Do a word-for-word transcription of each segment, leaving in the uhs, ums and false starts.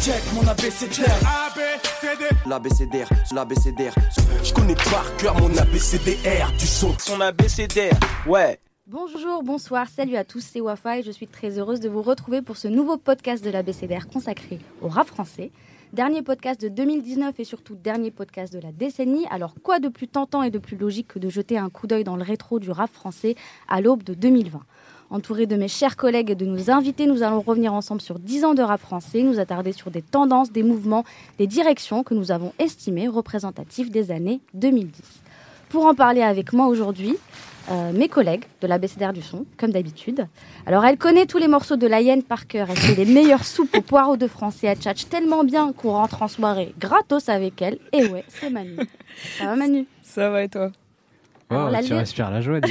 check mon abécédaire. A, B, C, D. L'abécédaire, l'abécédaire. Je connais par cœur mon abécédaire du son. Son abécédaire, ouais. Bonjour, bonsoir, salut à tous, c'est Wafa et je suis très heureuse de vous retrouver pour ce nouveau podcast de l'abécédaire consacré au rap français. Dernier podcast de deux mille dix-neuf et surtout dernier podcast de la décennie. Alors quoi de plus tentant et de plus logique que de jeter un coup d'œil dans le rétro du rap français à l'aube de deux mille vingt. Entouré de mes chers collègues et de nos invités, nous allons revenir ensemble sur dix ans de rap français, nous attarder sur des tendances, des mouvements, des directions que nous avons estimées représentatives des années deux mille dix. Pour en parler avec moi aujourd'hui, Euh, mes collègues de l'abécédaire du son, comme d'habitude. Alors, elle connaît tous les morceaux de la hyène par cœur. Elle fait les meilleures soupes aux poireaux de France et elle tchatche tellement bien qu'on rentre en soirée gratos avec elle. Et ouais, c'est Manu. Ça va, Manu? Ça va et toi? Oh, Alors, tu li- respires la joie.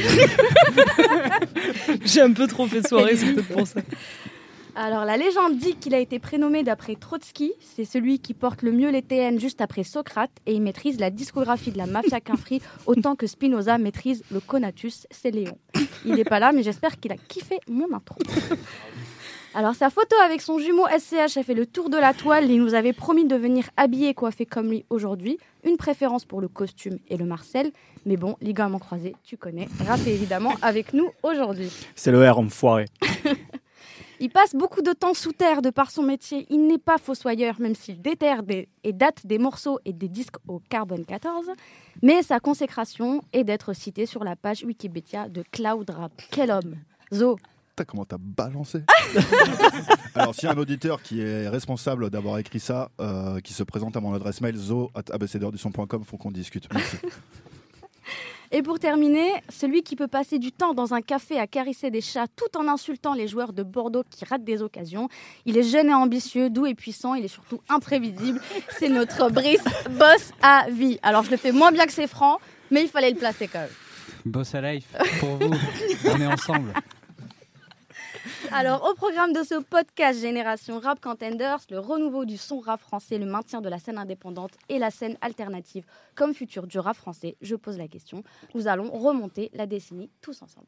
J'ai un peu trop fait soirée, c'est peut-être pour ça. Alors, la légende dit qu'il a été prénommé d'après Trotsky. C'est celui qui porte le mieux les T N juste après Socrate. Et il maîtrise la discographie de la mafia Quinfri autant que Spinoza maîtrise le Conatus. C'est Léon. Il n'est pas là, mais j'espère qu'il a kiffé mon intro. Alors, sa photo avec son jumeau S C H a fait le tour de la toile. Il nous avait promis de venir habillé et coiffé comme lui aujourd'hui. Une préférence pour le costume et le Marcel. Mais bon, ligaments croisés, tu connais. Rap évidemment avec nous aujourd'hui. C'est le R, enfoiré. Il passe beaucoup de temps sous terre de par son métier. Il n'est pas fossoyeur, même s'il déterre des, et date des morceaux et des disques au carbone quatorze. Mais sa consécration est d'être cité sur la page Wikipédia de Cloud Rap. Quel homme! Zo! Putain, comment t'as balancé. Alors, s'il y a un auditeur qui est responsable d'avoir écrit ça, euh, qui se présente à mon adresse mail zo arobase abécédaire du son point com, faut qu'on discute. Merci. Et pour terminer, celui qui peut passer du temps dans un café à caresser des chats tout en insultant les joueurs de Bordeaux qui ratent des occasions. Il est jeune et ambitieux, doux et puissant, il est surtout imprévisible. C'est notre Brice, boss à vie. Alors je le fais moins bien que c'est franc, mais il fallait le placer quand même. Boss à life, pour vous, on est ensemble. Alors, au programme de ce podcast Génération Rap Contenders, le renouveau du son rap français, le maintien de la scène indépendante et la scène alternative comme futur du rap français, je pose la question. Nous allons remonter la décennie tous ensemble.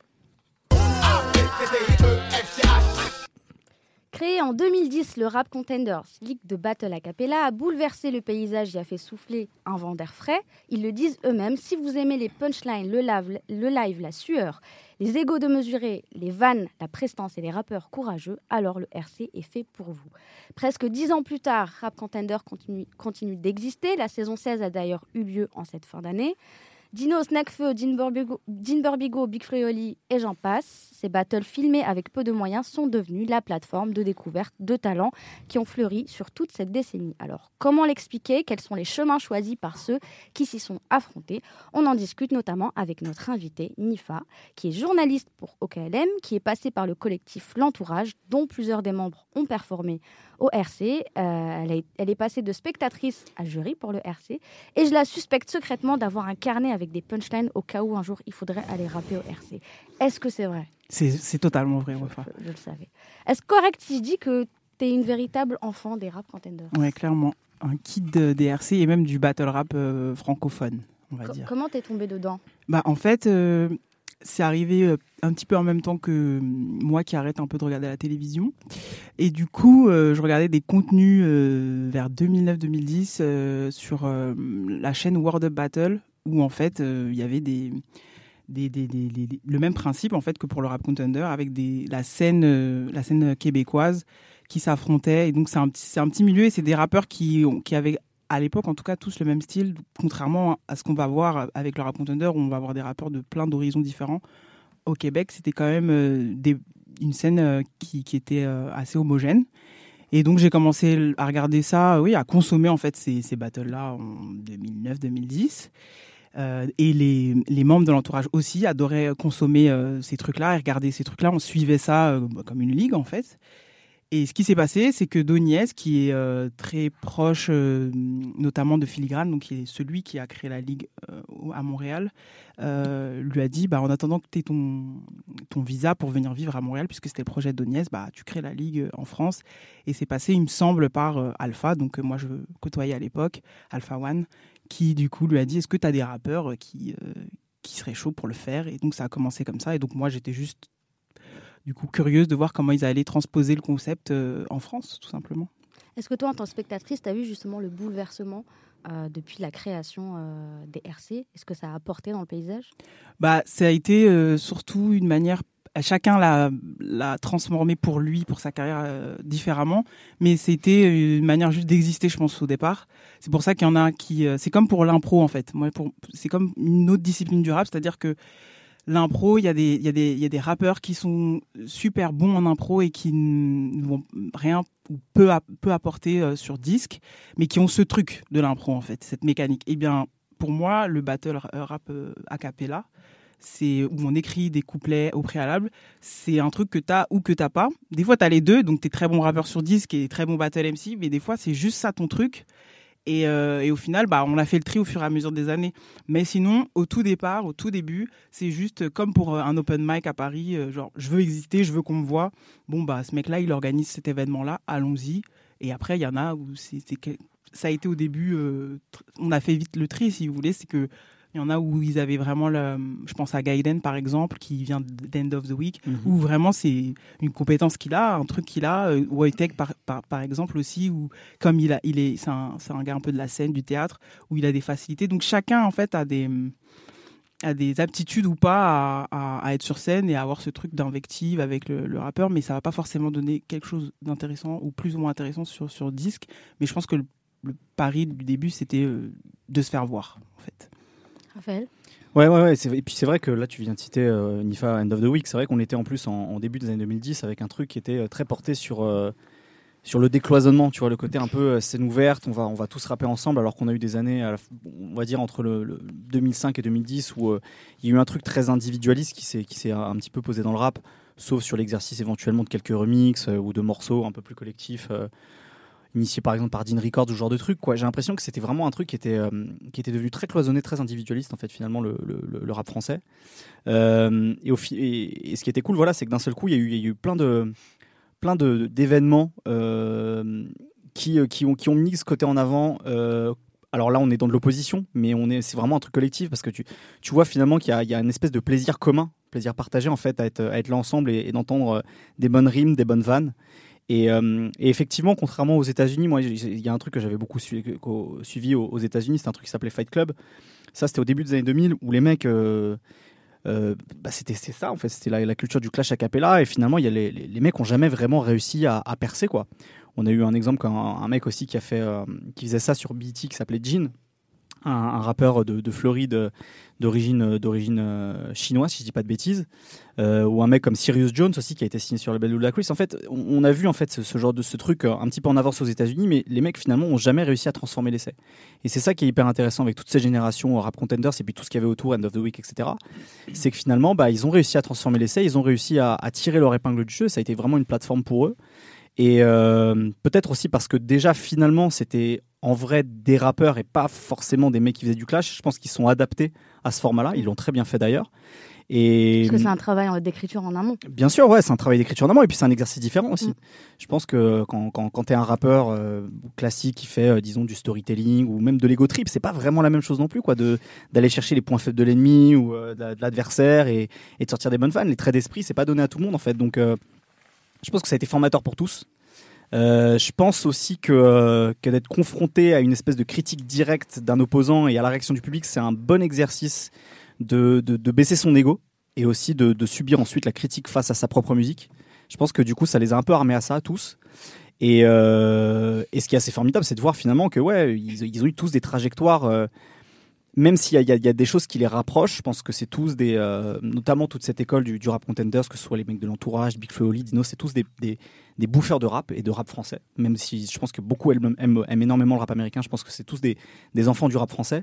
Créé en deux mille dix, le Rap Contenders, ligue de battle a cappella, a bouleversé le paysage et a fait souffler un vent d'air frais. Ils le disent eux-mêmes, si vous aimez les punchlines, le live, le live, la sueur, les égos de mesurer, les vannes, la prestance et les rappeurs courageux, alors le R C est fait pour vous. Presque dix ans plus tard, Rap Contenders continue, continue d'exister. La saison seize a d'ailleurs eu lieu en cette fin d'année. Dino, Snackfeu, Dean Burbigo, Dean Burbigo, Big Frioli et j'en passe. Ces battles filmés avec peu de moyens sont devenus la plateforme de découverte de talents qui ont fleuri sur toute cette décennie. Alors, comment l'expliquer? Quels sont les chemins choisis par ceux qui s'y sont affrontés? On en discute notamment avec notre invitée, Nifa, qui est journaliste pour O K L M, qui est passée par le collectif L'Entourage, dont plusieurs des membres ont performé au R C. Euh, elle, est, elle est passée de spectatrice à jury pour le R C. Et je la suspecte secrètement d'avoir un carnet avec des punchlines au cas où un jour il faudrait aller rapper au R C. Est-ce que c'est vrai? C'est, c'est totalement vrai, Wafa. Je, je le savais. Est-ce correct si je dis que t'es une véritable enfant des rap contenders? Ouais, clairement. Un kid de, des R C et même du battle rap euh, francophone, on va Co- dire. Comment t'es tombé dedans? Bah, en fait, euh, c'est arrivé euh, un petit peu en même temps que euh, moi qui arrête un peu de regarder la télévision. Et du coup, euh, je regardais des contenus euh, vers deux mille neuf deux mille dix euh, sur euh, la chaîne World Up Battle, où en fait, il euh, y avait des... Des, des, des, des, le même principe en fait que pour le Rap Contender avec des, la, scène, euh, la scène québécoise qui s'affrontait. Et donc c'est un, petit, c'est un petit milieu et c'est des rappeurs qui, ont, qui avaient à l'époque en tout cas tous le même style, contrairement à ce qu'on va voir avec le Rap Contender où on va avoir des rappeurs de plein d'horizons différents. Au Québec, c'était quand même euh, des, une scène euh, qui, qui était euh, assez homogène. Et donc j'ai commencé à regarder ça, oui, à consommer en fait ces, ces battles-là en deux mille neuf deux mille dix. Euh, et les, les membres de l'entourage aussi adoraient consommer euh, ces trucs-là et regarder ces trucs-là. On suivait ça euh, comme une ligue, en fait. Et ce qui s'est passé, c'est que Doniez, qui est euh, très proche, euh, notamment de Filigrane, donc qui est celui qui a créé la ligue euh, à Montréal, euh, lui a dit, bah, en attendant que tu aies ton, ton visa pour venir vivre à Montréal, puisque c'était le projet de Doniez, bah, tu crées la ligue en France. Et c'est passé, il me semble, par euh, Alpha, donc euh, moi je côtoyais à l'époque, Alpha One, qui du coup lui a dit est-ce que tu as des rappeurs qui, euh, qui seraient chauds pour le faire? Et donc ça a commencé comme ça. Et donc moi j'étais juste du coup curieuse de voir comment ils allaient transposer le concept euh, en France, tout simplement. Est-ce que toi, en tant que spectatrice, tu as vu justement le bouleversement euh, depuis la création euh, des R C? Est-ce que ça a apporté dans le paysage? Bah, ça a été euh, surtout une manière, chacun l'a, l'a transformé pour lui, pour sa carrière euh, différemment, mais c'était une manière juste d'exister, je pense, au départ. C'est pour ça qu'il y en a qui... Euh, c'est comme pour l'impro, en fait. Moi, pour, c'est comme une autre discipline du rap, c'est-à-dire que l'impro, il y a des, il y a des, il y a des rappeurs qui sont super bons en impro et qui ne vont rien ou peu, peu apporter euh, sur disque, mais qui ont ce truc de l'impro, en fait, cette mécanique. Eh bien, pour moi, le battle rap euh, a cappella, c'est où on écrit des couplets au préalable, c'est un truc que t'as ou que t'as pas. Des fois, t'as les deux, donc t'es très bon rappeur sur disque et très bon battle M C, mais des fois, c'est juste ça ton truc. Et, euh, et au final, bah, on a fait le tri au fur et à mesure des années. Mais sinon, au tout départ, au tout début, c'est juste comme pour un open mic à Paris, euh, genre, je veux exister, je veux qu'on me voit. Bon, bah, ce mec-là, il organise cet événement-là, allons-y. Et après, il y en a où c'est, c'est que, ça a été au début, euh, tr- on a fait vite le tri, si vous voulez. C'est que il y en a où ils avaient vraiment, le, je pense à Gaiden, par exemple, qui vient d'End of the Week, mm-hmm. où vraiment c'est une compétence qu'il a, un truc qu'il a. Euh, Wojtek, par, par, par exemple, aussi, où comme il, a, il est, c'est un, c'est un gars un peu de la scène, du théâtre, où il a des facilités. Donc chacun, en fait, a des, a des aptitudes ou pas à, à, à être sur scène et à avoir ce truc d'invective avec le, le rappeur, mais ça va pas forcément donner quelque chose d'intéressant ou plus ou moins intéressant sur, sur disque. Mais je pense que le, le pari du début, c'était euh, de se faire voir, en fait. Raphaël? Ouais, ouais, ouais. C'est... Et puis c'est vrai que là, tu viens de citer euh, Nifa End of the Week. C'est vrai qu'on était en plus en, en début des années deux mille dix avec un truc qui était euh, très porté sur, euh, sur le décloisonnement. Tu vois, le côté un peu euh, scène ouverte. On va, on va tous rapper ensemble, alors qu'on a eu des années, à la, on va dire, entre le, le deux mille cinq et deux mille dix où euh, il y a eu un truc très individualiste qui s'est, qui s'est un petit peu posé dans le rap, sauf sur l'exercice éventuellement de quelques remixes euh, ou de morceaux un peu plus collectifs. Euh, initié par exemple par Dean Records ou ce genre de truc, quoi. J'ai l'impression que c'était vraiment un truc qui était, euh, qui était devenu très cloisonné, très individualiste en fait finalement le, le, le rap français. Euh, et, au fi- et, et ce qui était cool, voilà, c'est que d'un seul coup il y a eu, il y a eu plein de, plein de, d'événements euh, qui, qui, ont, qui ont mis ce côté en avant. Euh, alors là on est dans de l'opposition, mais on est, c'est vraiment un truc collectif parce que tu, tu vois finalement qu'il y a, il y a une espèce de plaisir commun, plaisir partagé en fait à être, à être là ensemble et, et d'entendre des bonnes rimes, des bonnes vannes. Et, euh, et effectivement, contrairement aux États-Unis, moi, il y a un truc que j'avais beaucoup suivi, suivi aux, aux États-Unis, c'est un truc qui s'appelait Fight Club. Ça, c'était au début des années deux mille, où les mecs, euh, euh, bah, c'était c'est ça en fait, c'était la, la culture du clash a cappella. Et finalement, il y a les, les, les mecs ont jamais vraiment réussi à, à percer, quoi. On a eu un exemple qu'un un mec aussi qui a fait, euh, qui faisait ça sur B E T, qui s'appelait Jin. Un, un rappeur de, de Floride d'origine, d'origine euh, chinoise, si je dis pas de bêtises, euh, ou un mec comme Sirius Jones aussi qui a été signé sur le label Ludacris. En fait, on, on a vu en fait ce, ce genre de ce truc euh, un petit peu en avance aux États-Unis, mais les mecs finalement ont jamais réussi à transformer l'essai. Et c'est ça qui est hyper intéressant avec toutes ces générations Rap Contenders et puis tout ce qu'il y avait autour, End of the Week, et cetera. C'est que finalement, bah, ils ont réussi à transformer l'essai, ils ont réussi à, à tirer leur épingle du jeu. Ça a été vraiment une plateforme pour eux. Et euh, peut-être aussi parce que déjà finalement c'était en vrai des rappeurs et pas forcément des mecs qui faisaient du clash. Je pense qu'ils sont adaptés à ce format-là, ils l'ont très bien fait d'ailleurs. Et parce que c'est un travail d'écriture en amont. Bien sûr, ouais, c'est un travail d'écriture en amont et puis c'est un exercice différent aussi. Mm. Je pense que quand, quand, quand tu es un rappeur euh, classique qui fait, euh, disons, du storytelling ou même de l'ego trip, c'est pas vraiment la même chose non plus, quoi, de, d'aller chercher les points faibles de l'ennemi ou euh, de, de l'adversaire et, et de sortir des bonnes vannes. Les traits d'esprit, c'est pas donné à tout le monde en fait. Donc, euh, je pense que ça a été formateur pour tous. Euh, je pense aussi que, euh, que d'être confronté à une espèce de critique directe d'un opposant et à la réaction du public, c'est un bon exercice de, de, de baisser son ego et aussi de, de subir ensuite la critique face à sa propre musique. Je pense que du coup, ça les a un peu armés à ça, tous. Et, euh, et ce qui est assez formidable, c'est de voir finalement que ouais, ils, ils ont eu tous des trajectoires. Euh, Même s'il y a, il y, a, il y a des choses qui les rapprochent, je pense que c'est tous des, euh, notamment toute cette école du, du rap contenders, que ce soit les mecs de l'entourage, Big Flo, Oli, Dino, c'est tous des, des, des bouffeurs de rap et de rap français. Même si je pense que beaucoup aiment, aiment, aiment énormément le rap américain, je pense que c'est tous des, des enfants du rap français.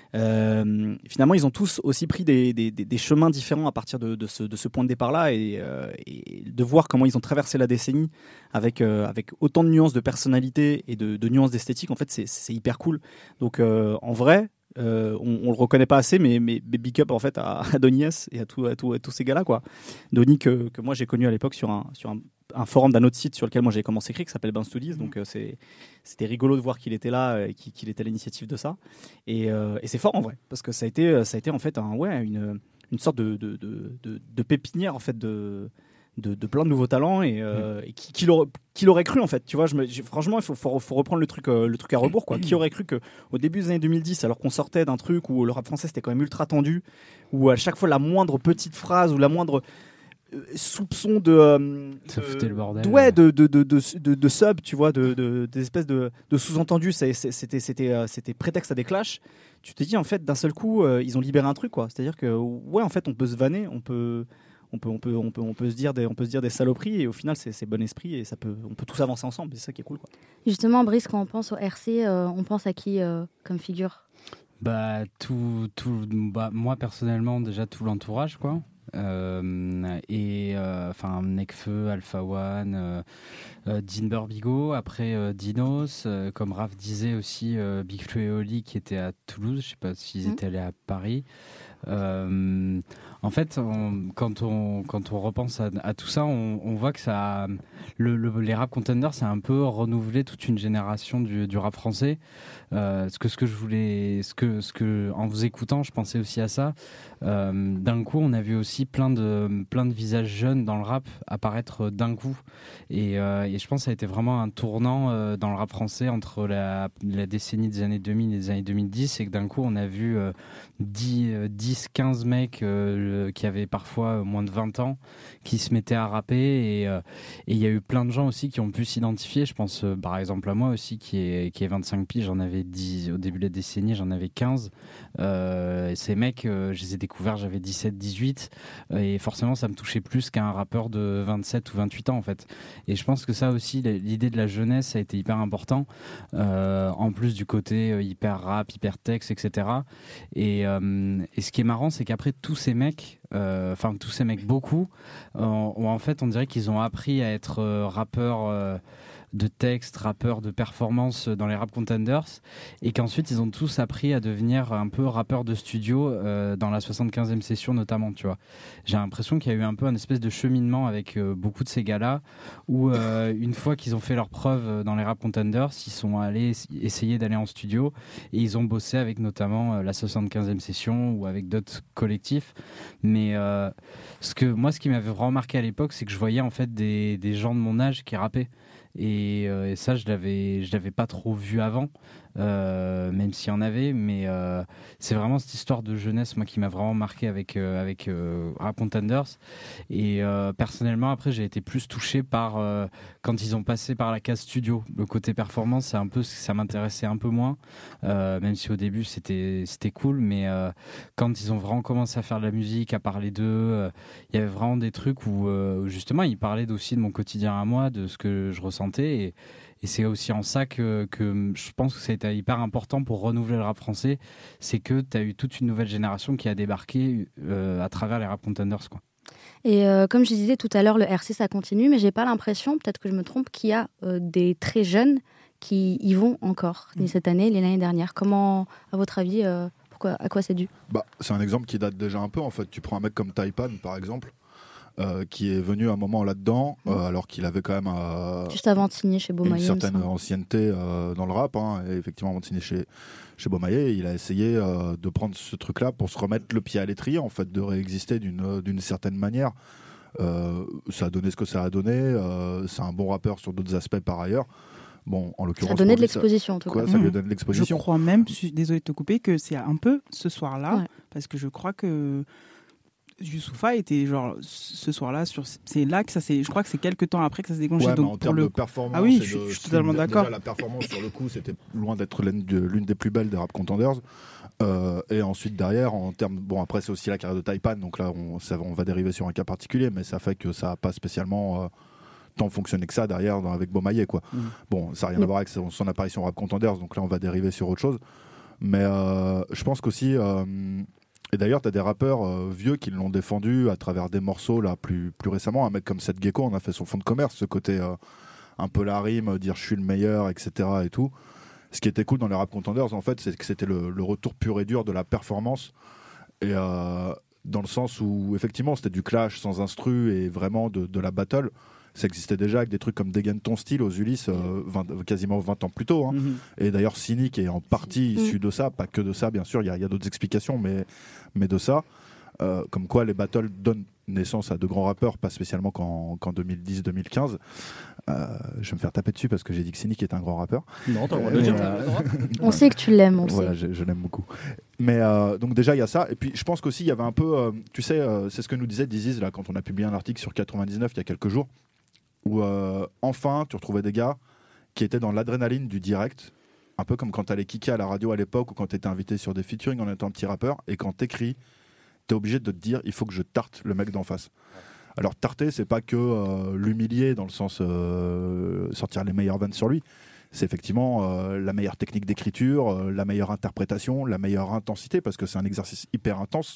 Euh, finalement, ils ont tous aussi pris des, des, des, des chemins différents à partir de, de, ce, de ce point de départ-là et, euh, et de voir comment ils ont traversé la décennie avec, euh, avec autant de nuances de personnalité et de, de nuances d'esthétique. En fait, c'est, c'est hyper cool. Donc, euh, en vrai, Euh, on, on le reconnaît pas assez, mais, mais, mais big up en fait à, à Donny S et à, tout, à, tout, à tous ces gars-là, quoi. Donny que, que moi j'ai connu à l'époque sur un, sur un, un forum d'un autre site sur lequel moi j'ai commencé à écrire qui s'appelle Ben Studies, donc euh, c'est, c'était rigolo de voir qu'il était là et qu'il, qu'il était à l'initiative de ça. Et, euh, et c'est fort en vrai, parce que ça a été, ça a été en fait un, ouais, une, une sorte de, de, de, de, de pépinière en fait de de, de plein de nouveaux talents et, euh, et qui, qui, l'aurait, qui l'aurait cru en fait, tu vois, je me, je, franchement il faut, faut, faut reprendre le truc, euh, le truc à rebours quoi. Qui aurait cru qu'au début des années deux mille dix, alors qu'on sortait d'un truc où le rap français c'était quand même ultra tendu, où à chaque fois la moindre petite phrase ou la moindre euh, soupçon de, euh, Ça de, foutait le bordel. de, ouais, de, de, de, de, de, de sub, tu vois, de, de, des espèces de, de sous-entendus, c'est, c'est, c'était, c'était, euh, c'était prétexte à des clashs. Tu te dis en fait d'un seul coup euh, ils ont libéré un truc quoi, c'est-à-dire que ouais en fait on peut se vanner, on peut on peut on peut on peut on peut se dire des on peut se dire des saloperies et au final c'est, c'est bon esprit et ça peut on peut tous avancer ensemble, c'est ça qui est cool quoi. Justement Brice, quand on pense au R C, euh, on pense à qui euh, comme figure? Bah tout tout bah moi personnellement déjà tout l'entourage quoi. Euh, et enfin euh, Nekfeu, Alpha One, euh, euh, Dean Burbigo, après euh, Dinos, euh, comme Raph disait aussi euh, Big Flo et Oli qui étaient à Toulouse, je sais pas s'ils mmh. étaient allés à Paris. Euh, en fait, on, quand, on, quand on repense à, à tout ça, on, on voit que ça, le, le, les rap contenders, c'est un peu renouvelé toute une génération du, du rap français. Euh, ce que ce que je voulais, ce que ce que en vous écoutant, je pensais aussi à ça. Euh, d'un coup, on a vu aussi plein de plein de visages jeunes dans le rap apparaître d'un coup, et, euh, et je pense que ça a été vraiment un tournant euh, dans le rap français entre la, la décennie des années deux mille et des années deux mille dix, et que d'un coup, on a vu euh, dix quinze mecs euh, qui avaient parfois moins de vingt ans qui se mettaient à rapper, et euh, et il y a eu plein de gens aussi qui ont pu s'identifier. Je pense euh, par exemple à moi aussi qui est qui est vingt-cinq piges, j'en avais dix au début de la décennie, j'en avais quinze. Euh, et ces mecs, euh, je les ai découverts, j'avais dix-sept dix-huit, euh, et forcément ça me touchait plus qu'un rappeur de vingt-sept ou vingt-huit ans en fait. Et je pense que ça aussi, l'idée de la jeunesse a été hyper important, euh, en plus du côté euh, hyper rap, hyper texte, et cetera. Et, euh, et ce qui est marrant, c'est qu'après tous ces mecs, enfin euh, tous ces mecs, beaucoup, euh, ont, en fait on dirait qu'ils ont appris à être euh, rappeurs euh, de texte, rappeurs de performance dans les rap contenders, et qu'ensuite ils ont tous appris à devenir un peu rappeurs de studio euh, dans la soixante-quinzième session notamment, tu vois. J'ai l'impression qu'il y a eu un peu un espèce de cheminement avec euh, beaucoup de ces gars-là, où euh, une fois qu'ils ont fait leurs preuves dans les rap contenders, ils sont allés essayer d'aller en studio, et ils ont bossé avec notamment euh, la soixante-quinzième session ou avec d'autres collectifs. Mais euh, ce que, moi, ce qui m'avait vraiment marqué à l'époque, c'est que je voyais en fait des, des gens de mon âge qui rappaient. Et, euh, et ça, je l'avais, je l'avais pas trop vu avant, euh, même s'il y en avait. Mais euh, c'est vraiment cette histoire de jeunesse, moi, qui m'a vraiment marqué avec euh, avec euh, Rap Contenders. Et euh, personnellement, après, j'ai été plus touché par euh, quand ils ont passé par la case studio. Le côté performance, c'est un peu, ça m'intéressait un peu moins, euh, même si au début c'était c'était cool. Mais euh, quand ils ont vraiment commencé à faire de la musique, à parler d'eux, euh, il y avait vraiment des trucs où euh, justement ils parlaient aussi de mon quotidien à moi, de ce que je ressentais. Et, et c'est aussi en ça que, que je pense que c'était hyper important pour renouveler le rap français, c'est que tu as eu toute une nouvelle génération qui a débarqué euh, à travers les rap contenders, quoi. Et euh, comme je disais tout à l'heure, le R C ça continue, mais j'ai pas l'impression, peut-être que je me trompe, qu'il y a euh, des très jeunes qui y vont encore, ni cette année, ni l'année dernière. Comment, à votre avis, euh, pourquoi, à quoi c'est dû? Bah, c'est un exemple qui date déjà un peu, en fait. Tu prends un mec comme Taipan, par exemple, Euh, qui est venu un moment là-dedans, euh, mmh. alors qu'il avait quand même euh, juste avant de signer chez Beaumaillé, une certaine ancienneté euh, dans le rap, hein, et effectivement avant de signer chez, chez Beaumaillé, il a essayé euh, de prendre ce truc-là pour se remettre le pied à l'étrier, en fait, de réexister d'une, d'une certaine manière. Euh, ça a donné ce que ça a donné, euh, c'est un bon rappeur sur d'autres aspects par ailleurs. Bon, en l'occurrence, ça a donné de l'exposition, en tout quoi, cas. Ça mmh. lui a donné de l'exposition. Je crois même, je suis désolée de te couper, que c'est un peu ce soir-là, ouais. parce que je crois que Youssoupha était genre ce soir-là sur, c'est là que ça s'est, je crois que c'est quelques temps après que ça s'est déclenché. Ouais, donc en pour termes le de performance, ah oui, je, je, je suis totalement d'accord. Déjà, la performance sur le coup, c'était loin d'être l'une, de, l'une des plus belles des rap contenders. Euh, et ensuite derrière, en termes, bon après c'est aussi la carrière de Taipan, donc là on, ça, on va dériver sur un cas particulier, mais ça fait que ça n'a pas spécialement euh, tant fonctionné que ça derrière dans, avec Beaumaillé, quoi. Mmh. Bon, ça n'a rien mmh. à voir avec son, son apparition rap contenders, donc là on va dériver sur autre chose. Mais euh, je pense qu'aussi euh, et d'ailleurs, tu as des rappeurs euh, vieux qui l'ont défendu à travers des morceaux là, plus, plus récemment. Un mec comme Seth Gecko, on a fait son fond de commerce, ce côté euh, un peu la rime, dire je suis le meilleur, et cetera. Et tout. Ce qui était cool dans les rap contenders, en fait, c'est que c'était le, le retour pur et dur de la performance. Et euh, dans le sens où, effectivement, c'était du clash sans instru et vraiment de, de la battle. Ça existait déjà avec des trucs comme Dégaine ton style aux Ulysses euh, vingt, quasiment vingt ans plus tôt, hein. mm-hmm. Et d'ailleurs Cynic est en partie issu de ça, pas que de ça bien sûr, il y, y a d'autres explications, mais, mais de ça, euh, comme quoi les battles donnent naissance à de grands rappeurs, pas spécialement qu'en, qu'en deux mille dix deux mille quinze. Euh, je vais me faire taper dessus parce que j'ai dit que Cynic est un grand rappeur. Non, t'as le droit de le dire. Euh, On sait que tu l'aimes, on voilà, sait. je, je l'aime beaucoup. Mais euh, donc déjà il y a ça, et puis je pense qu'aussi il y avait un peu, euh, tu sais, euh, c'est ce que nous disait Diziz là quand on a publié un article sur quatre-vingt-dix-neuf il y a quelques jours, où euh, enfin tu retrouvais des gars qui étaient dans l'adrénaline du direct, un peu comme quand t'allais kicker à la radio à l'époque ou quand t'étais invité sur des featuring en étant un petit rappeur, et quand t'écris, t'es obligé de te dire il faut que je tarte le mec d'en face. Alors tarter, c'est pas que euh, l'humilier dans le sens euh, sortir les meilleures vannes sur lui. C'est effectivement euh, la meilleure technique d'écriture, euh, la meilleure interprétation, la meilleure intensité, parce que c'est un exercice hyper intense.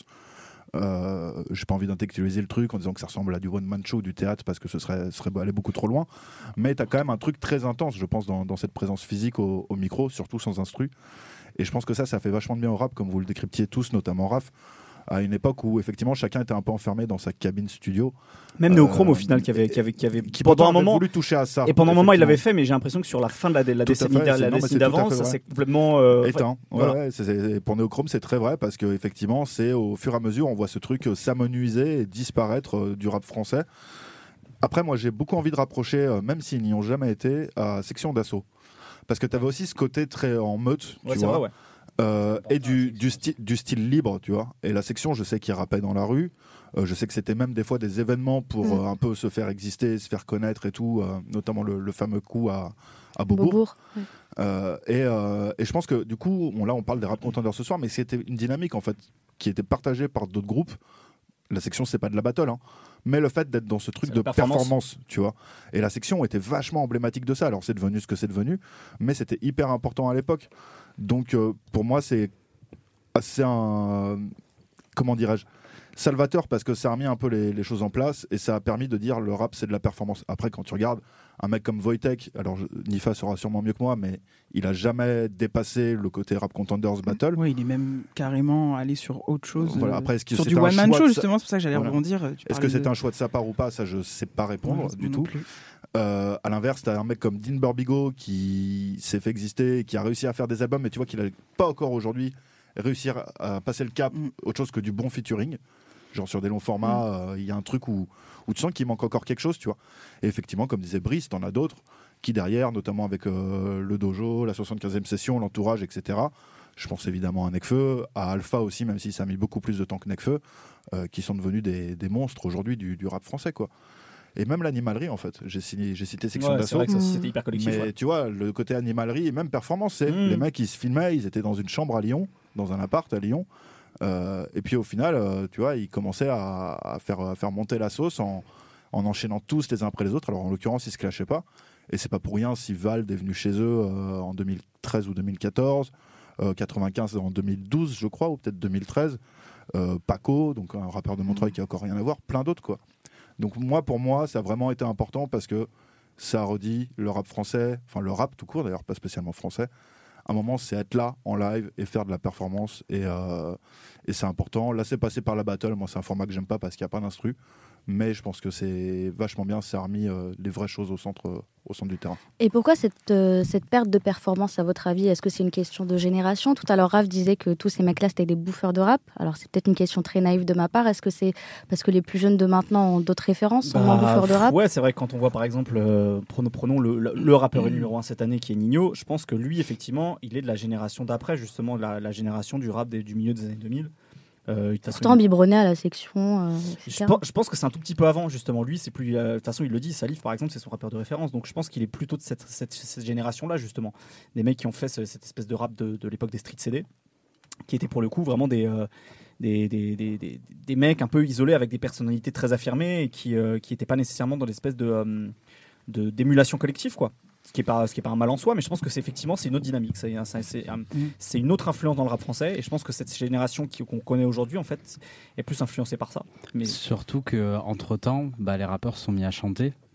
Euh, j'ai pas envie d'intellectualiser le truc en disant que ça ressemble à du one-man show, du théâtre, parce que ce serait, serait aller beaucoup trop loin. Mais t'as quand même un truc très intense, je pense, dans, dans cette présence physique au, au micro, surtout sans instru. Et je pense que ça, ça fait vachement de bien au rap, comme vous le décryptiez tous, notamment Raph, à une époque où effectivement chacun était un peu enfermé dans sa cabine studio. Même Euh, Néochrome au final qui avait qui avait qui avait qui pendant un avait moment voulu toucher à ça. et pendant un moment il effectivement. l'avait fait, mais j'ai l'impression que sur la fin de la, la Tout à décennie, fait, d'a- c'est- la non, mais décennie c'est tout à d'avant, fait ça vrai. s'est complètement euh, éteint. Ouais, voilà. ouais, c'est- c'est- pour Néochrome, c'est très vrai parce que effectivement, c'est au fur et à mesure, on voit ce truc euh, s'amenuiser et disparaître euh, du rap français. Après, moi, j'ai beaucoup envie de rapprocher, euh, même s'ils n'y ont jamais été, à Section d'Assaut, parce que tu avais aussi ce côté très en meute, Ouais, tu c'est vois, vrai, ouais. euh, et du, du, sti- du style libre, tu vois. Et la Section, je sais qu'ils rappaient dans la rue. Euh, je sais que c'était même des fois des événements pour Mm. euh, un peu se faire exister, se faire connaître et tout, euh, notamment le, le fameux coup à, à Beaubourg. Beaubourg. Ouais. Euh, et, euh, et je pense que du coup, on, là on parle des rap contenders ce soir, mais c'était une dynamique en fait qui était partagée par d'autres groupes. La Section, c'est pas de la battle, hein, mais le fait d'être dans ce truc C'est de la performance. performance. tu vois. Et la Section était vachement emblématique de ça. Alors c'est devenu ce que c'est devenu, mais c'était hyper important à l'époque. Donc euh, pour moi, c'est assez un, comment dirais-je, salvateur parce que ça a remis un peu les, les choses en place et ça a permis de dire le rap c'est de la performance. Après, quand tu regardes un mec comme Wojtek, alors je- Nifa saura sûrement mieux que moi, mais il a jamais dépassé le côté rap contenders battle. Ouais, il est même carrément allé sur autre chose. Voilà, euh, après, est-ce que sur c'est du un one man choix show de sa- justement, c'est pour ça que j'allais Voilà. rebondir. Tu Est-ce parlais que c'est de- un choix de sa part ou pas? Ça, je sais pas répondre Ouais, du moi tout. non plus. Euh, à l'inverse, t'as un mec comme Dean Burbigo qui s'est fait exister, qui a réussi à faire des albums, mais tu vois qu'il n'a pas encore aujourd'hui réussi à passer le cap, Mm. autre chose que du bon featuring. Genre sur des longs formats, il y a un truc où, où tu sens qu'il manque encore quelque chose, tu vois. Et effectivement, comme disait Brice, t'en as d'autres qui derrière, notamment avec euh, le dojo, la soixante-quinzième session, l'entourage, et cetera. Je pense évidemment à Nekfeu, à Alpha aussi, même si ça a mis beaucoup plus de temps que Nekfeu, euh, qui sont devenus des, des monstres aujourd'hui du, du rap français, quoi. Et même l'animalerie, en fait. J'ai, signé- j'ai cité Section Ouais, c'est d'Assaut. vrai que ça, Mm. c'était hyper collectif. Mais ouais. tu vois, le côté animalerie et même performance, c'est Mm. les mecs ils se filmaient, ils étaient dans une chambre à Lyon, dans un appart à Lyon, euh, et puis au final, euh, tu vois, ils commençaient à, à faire, à faire monter la sauce en, en enchaînant tous les uns après les autres. Alors en l'occurrence, ils se clashaient pas, et c'est pas pour rien si Vald est venu chez eux euh, en deux mille treize ou deux mille quatorze, euh, quatre-vingt-quinze en deux mille douze, je crois, ou peut-être deux mille treize. Euh, Paco, donc un rappeur de Montreuil qui a encore rien à voir, plein d'autres quoi. Donc moi, pour moi, ça a vraiment été important parce que ça redit le rap français, enfin le rap tout court d'ailleurs, pas spécialement français. À un moment, c'est être là en live et faire de la performance et, euh, et c'est important. Là, c'est passé par la battle. Moi, c'est un format que j'aime pas parce qu'il n'y a pas d'instru. Mais je pense que c'est vachement bien. Ça a remis euh, les vraies choses au centre, euh, au centre du terrain. Et pourquoi cette, euh, cette perte de performance, à votre avis? Est-ce que c'est une question de génération? Tout à l'heure, Raph disait que tous ces mecs-là, c'était des bouffeurs de rap. Alors, c'est peut-être une question très naïve de ma part. Est-ce que c'est parce que les plus jeunes de maintenant ont d'autres références, sont moins Bah, bouffeurs de rap? Ouais, c'est vrai que quand on voit par exemple, euh, prenons, prenons le, le, le rappeur numéro un cette année qui est Nino, je pense que lui, effectivement, il est de la génération d'après, justement, de la, la génération du rap des- du milieu des années deux mille. Euh, de toute façon, Pourtant, il- biberonné à la section, euh, je, et cetera. pense, je pense que c'est un tout petit peu avant, justement. Lui, c'est plus. euh, De toute façon, il le dit, Salif, par exemple, c'est son rappeur de référence. Donc je pense qu'il est plutôt de cette, cette, cette génération-là, justement. Des mecs qui ont fait ce- cette espèce de rap de, de l'époque des street C D, qui étaient pour le coup vraiment des. euh, Des, des, des, des, des mecs un peu isolés avec des personnalités très affirmées et qui euh, qui n'étaient pas nécessairement dans l'espèce de, euh, de d'émulation collective, quoi. Ce qui est pas ce qui est pas un mal en soi, mais je pense que c'est effectivement c'est une autre dynamique, c'est c'est, c'est, un- c'est une autre influence dans le rap français et je pense que cette génération qui, qu'on connaît aujourd'hui en fait est plus influencée par ça. Mais Surtout que entre temps, bah, les rappeurs sont mis à chanter.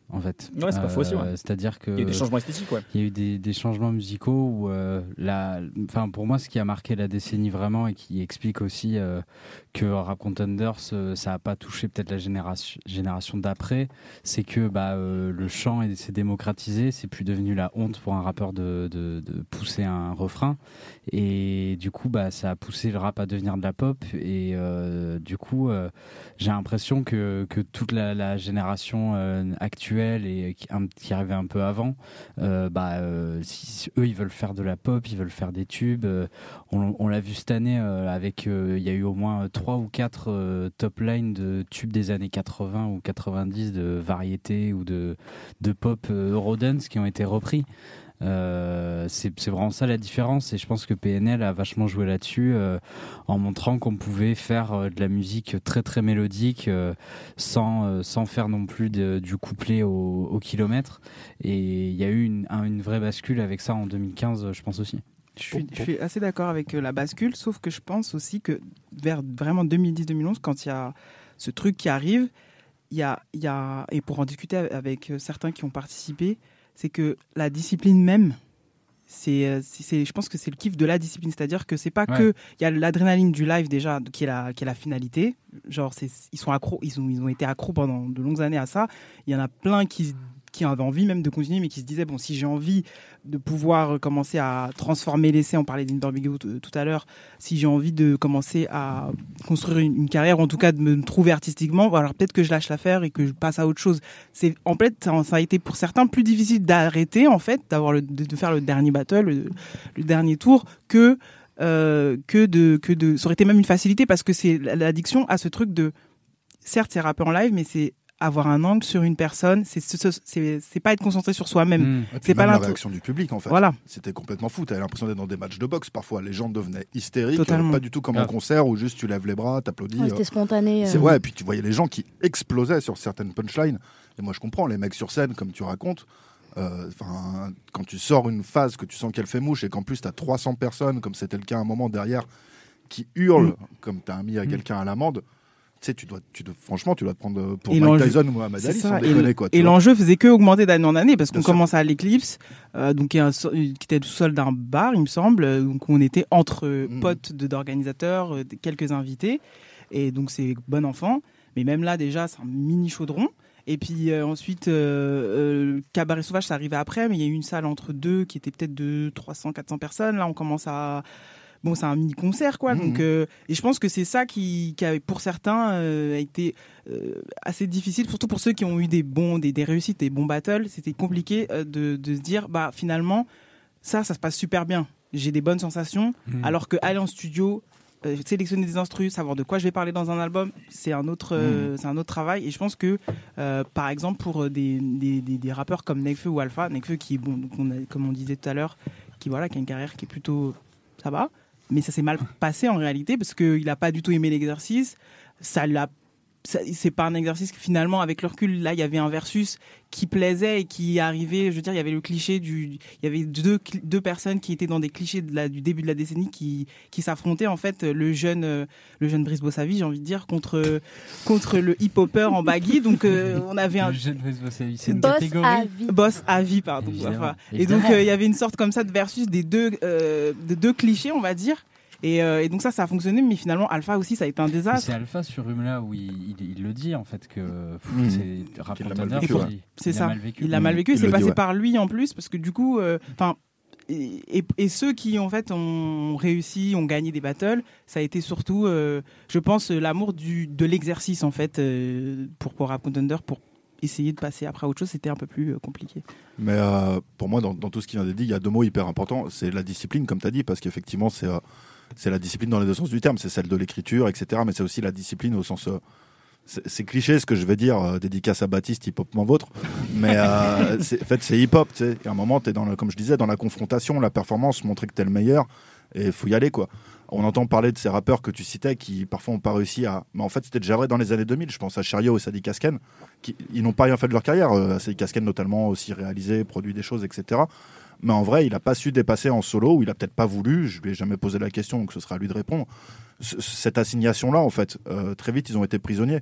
en fait. Ouais, c'est pas faux aussi. Ouais. C'est-à-dire que il y a eu des changements esthétiques. Ouais. Il y a eu des, des changements musicaux où, euh, la, enfin, pour moi, ce qui a marqué la décennie vraiment et qui explique aussi euh, que Rap Contenders, euh, ça a pas touché peut-être la génération, génération d'après, c'est que bah, euh, le chant s'est démocratisé, c'est plus devenu la honte pour un rappeur de, de, de pousser un refrain, et du coup, bah, ça a poussé le rap à devenir de la pop, et euh, du coup, euh, j'ai l'impression que, que toute la, la génération euh, actuelle et qui, un, qui arrivait un peu avant, euh, bah, euh, si, si eux ils veulent faire de la pop, ils veulent faire des tubes, euh, on, on l'a vu cette année euh, avec, il euh, y a eu au moins trois ou quatre euh, top lines de tubes des années quatre-vingts ou quatre-vingt-dix, de variété ou de, de pop euh, Eurodance qui ont été repris. Euh, c'est, c'est vraiment ça la différence, et je pense que P N L a vachement joué là-dessus euh, en montrant qu'on pouvait faire euh, de la musique très très mélodique euh, sans, euh, sans faire non plus de, du couplet au, au kilomètre, et il y a eu une, un, une vraie bascule avec ça en deux mille quinze, je pense aussi. Je suis, je suis assez d'accord avec la bascule, sauf que je pense aussi que vers vraiment deux mille dix deux mille onze, quand il y a ce truc qui arrive, il y a, il y a, et pour en discuter avec certains qui ont participé, c'est que la discipline même, c'est, c'est, je pense que c'est le kiff de la discipline. C'est-à-dire que c'est pas ouais. que il y a l'adrénaline du live déjà, qui est la, qui est la finalité. Genre, c'est, ils sont accros, ils ont, ils ont été accros pendant de longues années à ça. Il y en a plein qui qui avaient envie même de continuer, mais qui se disaient, bon, si j'ai envie de pouvoir commencer à transformer l'essai, on parlait d'Inber Big tout à l'heure, si j'ai envie de commencer à construire une, une carrière, ou en tout cas de me trouver artistiquement, alors peut-être que je lâche l'affaire et que je passe à autre chose. C'est, en fait, ça, ça a été pour certains plus difficile d'arrêter, en fait, d'avoir le, de, de faire le dernier battle, le, le dernier tour, que, euh, que de, que de, ça aurait été même une facilité, parce que c'est l'addiction à ce truc de, certes, c'est rapper en live, mais c'est avoir un angle sur une personne, c'est, c'est, c'est, c'est pas être concentré sur soi-même. Mmh. C'est pas la réaction du public, en fait. Voilà. C'était complètement fou. T'avais l'impression d'être dans des matchs de boxe. Parfois, les gens devenaient hystériques. Euh, pas du tout comme ah. en concert où juste tu lèves les bras, t'applaudis. Ouais, c'était spontané. C'est, euh... Ouais, et puis tu voyais les gens qui explosaient sur certaines punchlines. Et moi, je comprends, les mecs sur scène, comme tu racontes, euh, quand tu sors une phase, que tu sens qu'elle fait mouche et qu'en plus t'as trois cents personnes, comme c'était le cas à un moment derrière, qui hurlent, mmh. comme t'as mis à mmh. quelqu'un à l'amende. Tu sais, tu dois, tu dois, franchement, tu dois te prendre pour et Mike Tyson ou Muhammad Ali sans déconner, quoi. Et l'enjeu faisait que augmenter d'année en année, parce qu'on commence à l'Eclipse, euh, donc qui, est un, qui était le sol d'un bar, il me semble, donc on était entre mmh. potes de, d'organisateurs, euh, quelques invités, et donc c'est bon enfant. Mais même là, déjà, c'est un mini chaudron. Et puis euh, ensuite, euh, euh, Cabaret Sauvage, ça arrivait après, mais il y a eu une salle entre deux qui était peut-être de trois cents, quatre cents personnes. Là, on commence à... Bon, c'est un mini-concert, quoi. Mmh. Donc, euh, et je pense que c'est ça qui, qui a, pour certains, euh, a été euh, assez difficile, surtout pour ceux qui ont eu des bons, des, des réussites, des bons battles. C'était compliqué euh, de, de se dire, bah, finalement, ça, ça se passe super bien. J'ai des bonnes sensations, mmh. alors que aller en studio, euh, sélectionner des instrus, savoir de quoi je vais parler dans un album, c'est un autre, euh, mmh. c'est un autre travail. Et je pense que, euh, par exemple, pour des, des, des, des rappeurs comme Nekfeu ou Alpha, Nekfeu qui, bon, donc on a, comme on disait tout à l'heure, qui voilà, qui a une carrière qui est plutôt, ça va. Mais ça s'est mal passé en réalité parce qu'il n'a pas du tout aimé l'exercice. Ça l'a, ça, c'est pas un exercice que finalement, avec le recul, là, il y avait un versus qui plaisait et qui arrivait. Je veux dire, il y avait le cliché du. Il y avait deux, deux personnes qui étaient dans des clichés de la, du début de la décennie qui, qui s'affrontaient. En fait, le jeune, le jeune Brice Bossavi, j'ai envie de dire, contre, contre le hip-hopper en baggy. Donc, euh, on avait un. Le jeune Brice Bossavi, c'est une Boss catégorie. à vie. Boss à vie, pardon. Enfin, et donc, euh, il y avait une sorte comme ça de versus des deux, euh, de deux clichés, on va dire. Et, euh, et donc ça, ça a fonctionné, mais finalement, Alpha aussi, ça a été un désastre. Mais c'est Alpha sur Rumla où il, il, il le dit, en fait, que mmh. c'est Rap Contenders, ouais. C'est il ça, mal vécu. il l'a mal vécu, il c'est passé dit, ouais. par lui en plus, parce que du coup, enfin, euh, et, et, et ceux qui, en fait, ont réussi, ont gagné des battles, ça a été surtout, euh, je pense, l'amour du, de l'exercice, en fait, euh, pour, pour Rap Contenders, pour essayer de passer après à autre chose, c'était un peu plus euh, compliqué. Mais euh, pour moi, dans, dans tout ce qui vient d'être dit, il y a deux mots hyper importants. C'est la discipline, comme tu as dit, parce qu'effectivement, c'est... Euh, c'est la discipline dans les deux sens du terme, c'est celle de l'écriture, et cetera. Mais c'est aussi la discipline au sens... Euh, c'est, c'est cliché ce que je vais dire, euh, dédicace à Baptiste, hip-hop moins vôtre. Mais euh, c'est, en fait, c'est hip-hop, tu sais. À un moment, t'es dans le, comme je disais, dans la confrontation, la performance, montrer que t'es le meilleur, et il faut y aller, quoi. On entend parler de ces rappeurs que tu citais qui parfois n'ont pas réussi à... Mais en fait, c'était déjà vrai dans les années deux mille. Je pense à Cherio et Sadi Kasken, qui ils n'ont pas rien fait de leur carrière. Euh, Sadi Kasken notamment aussi réalisé, produit des choses, et cetera. Mais en vrai, il n'a pas su dépasser en solo, ou il n'a peut-être pas voulu, je ne lui ai jamais posé la question, donc ce sera à lui de répondre. C- cette assignation-là, en fait, euh, très vite, ils ont été prisonniers.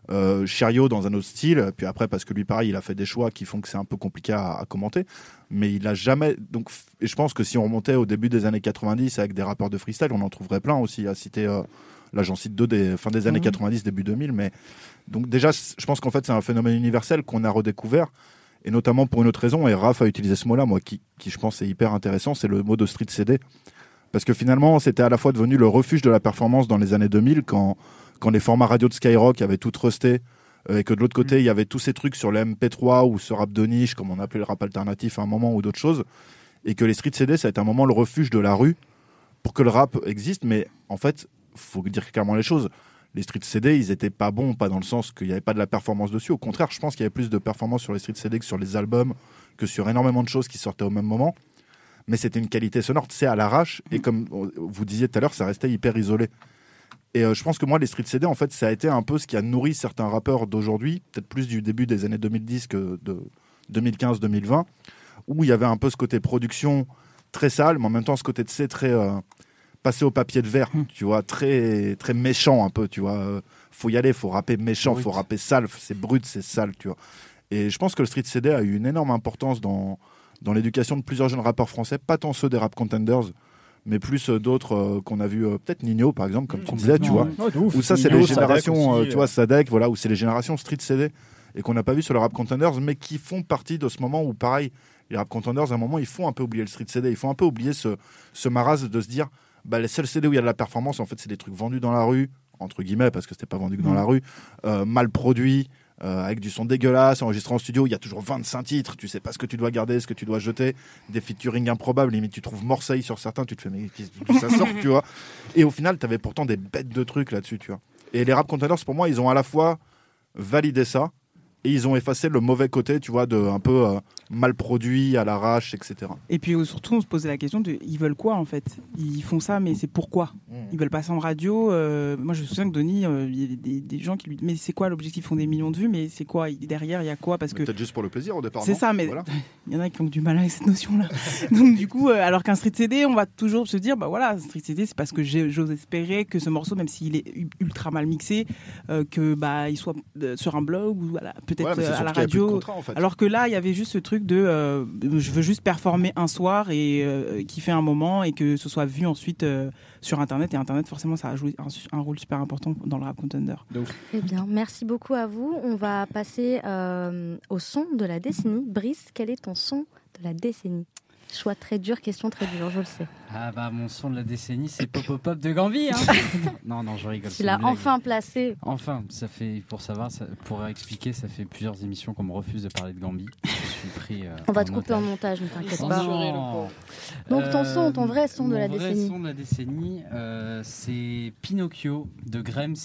Euh, Chariot dans un autre style, puis après parce que lui pareil il a fait des choix qui font que c'est un peu compliqué à, à commenter, mais il a jamais donc et je pense que si on remontait au début des années quatre-vingt-dix avec des rappeurs de freestyle, on en trouverait plein aussi à citer. Euh, là j'en cite deux des fin des années mmh. quatre-vingt-dix début deux mille, mais donc déjà je pense qu'en fait c'est un phénomène universel qu'on a redécouvert et notamment pour une autre raison, et Raph a utilisé ce mot-là moi qui qui je pense est hyper intéressant, c'est le mot de street C D, parce que finalement c'était à la fois devenu le refuge de la performance dans les années deux mille quand quand les formats radio de Skyrock avaient tout trusté euh, et que de l'autre côté, mmh. il y avait tous ces trucs sur le M P trois ou ce rap de niche, comme on appelait le rap alternatif à un moment ou d'autres choses, et que les street C D, ça a été un moment le refuge de la rue pour que le rap existe. Mais en fait, faut dire clairement les choses. Les street C D, ils étaient pas bons, pas dans le sens qu'il n'y avait pas de la performance dessus. Au contraire, je pense qu'il y avait plus de performance sur les street C D que sur les albums, que sur énormément de choses qui sortaient au même moment. Mais c'était une qualité sonore, c'est à l'arrache. Et comme vous disiez tout à l'heure, ça restait hyper isolé. Et euh, je pense que moi, les street C D, en fait, ça a été un peu ce qui a nourri certains rappeurs d'aujourd'hui, peut-être plus du début des années deux mille dix que de deux mille quinze deux mille vingt, où il y avait un peu ce côté production très sale, mais en même temps ce côté de c'est très euh, passé au papier de verre, mmh. tu vois, très très méchant un peu, tu vois. Euh, faut y aller, faut rapper méchant, brut. Faut rapper sale, c'est brut, c'est sale, tu vois. Et je pense que le street C D a eu une énorme importance dans dans l'éducation de plusieurs jeunes rappeurs français, pas tant ceux des Rap Contenders, mais plus euh, d'autres euh, qu'on a vu, euh, peut-être Nino par exemple, comme mmh, tu disais, tu vois, ouais, où ça c'est Nino, les générations, aussi, euh, tu vois, Sadek, voilà, où c'est les générations street C D et qu'on n'a pas vu sur le Rap Contenders, mais qui font partie de ce moment où, pareil, les Rap Contenders, à un moment, ils font un peu oublier le street C D, ils font un peu oublier ce, ce marasme de se dire, bah, les seuls C D où il y a de la performance, en fait, c'est des trucs vendus dans la rue, entre guillemets, parce que c'était pas vendu que dans mmh. la rue, euh, mal produits. Euh, avec du son dégueulasse, enregistré en studio, il y a toujours vingt-cinq titres, tu sais pas ce que tu dois garder, ce que tu dois jeter, des featuring improbables, limite tu trouves Morseille sur certains, tu te fais mais d'où ça sort, tu vois. Et au final, t'avais pourtant des bêtes de trucs là-dessus, tu vois. Et les Rap Contenders, pour moi, ils ont à la fois validé ça et ils ont effacé le mauvais côté, tu vois, de un peu euh, mal produit, à l'arrache, et cetera. Et puis surtout, on se posait la question de ils veulent quoi en fait ? Ils font ça, mais c'est pourquoi ? mmh. Ils veulent passer en radio. Euh, moi, je me souviens que Donny, euh, il y a des, des gens qui lui disent mais c'est quoi l'objectif ? Ils font des millions de vues, mais c'est quoi derrière ? Il y a quoi ? Parce mais que peut-être juste pour le plaisir au départ. C'est non ça, mais voilà. Il y en a qui ont du mal avec cette notion-là. Donc du coup, euh, alors qu'un street C D, on va toujours se dire bah voilà, un street C D, c'est parce que j'ai, j'ose espérer que ce morceau, même s'il est ultra mal mixé, euh, que bah il soit euh, sur un blog ou voilà, peut-être ouais, euh, à la radio. Contrat, en fait. Alors que là, il y avait juste ce truc de euh, je veux juste performer un soir et euh, kiffer un moment et que ce soit vu ensuite euh, sur Internet. Et Internet, forcément, ça a joué un, un rôle super important dans le Rap Contender. Donc. Eh bien, merci beaucoup à vous. On va passer euh, au son de la décennie. Brice, quel est ton son de la décennie ? Choix très dur, question très dure, je le sais. Ah bah mon son de la décennie, c'est Pop Pop Pop de Gambi. Hein. non non, je rigole. Tu l'as enfin placé. Enfin, ça fait pour savoir, ça, pour expliquer, ça fait plusieurs émissions qu'on me refuse de parler de Gambi. Je suis pris. Euh, On va te couper montage. en montage, ne t'inquiète oh, pas. Non. Donc ton son, ton vrai son euh, de la mon décennie. Mon vrai son de la décennie, euh, c'est Pinocchio de Grems,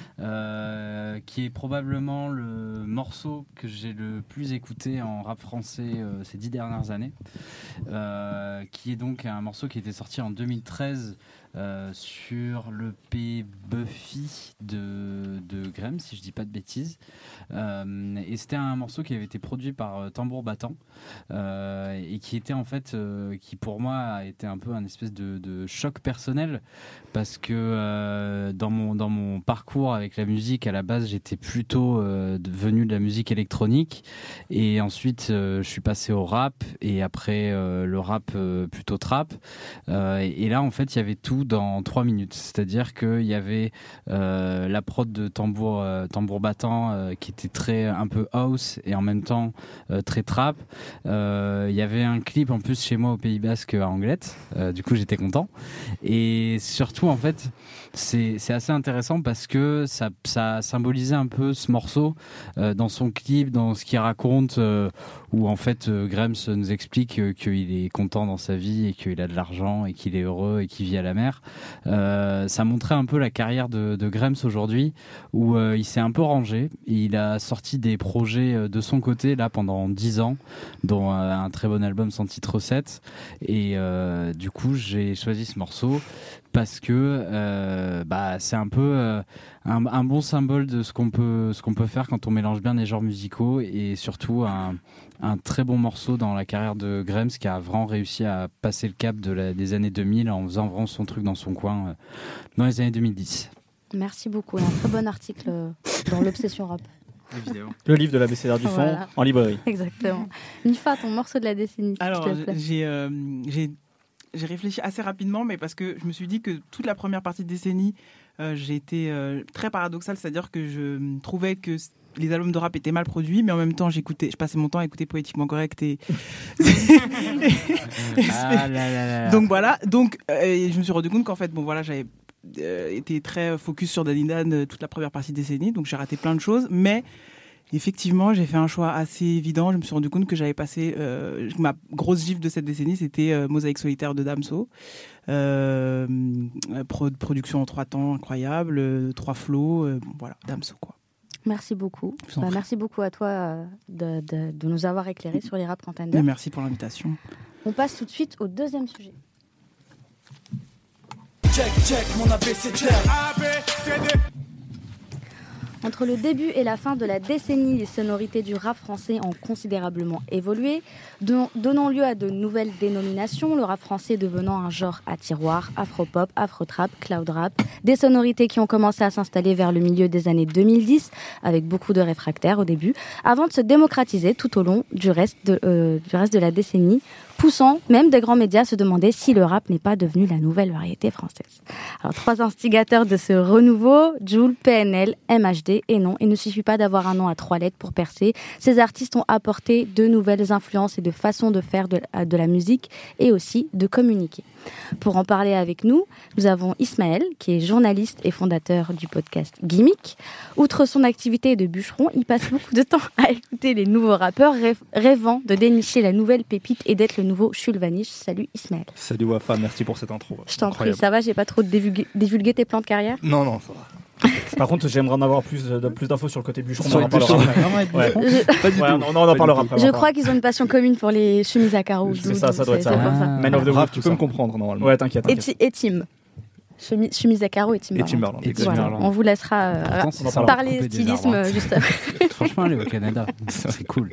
euh, qui est probablement le morceau que j'ai le plus écouté en rap français euh, ces dix dernières années. Euh, qui est donc un morceau qui était sorti en deux mille treize euh, sur l'E P Buffy de, de Grems, si je dis pas de bêtises. Euh, et c'était un morceau qui avait été produit par euh, Tambour Battant euh, et qui était en fait, euh, qui pour moi a été un peu un espèce de, de choc personnel parce que euh, dans, mon, dans mon parcours avec la musique, à la base, j'étais plutôt euh, venu de la musique électronique et ensuite euh, je suis passé au rap et après euh, le rap euh, plutôt trap euh, et, et là en fait il y avait tout dans trois minutes, c'est-à-dire qu'il y avait euh, la prod de Tambour, euh, Tambour Battant euh, qui était très un peu house et en même temps euh, très trap. Euh, il y avait un clip en plus chez moi au Pays Basque à Anglette, euh, du coup j'étais content et surtout en fait c'est, c'est assez intéressant parce que ça, ça symbolisait un peu ce morceau euh, dans son clip, dans ce qu'il raconte euh, où en fait euh, Grems nous explique euh, qu'il est content dans sa vie et qu'il a de l'argent et qu'il est heureux et qu'il vit à la mer. Euh, ça montrait un peu la carrière de, de Grems aujourd'hui où euh, il s'est un peu rangé. Il a sorti des projets de son côté là pendant dix ans, dont euh, un très bon album sans titre sept et euh, du coup j'ai choisi ce morceau parce que euh, bah, c'est un peu euh, un, un bon symbole de ce qu'on peut, ce qu'on peut faire quand on mélange bien les genres musicaux et surtout un, un très bon morceau dans la carrière de Grems qui a vraiment réussi à passer le cap de la, des années deux mille en faisant vraiment son truc dans son coin euh, dans les années deux mille dix. Merci beaucoup. Il y a un très bon article euh, dans l'Obsession Rap. Évidemment. Le livre de l'abécédaire du fond Voilà. en librairie. Exactement. Nifa, ton morceau de la décennie. s'il Alors, te plaît. j'ai, euh, j'ai, j'ai réfléchi assez rapidement, mais parce que je me suis dit que toute la première partie de décennie, euh, j'ai été euh, très paradoxal, c'est-à-dire que je trouvais que les albums de rap étaient mal produits, mais en même temps, j'écoutais, je passais mon temps à écouter Poétiquement Correct et. Ah là là là. Donc voilà, donc euh, je me suis rendu compte qu'en fait, bon voilà, j'avais euh, été très focus sur Danny Dan euh, toute la première partie de décennie, donc j'ai raté plein de choses, mais effectivement, j'ai fait un choix assez évident. Je me suis rendu compte que j'avais passé euh, ma grosse gifle de cette décennie, c'était euh, Mosaïque solitaire de Damso. Euh, pro- production en trois temps incroyable, euh, trois flows, euh, bon, voilà, Damso quoi. Merci beaucoup. Je vous en Bah, prie. merci beaucoup à toi euh, de, de- de nous avoir éclairés sur les rap contenders. Et merci pour l'invitation. On passe tout de suite au deuxième sujet. Check, check, mon A B C D. A B C D. Entre le début et la fin de la décennie, les sonorités du rap français ont considérablement évolué, don- donnant lieu à de nouvelles dénominations, le rap français devenant un genre à tiroir, afro-pop, afro-trap, cloud rap, des sonorités qui ont commencé à s'installer vers le milieu des années deux mille dix, avec beaucoup de réfractaires au début, avant de se démocratiser tout au long du reste de, euh, du reste de la décennie, poussant même des grands médias à se demander si le rap n'est pas devenu la nouvelle variété française. Alors, trois instigateurs de ce renouveau, Jul, P N L, M H D, et non, il ne suffit pas d'avoir un nom à trois lettres pour percer. Ces artistes ont apporté de nouvelles influences et de façons de faire de, de la musique et aussi de communiquer. Pour en parler avec nous, nous avons Ismaël, qui est journaliste et fondateur du podcast Gimmick. Outre son activité de bûcheron, il passe beaucoup de temps à écouter les nouveaux rappeurs, rêv- rêvant de dénicher la nouvelle pépite et d'être le nouveau Jules Vanish. Salut Ismaël. Salut Wafa, merci pour cette intro. Je t'en prie, Incroyable. ça va, j'ai pas trop divulgué, divulgué tes plans de carrière. Non, non, ça va. Par contre, j'aimerais en avoir plus, de, plus d'infos sur le côté bûcheron. Sur on en les bûcherons. parlera. Ouais. Je, Pas du Ouais, tout. on, on en Pas parlera du tout. après. je crois qu'ils ont une passion commune pour les chemises à carreaux. C'est Doudou, ça, ça doit être c'est- ça. c'est pour ça. Man of the Raph, Week, tu tout peux ça. me comprendre normalement. Ouais, t'inquiète. Et, t'inquiète. ti- et Tim. Chemise, chemise à carreaux et Timberland. Et Timberland, Et exactement. Voilà, on vous laissera euh, Attends, c'est on en sympa de parler couper des stylisme arbres, hein. euh, juste après. Franchement, aller au Canada, c'est cool.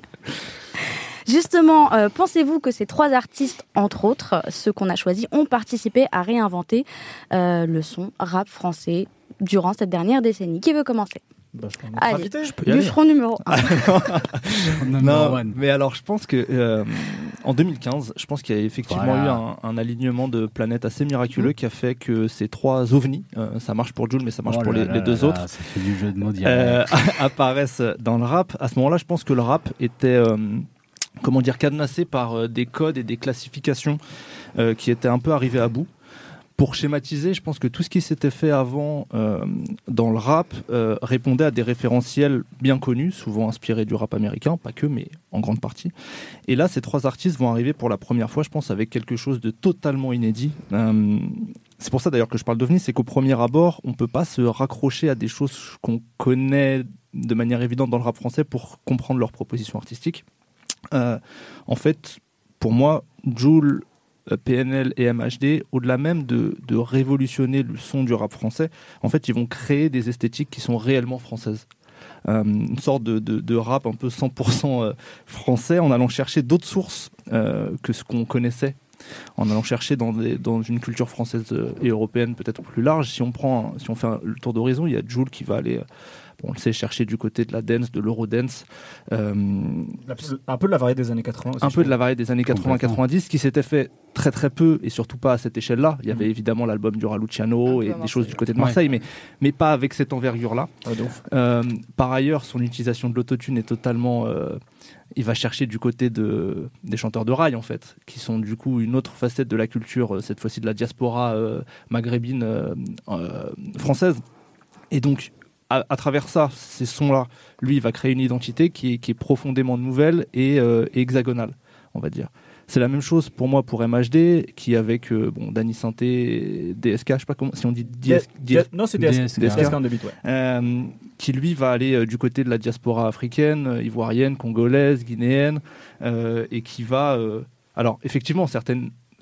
Justement, euh, pensez-vous que ces trois artistes, entre autres, ceux qu'on a choisis, ont participé à réinventer euh, le son rap français durant cette dernière décennie? Qui veut commencer? Bah, je crois qu'on est Allez. invité. Je peux y aller. Bûcheron numéro un. Number Non, one. mais alors je pense que euh, en deux mille quinze, je pense qu'il y a effectivement Voilà. eu un, un alignement de planètes assez miraculeux qui a fait que ces trois ovnis, euh, ça marche pour Jul, mais ça marche Oh pour là les, là les là deux là, autres, Ça fait du jeu de mots direct. euh, apparaissent dans le rap. À ce moment-là, je pense que le rap était, euh, comment dire, cadenassé par euh, des codes et des classifications euh, qui étaient un peu arrivés à bout. Pour schématiser, je pense que tout ce qui s'était fait avant euh, dans le rap euh, répondait à des référentiels bien connus, souvent inspirés du rap américain, pas que, mais en grande partie. Et là, ces trois artistes vont arriver pour la première fois, je pense, avec quelque chose de totalement inédit. Euh, c'est pour ça d'ailleurs que je parle d'OVNI, c'est qu'au premier abord, on ne peut pas se raccrocher à des choses qu'on connaît de manière évidente dans le rap français pour comprendre leurs propositions artistiques. Euh, en fait, pour moi, Jul, P N L et M H D, au-delà même de, de révolutionner le son du rap français, en fait, ils vont créer des esthétiques qui sont réellement françaises. Euh, une sorte de, de, de rap un peu cent pour cent euh, français, en allant chercher d'autres sources euh, que ce qu'on connaissait, en allant chercher dans, des, dans une culture française euh, et européenne peut-être plus large. Si on, prend, un- si on fait un- le tour d'horizon, il y a Jul qui va aller... euh, on le sait, chercher du côté de la dance, de l'eurodance, euh, Un peu de la variété des années quatre-vingts aussi. un je peu de trouve. la variété des années quatre-vingts quatre-vingt-dix qui s'était fait très très peu et surtout pas à cette échelle-là. Il y avait Mhm. évidemment l'album du Raluciano Un peu et à des choses Marseille. du côté de Ouais. Marseille, mais, mais pas avec cette envergure-là. Ouais, de ouf. Euh, par ailleurs, son utilisation de l'autotune est totalement... euh, il va chercher du côté de, des chanteurs de rail, en fait, qui sont du coup une autre facette de la culture, euh, cette fois-ci de la diaspora euh, maghrébine euh, euh, française. Et donc, à, à travers ça, ces sons-là, lui, il va créer une identité qui est, qui est profondément nouvelle et, euh, et hexagonale, on va dire. C'est la même chose pour moi pour M H D, qui avec euh, bon, Danny Sainté, D S K, je sais pas comment, si on dit D S K, D- D- Non, c'est D S K. D S K. D S K en début, ouais. euh, qui lui va aller euh, du côté de la diaspora africaine, euh, ivoirienne, congolaise, guinéenne, euh, et qui va... euh, alors effectivement, certaines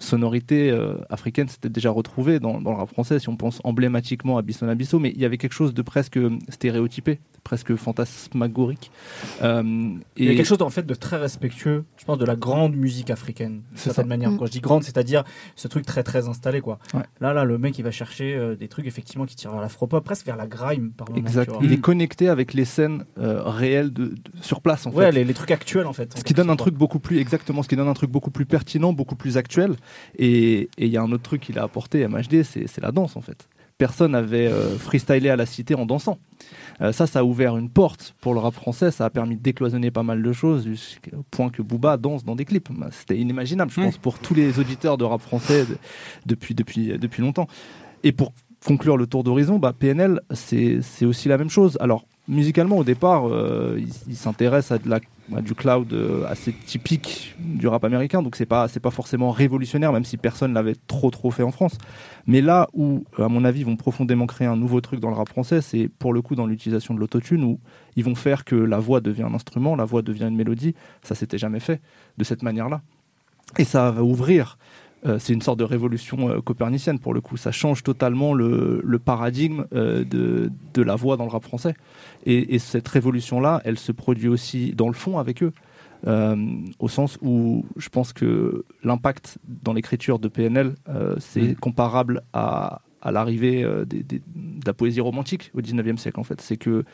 sonorités euh, africaines s'étaient déjà retrouvées dans, dans le rap français, si on pense emblématiquement à Bisson Abisso, mais il y avait quelque chose de presque stéréotypé, presque fantasmagorique. Euh, et il y a quelque chose en fait de très respectueux, je pense, de la grande musique africaine, d'une certaine manière. Mmh. Quand je dis grande, c'est-à-dire ce truc très très installé, quoi. Ouais. Là, là, le mec, il va chercher euh, des trucs effectivement qui tirent vers l'afropop, presque vers la grime, par moment. Exact. Tu vois. Il Mmh. est connecté avec les scènes euh, réelles de, de, sur place, en ouais, fait. les, les trucs actuels, en fait. Ce qui donne un truc beaucoup plus, exactement, ce qui donne un truc beaucoup plus pertinent, beaucoup plus actuel. Et il y a un autre truc qu'il a apporté, M H D, c'est, c'est la danse, en fait. Personne n'avait euh, freestylé à la cité en dansant. Euh, ça, ça a ouvert une porte pour le rap français. Ça a permis de décloisonner pas mal de choses, au point que Booba danse dans des clips. C'était inimaginable, je pense, pour tous les auditeurs de rap français de, depuis, depuis, depuis longtemps. Et pour conclure le tour d'horizon, bah, P N L, c'est, c'est aussi la même chose. Alors, musicalement, au départ, euh, il, il s'intéresse à, de la, à du cloud euh, assez typique du rap américain, donc c'est pas, c'est pas forcément révolutionnaire, même si personne l'avait trop trop fait en France. Mais là où, à mon avis, ils vont profondément créer un nouveau truc dans le rap français, c'est pour le coup dans l'utilisation de l'autotune, où ils vont faire que la voix devient un instrument, la voix devient une mélodie. Ça s'était jamais fait de cette manière-là. Et ça va ouvrir... Euh, c'est une sorte de révolution euh, copernicienne pour le coup. Ça change totalement le, le paradigme euh, de, de la voix dans le rap français. Et, et cette révolution-là, elle se produit aussi dans le fond avec eux. Euh, au sens où je pense que l'impact dans l'écriture de P N L, euh, c'est mmh. comparable à, à l'arrivée euh, des, des, de la poésie romantique au dix-neuvième siècle, en fait. C'est que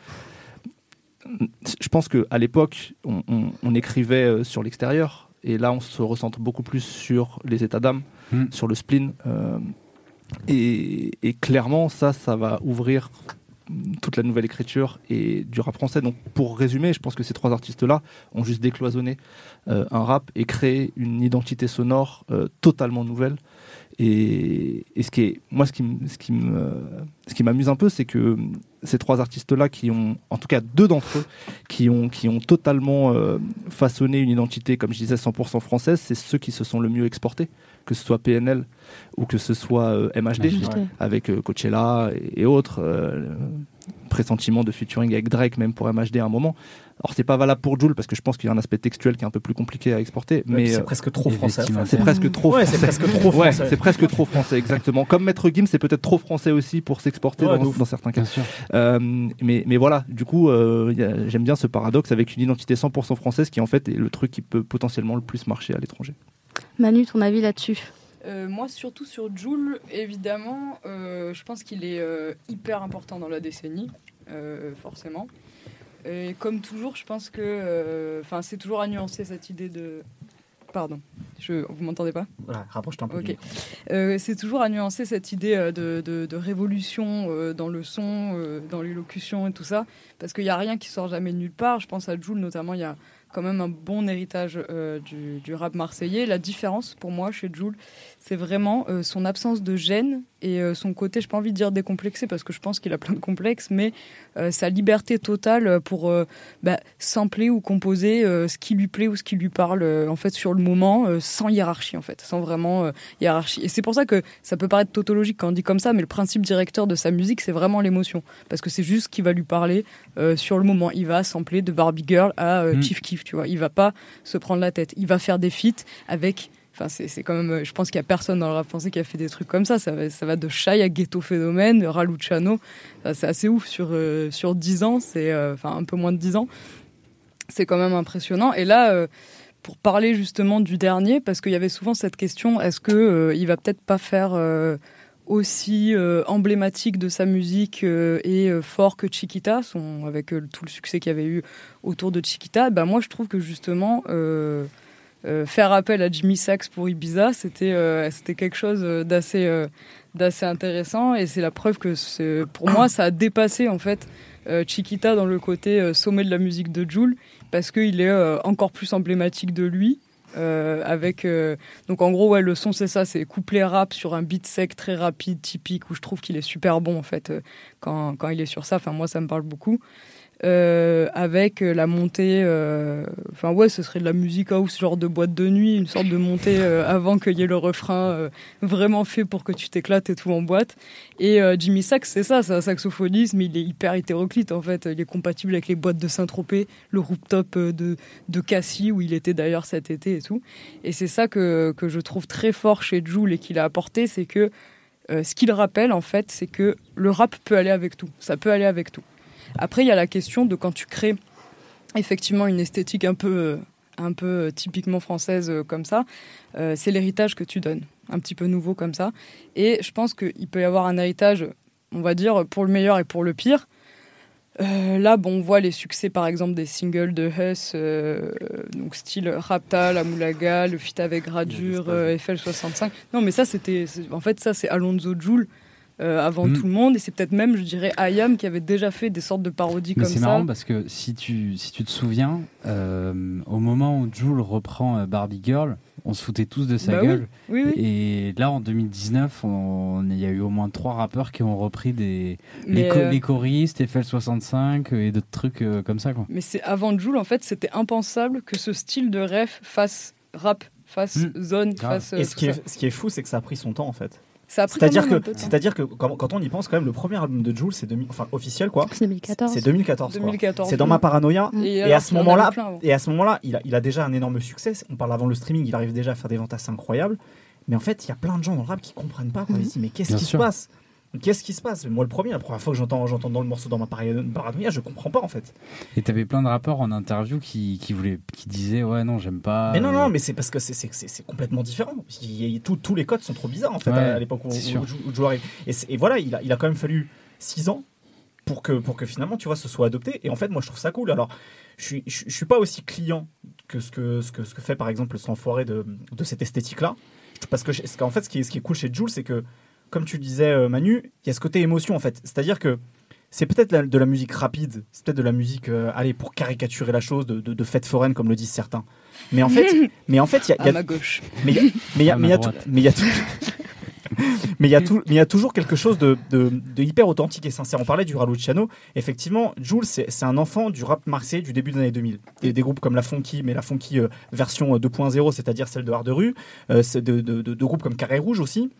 je pense qu'à l'époque, on, on, on écrivait euh, sur l'extérieur. Et là, on se recentre beaucoup plus sur les états d'âme, mmh. sur le spleen. Euh, et, et clairement, ça, ça va ouvrir toute la nouvelle écriture et du rap français. Donc, pour résumer, je pense que ces trois artistes-là ont juste décloisonné euh, un rap et créé une identité sonore euh, totalement nouvelle. Et, et ce qui est, moi, ce qui, ce qui, me, ce qui m'amuse un peu, c'est que ces trois artistes-là, qui ont, en tout cas deux d'entre eux, qui ont, qui ont totalement euh, façonné une identité, comme je disais, cent pour cent française, c'est ceux qui se sont le mieux exportés, que ce soit P N L ou que ce soit euh, M H D, ouais. avec euh, Coachella et, et autres, euh, pressentiment de featuring avec Drake, même pour M H D à un moment. Alors c'est pas valable pour Jul parce que je pense qu'il y a un aspect textuel qui est un peu plus compliqué à exporter, mais c'est euh, presque trop français. C'est, c'est presque trop. Ouais, français. c'est presque trop français. Ouais, c'est presque trop français, exactement. Comme Maître Gims, c'est peut-être trop français aussi pour s'exporter ouais, dans, dans certains cas. Euh, mais, mais voilà, du coup, euh, y a, j'aime bien ce paradoxe avec une identité cent pour cent française qui en fait est le truc qui peut potentiellement le plus marcher à l'étranger. Manu, ton avis là-dessus? Euh, moi, surtout sur Jul, évidemment, euh, je pense qu'il est euh, hyper important dans la décennie, euh, forcément. Et comme toujours, je pense que euh, c'est toujours à nuancer cette idée de... Pardon, je, vous m'entendez pas ? Voilà, rapproche-toi un peu. Okay. Euh, c'est toujours à nuancer cette idée de, de, de révolution euh, dans le son, euh, dans l'élocution et tout ça, parce qu'il n'y a rien qui sort jamais de nulle part. Je pense à Jul notamment, il y a quand même un bon héritage euh, du, du rap marseillais. La différence pour moi chez Jul, c'est vraiment euh, son absence de gêne et euh, son côté, je n'ai pas envie de dire décomplexé parce que je pense qu'il a plein de complexes, mais euh, sa liberté totale pour euh, bah, sampler ou composer euh, ce qui lui plaît ou ce qui lui parle euh, en fait sur le moment, euh, sans hiérarchie en fait, sans vraiment euh, hiérarchie. Et c'est pour ça que ça peut paraître tautologique quand on dit comme ça, mais le principe directeur de sa musique, c'est vraiment l'émotion, parce que c'est juste ce qui va lui parler euh, sur le moment. Il va sampler de Barbie Girl à euh, mmh. Chief Keef, tu vois. Il va pas se prendre la tête. Il va faire des feats avec... Enfin, c'est, c'est quand même, je pense qu'il n'y a personne dans le rap français qui a fait des trucs comme ça. Ça va, ça va de Shai à Ghetto Phénomène, Raluciano. Enfin, c'est assez ouf sur, euh, sur dix ans. C'est, euh, enfin, un peu moins de dix ans. C'est quand même impressionnant. Et là, euh, pour parler justement du dernier, parce qu'il y avait souvent cette question, est-ce qu'il euh, ne va peut-être pas faire euh, aussi euh, emblématique de sa musique euh, et euh, fort que Chiquita, son, avec euh, tout le succès qu'il y avait eu autour de Chiquita? Ben, moi, je trouve que justement... Euh, Euh, faire appel à Jimmy Sax pour Ibiza, c'était, euh, c'était quelque chose d'assez, euh, d'assez intéressant, et c'est la preuve que c'est, pour moi ça a dépassé en fait euh, Chiquita dans le côté euh, sommet de la musique de Jul, parce qu'il est euh, encore plus emblématique de lui. Euh, avec euh, donc en gros ouais, le son c'est ça, c'est couplet rap sur un beat sec très rapide typique, où je trouve qu'il est super bon en fait euh, quand, quand il est sur ça. Enfin moi ça me parle beaucoup. Euh, avec la montée, enfin euh, ouais, ce serait de la musique house, genre de boîte de nuit, une sorte de montée euh, avant qu'il y ait le refrain euh, vraiment fait pour que tu t'éclates et tout en boîte. Et euh, Jimmy Sax, c'est ça, c'est un saxophoniste, mais il est hyper hétéroclite en fait. Il est compatible avec les boîtes de Saint-Tropez, le rooftop de, de Cassis où il était d'ailleurs cet été et tout. Et c'est ça que, que je trouve très fort chez Jul et qu'il a apporté, c'est que euh, ce qu'il rappelle en fait, c'est que le rap peut aller avec tout, ça peut aller avec tout. Après, il y a la question de quand tu crées effectivement une esthétique un peu, un peu typiquement française comme ça, euh, c'est l'héritage que tu donnes, un petit peu nouveau comme ça. Et je pense qu'il peut y avoir un héritage, on va dire, pour le meilleur et pour le pire. Euh, là, bon, on voit les succès, par exemple, des singles de Huss, euh, donc style Rapta, La Moulaga, le feat avec Gradure, euh, F L soixante-cinq. Non, mais ça, c'était... C'est, en fait, ça, c'est Alonzo Jul. Euh, avant mmh. tout le monde, et c'est peut-être même, je dirais, I A M qui avait déjà fait des sortes de parodies mais comme ça. C'est marrant parce que si tu, si tu te souviens, euh, au moment où Jul reprend euh, Barbie Girl, on se foutait tous de sa bah gueule. Oui. Oui, oui. Et là, en deux mille dix-neuf, il y a eu au moins trois rappeurs qui ont repris des, les, co- euh... les choristes, F L soixante-cinq et d'autres trucs euh, comme ça. Quoi. Mais c'est avant Jul, en fait, c'était impensable que ce style de ref fasse rap, fasse mmh. zone, Grave. fasse. Et ce qui, ça. est, ce qui est fou, c'est que ça a pris son temps, en fait. C'est-à-dire que, c'est-à-dire que quand, quand on y pense, quand même, le premier album de Jul, c'est demi, enfin officiel quoi. C'est deux mille quatorze. C'est deux mille quatorze. deux mille quatorze. C'est Dans ma paranoïa. Et, et, à ce moment-là, et à ce moment-là, il a, il a déjà un énorme succès. On parle avant le streaming, il arrive déjà à faire des ventes assez incroyables. Mais en fait, il y a plein de gens dans le rap qui comprennent pas. Quoi. Ils se disent mais qu'est-ce Bien qui sûr. se passe? Qu'est-ce qui se passe? Moi, le premier, la première fois que j'entends, j'entends dans le morceau Dans ma paranoïa, je comprends pas en fait. Et t'avais plein de rappeurs en interview qui, qui, voulaient, qui disaient ouais, non, j'aime pas. Mais non, non, mais c'est parce que c'est, c'est, c'est, c'est complètement différent. Il y a, tout, tous les codes sont trop bizarres en fait ouais, à, à l'époque où, où, où, où Jul arrive. Et, et voilà, il a, il a quand même fallu six ans pour que, pour que finalement, tu vois, ce soit adopté. Et en fait, moi, je trouve ça cool. Alors, je suis, je, je suis pas aussi client que ce que, ce que, ce que fait par exemple le Sans-Foiré de, de cette esthétique-là. Parce que, parce qu'en fait, ce qui est, ce qui est cool chez Jul, c'est que comme tu disais Manu, il y a ce côté émotion en fait. C'est-à-dire que c'est peut-être la, de la musique rapide, c'est peut-être de la musique, euh, allez, pour caricaturer la chose, de, de, de fête foraine comme le disent certains. Mais en fait, mais en fait, il y a, y a à ma gauche. Mais il y a, mais il y a, mais il y a tout, mais il y a tout. Mais il y a tout, mais il y a toujours quelque chose de, de, de hyper authentique et sincère. On parlait du Raluciano. Effectivement, Jul, c'est, c'est un enfant du rap marseillais du début des années deux mille. Des, des groupes comme La Funky, mais La Funky euh, version deux point zéro, c'est-à-dire celle de Art de rue, euh, de, de, de, de groupes comme Carré Rouge aussi,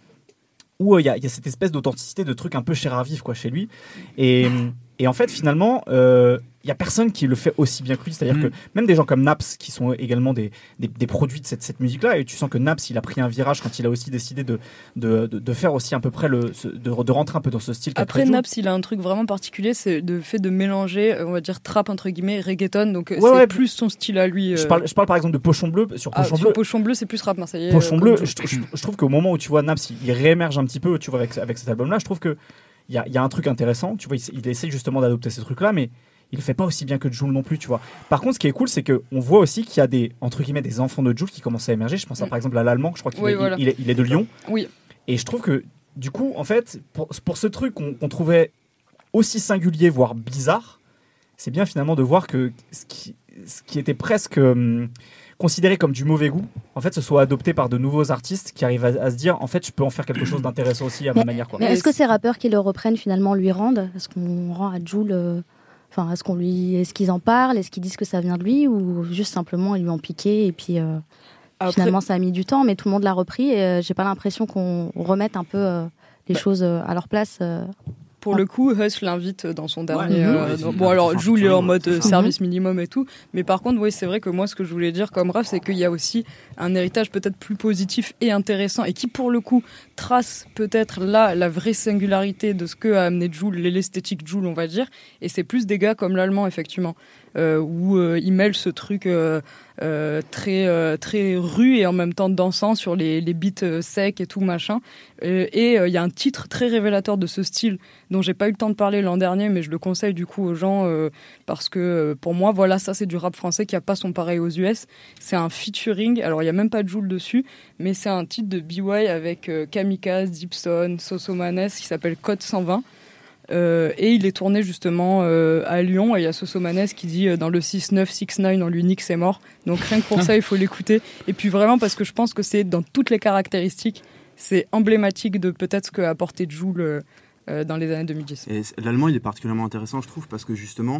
où il euh, y, y a cette espèce d'authenticité, de truc un peu chair à vivre quoi, chez lui. Et, et en fait, finalement, il euh, n'y a personne qui le fait aussi bien que lui. C'est-à-dire mmh. que même des gens comme Naps, qui sont également des, des, des produits de cette, cette musique-là, et tu sens que Naps, il a pris un virage quand il a aussi décidé de, de, de, de faire aussi à peu près, le, de, de rentrer un peu dans ce style. Après, Naps, il a un truc vraiment particulier, c'est le fait de mélanger, on va dire, trap, entre guillemets, reggaeton. Donc, ouais, c'est ouais, plus son style à lui. Euh... Je, parle, je parle par exemple de Pochon Bleu. Sur Pochon, ah, Bleu, sur Pochon Bleu, c'est plus rap marseillais. Pochon euh, Bleu, je, je, je trouve qu'au moment où tu vois Naps, il, il réémerge un petit peu, tu vois, avec, avec cet album-là, je trouve que il y a, y a un truc intéressant, tu vois, il, il essaie justement d'adopter ces trucs-là, mais il le fait pas aussi bien que Jul non plus, tu vois. Par contre, ce qui est cool, c'est que on voit aussi qu'il y a des, entre guillemets, des enfants de Jul qui commencent à émerger. Je pense à, par exemple à l'Allemand, je crois qu'il oui, est, voilà. il, il, est, il est de Lyon. Oui. Et je trouve que, du coup, en fait, pour, pour ce truc qu'on, qu'on trouvait aussi singulier, voire bizarre, c'est bien finalement de voir que ce qui, ce qui était presque hum, considéré comme du mauvais goût, en fait, ce soit adopté par de nouveaux artistes qui arrivent à, à se dire, en fait, je peux en faire quelque chose d'intéressant aussi à mais, ma manière. Quoi. Mais est-ce que ces rappeurs qui le reprennent finalement lui rendent? Est-ce qu'on rend à Jul, euh, enfin, est-ce qu'on lui, est-ce qu'ils en parlent, est-ce qu'ils disent que ça vient de lui, ou juste simplement ils lui ont piqué et puis euh, Après... finalement ça a mis du temps, mais tout le monde l'a repris et euh, j'ai pas l'impression qu'on remette un peu euh, les bah. choses euh, à leur place. Euh, Pour le coup, Huss l'invite dans son dernier. Ouais, euh, dans... Bon, alors, Jul est en mode euh, service minimum et tout. Mais par contre, oui, c'est vrai que moi, ce que je voulais dire comme rap, c'est qu'il y a aussi un héritage peut-être plus positif et intéressant et qui, pour le coup, trace peut-être là la vraie singularité de ce que a amené Jul, l'esthétique Jul, on va dire. Et c'est plus des gars comme l'Allemand, effectivement, euh, où euh, il mêle ce truc. Euh, Euh, très euh, très rue et en même temps dansant sur les, les beats euh, secs et tout machin euh, et il euh, y a un titre très révélateur de ce style dont j'ai pas eu le temps de parler l'an dernier mais je le conseille du coup aux gens euh, parce que euh, pour moi voilà ça c'est du rap français qui a pas son pareil aux U S. C'est un featuring, alors il y a même pas de Jul dessus mais c'est un titre de B Y avec euh, Kamikaze, Dipson, Sosomanes qui s'appelle Code cent vingt. Euh, et il est tourné justement euh, à Lyon et il y a Sosomanes qui dit euh, dans le six neuf six neuf on lui nique c'est mort, donc rien que pour ça il faut l'écouter et puis vraiment parce que je pense que c'est dans toutes les caractéristiques c'est emblématique de peut-être ce qu'a apporté Jul euh, dans les années deux mille dix. Et l'Allemand il est particulièrement intéressant je trouve parce que justement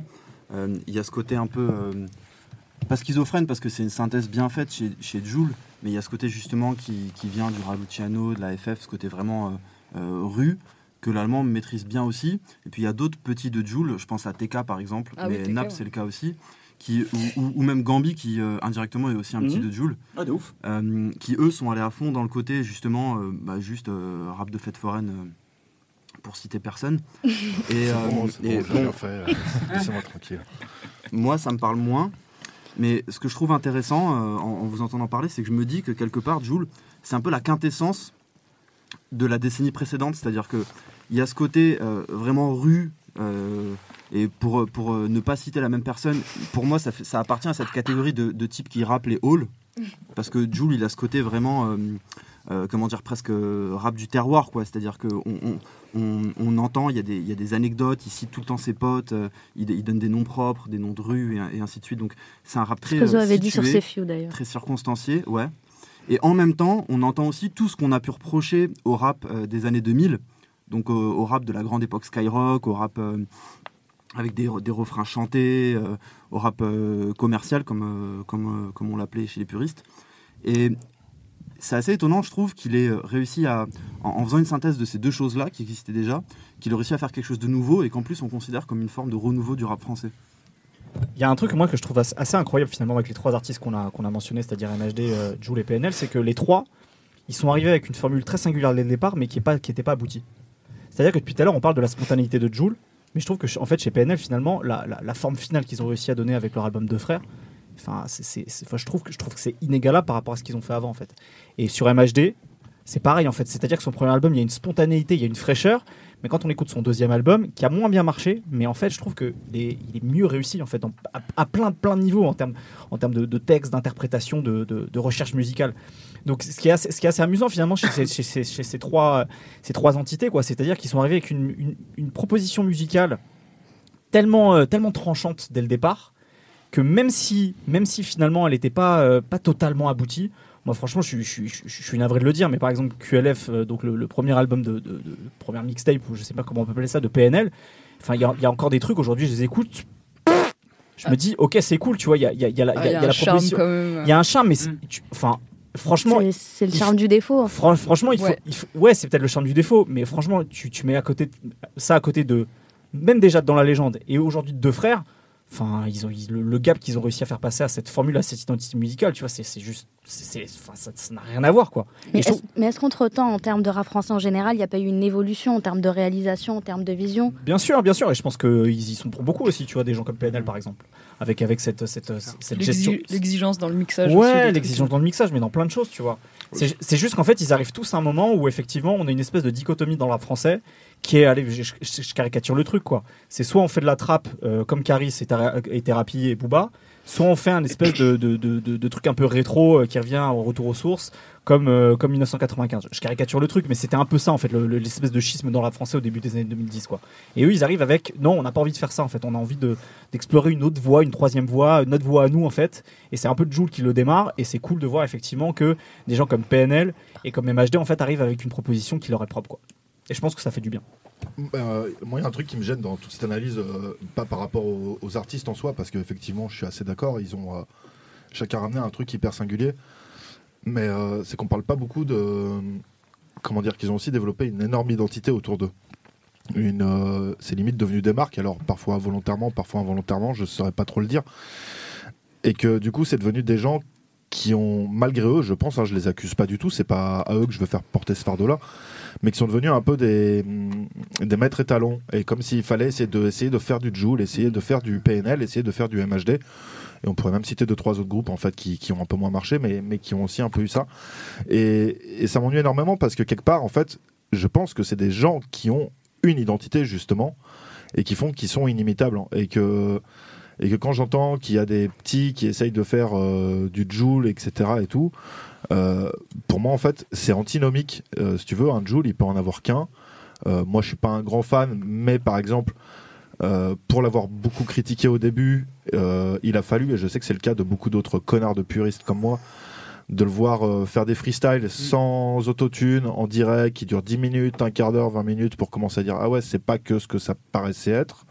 Il euh, y a ce côté un peu euh, pas schizophrène parce que c'est une synthèse bien faite chez, chez Jul, mais il y a ce côté justement qui, qui vient du Raluciano, de la F F, ce côté vraiment euh, euh, rue que l'allemand maîtrise bien aussi. Et puis il y a d'autres petits de Jul, je pense à T K par exemple, ah mais oui, Nap ouais. c'est le cas aussi. Qui, ou, ou, ou même Gambi qui euh, indirectement est aussi un mmh. petit de Jul ah, de ouf. Euh, qui eux sont allés à fond dans le côté justement euh, bah, juste euh, rap de fête foraine euh, pour citer personne et, c'est bon, euh, c'est et bon, bon, fait, laissez-moi tranquille. Moi ça me parle moins, mais ce que je trouve intéressant euh, en, en vous entendant parler, c'est que je me dis que quelque part Jul c'est un peu la quintessence de la décennie précédente, c'est-à-dire que il y a ce côté euh, vraiment rue euh, et pour, pour euh, ne pas citer la même personne, pour moi ça, fait, ça appartient à cette catégorie de, de types qui rappent les halls, parce que Jul il a ce côté vraiment euh, euh, comment dire, presque euh, rap du terroir quoi, c'est à dire qu'on on, on, on entend, il y, a des, il y a des anecdotes, il cite tout le temps ses potes, euh, il, il donne des noms propres, des noms de rues et, et ainsi de suite, donc c'est un rap très ce que euh, avait situé, dit sur ses few, d'ailleurs. Très circonstancié, ouais. Et en même temps on entend aussi tout ce qu'on a pu reprocher au rap euh, des années deux mille, donc euh, au rap de la grande époque Skyrock, au rap euh, avec des, des refrains chantés, euh, au rap euh, commercial comme, euh, comme, euh, comme on l'appelait chez les puristes. Et c'est assez étonnant, je trouve, qu'il ait réussi à, en, en faisant une synthèse de ces deux choses-là qui existaient déjà, qu'il ait réussi à faire quelque chose de nouveau et qu'en plus on considère comme une forme de renouveau du rap français. Il y a un truc moi que je trouve assez incroyable finalement avec les trois artistes qu'on a, qu'on a mentionnés, c'est-à-dire M H D, euh, Jul et P N L, c'est que les trois, ils sont arrivés avec une formule très singulière dès le départ, mais qui n'était pas aboutie. C'est-à-dire que depuis tout à l'heure, on parle de la spontanéité de Jul, mais je trouve que en fait, chez P N L, finalement, la, la, la forme finale qu'ils ont réussi à donner avec leur album Deux Frères, enfin, c'est, c'est, c'est, enfin, je, trouve que, je trouve que c'est inégalable par rapport à ce qu'ils ont fait avant. En fait. Et sur M H D, c'est pareil, en fait. C'est-à-dire que son premier album, il y a une spontanéité, il y a une fraîcheur, mais quand on écoute son deuxième album, qui a moins bien marché, mais en fait, je trouve qu'il est, il est mieux réussi en fait, en, à, à plein, plein de niveaux, en termes, en termes de, de texte, d'interprétation, de, de, de recherche musicale. Donc, ce qui est assez, ce qui est assez amusant finalement chez ces, chez ces, chez ces, trois, ces trois entités, quoi. C'est-à-dire qu'ils sont arrivés avec une, une, une proposition musicale tellement, euh, tellement tranchante dès le départ, que même si, même si finalement elle n'était pas, euh, pas totalement aboutie, moi franchement je, je, je, je suis navré de le dire, mais par exemple Q L F, euh, donc le, le premier album de, de, de, de première mixtape, ou je sais pas comment on peut appeler ça, de P N L, enfin il y, y a encore des trucs aujourd'hui, je les écoute, je me dis ok c'est cool, tu vois, il y a, y a, y a la, ah, y a, y a la proposition, il y a un charme, mais enfin franchement, c'est, c'est le charme du défaut. Fran- franchement, il faut, ouais. il faut, ouais, c'est peut-être le charme du défaut, mais franchement, tu, tu mets à côté de, ça à côté de, même déjà dans la légende et aujourd'hui de Deux Frères. Enfin, ils ont ils, le, le gap qu'ils ont réussi à faire passer à cette formule, à cette identité musicale, tu vois, c'est, c'est juste, c'est, c'est, enfin, ça, ça n'a rien à voir, quoi. Mais, est-ce, trouve... mais est-ce qu'entre-temps, en termes de rap français en général, il n'y a pas eu une évolution en termes de réalisation, en termes de vision ? Bien sûr, bien sûr, et je pense qu'ils y sont pour beaucoup aussi, tu vois, des gens comme P N L par exemple, avec avec cette cette cette L'exi- gestion, l'exigence dans le mixage. Ouais, aussi, l'exigence dans le mixage, mais dans plein de choses, tu vois. C'est, c'est juste qu'en fait, ils arrivent tous à un moment où effectivement, on a une espèce de dichotomie dans le rap français qui est, allez, je, je, je caricature le truc, quoi. C'est soit on fait de la trappe euh, comme Caris et, Thera- et Thérapie et Booba, soit on fait un espèce de, de, de, de, de truc un peu rétro euh, qui revient au retour aux sources, comme, euh, comme dix-neuf cent quatre-vingt-quinze. Je caricature le truc, mais c'était un peu ça, en fait, le, le, l'espèce de schisme dans le rap français au début des années deux mille dix, quoi. Et eux, ils arrivent avec, non, on n'a pas envie de faire ça, en fait. On a envie de, d'explorer une autre voie, une troisième voie, notre voie à nous, en fait. Et c'est un peu Jul qui le démarre, et c'est cool de voir, effectivement, que des gens comme P N L et comme M H D, en fait, arrivent avec une proposition qui leur est propre, quoi. Et je pense que ça fait du bien. Euh, moi, il y a un truc qui me gêne dans toute cette analyse, euh, pas par rapport aux, aux artistes en soi, parce qu'effectivement, je suis assez d'accord, ils ont euh, chacun ramené un truc hyper singulier, mais euh, c'est qu'on parle pas beaucoup de... Comment dire, qu'ils ont aussi développé une énorme identité autour d'eux. Une, euh, c'est limite devenu des marques, alors parfois volontairement, parfois involontairement, je ne saurais pas trop le dire, et que du coup, c'est devenu des gens qui ont, malgré eux, je pense, hein, je les accuse pas du tout, c'est pas à eux que je veux faire porter ce fardeau-là, mais qui sont devenus un peu des, des maîtres étalons, et comme s'il fallait essayer de, essayer de faire du Jul, essayer de faire du P N L, essayer de faire du M H D, et on pourrait même citer deux trois autres groupes en fait qui, qui ont un peu moins marché, mais, mais qui ont aussi un peu eu ça, et, et ça m'ennuie énormément parce que quelque part, en fait, je pense que c'est des gens qui ont une identité justement, et qui font qu'ils sont inimitables, et que Et que quand j'entends qu'il y a des petits qui essayent de faire euh, du Jul, et cetera et tout, euh, pour moi, en fait, c'est antinomique. Euh, si tu veux, un Jul, il peut en avoir qu'un. Euh, moi, je suis pas un grand fan, mais par exemple, euh, pour l'avoir beaucoup critiqué au début, euh, il a fallu, et je sais que c'est le cas de beaucoup d'autres connards de puristes comme moi, de le voir euh, faire des freestyles sans autotune, en direct, qui durent dix minutes, un quart d'heure, vingt minutes, pour commencer à dire « Ah ouais, c'est pas que ce que ça paraissait être ».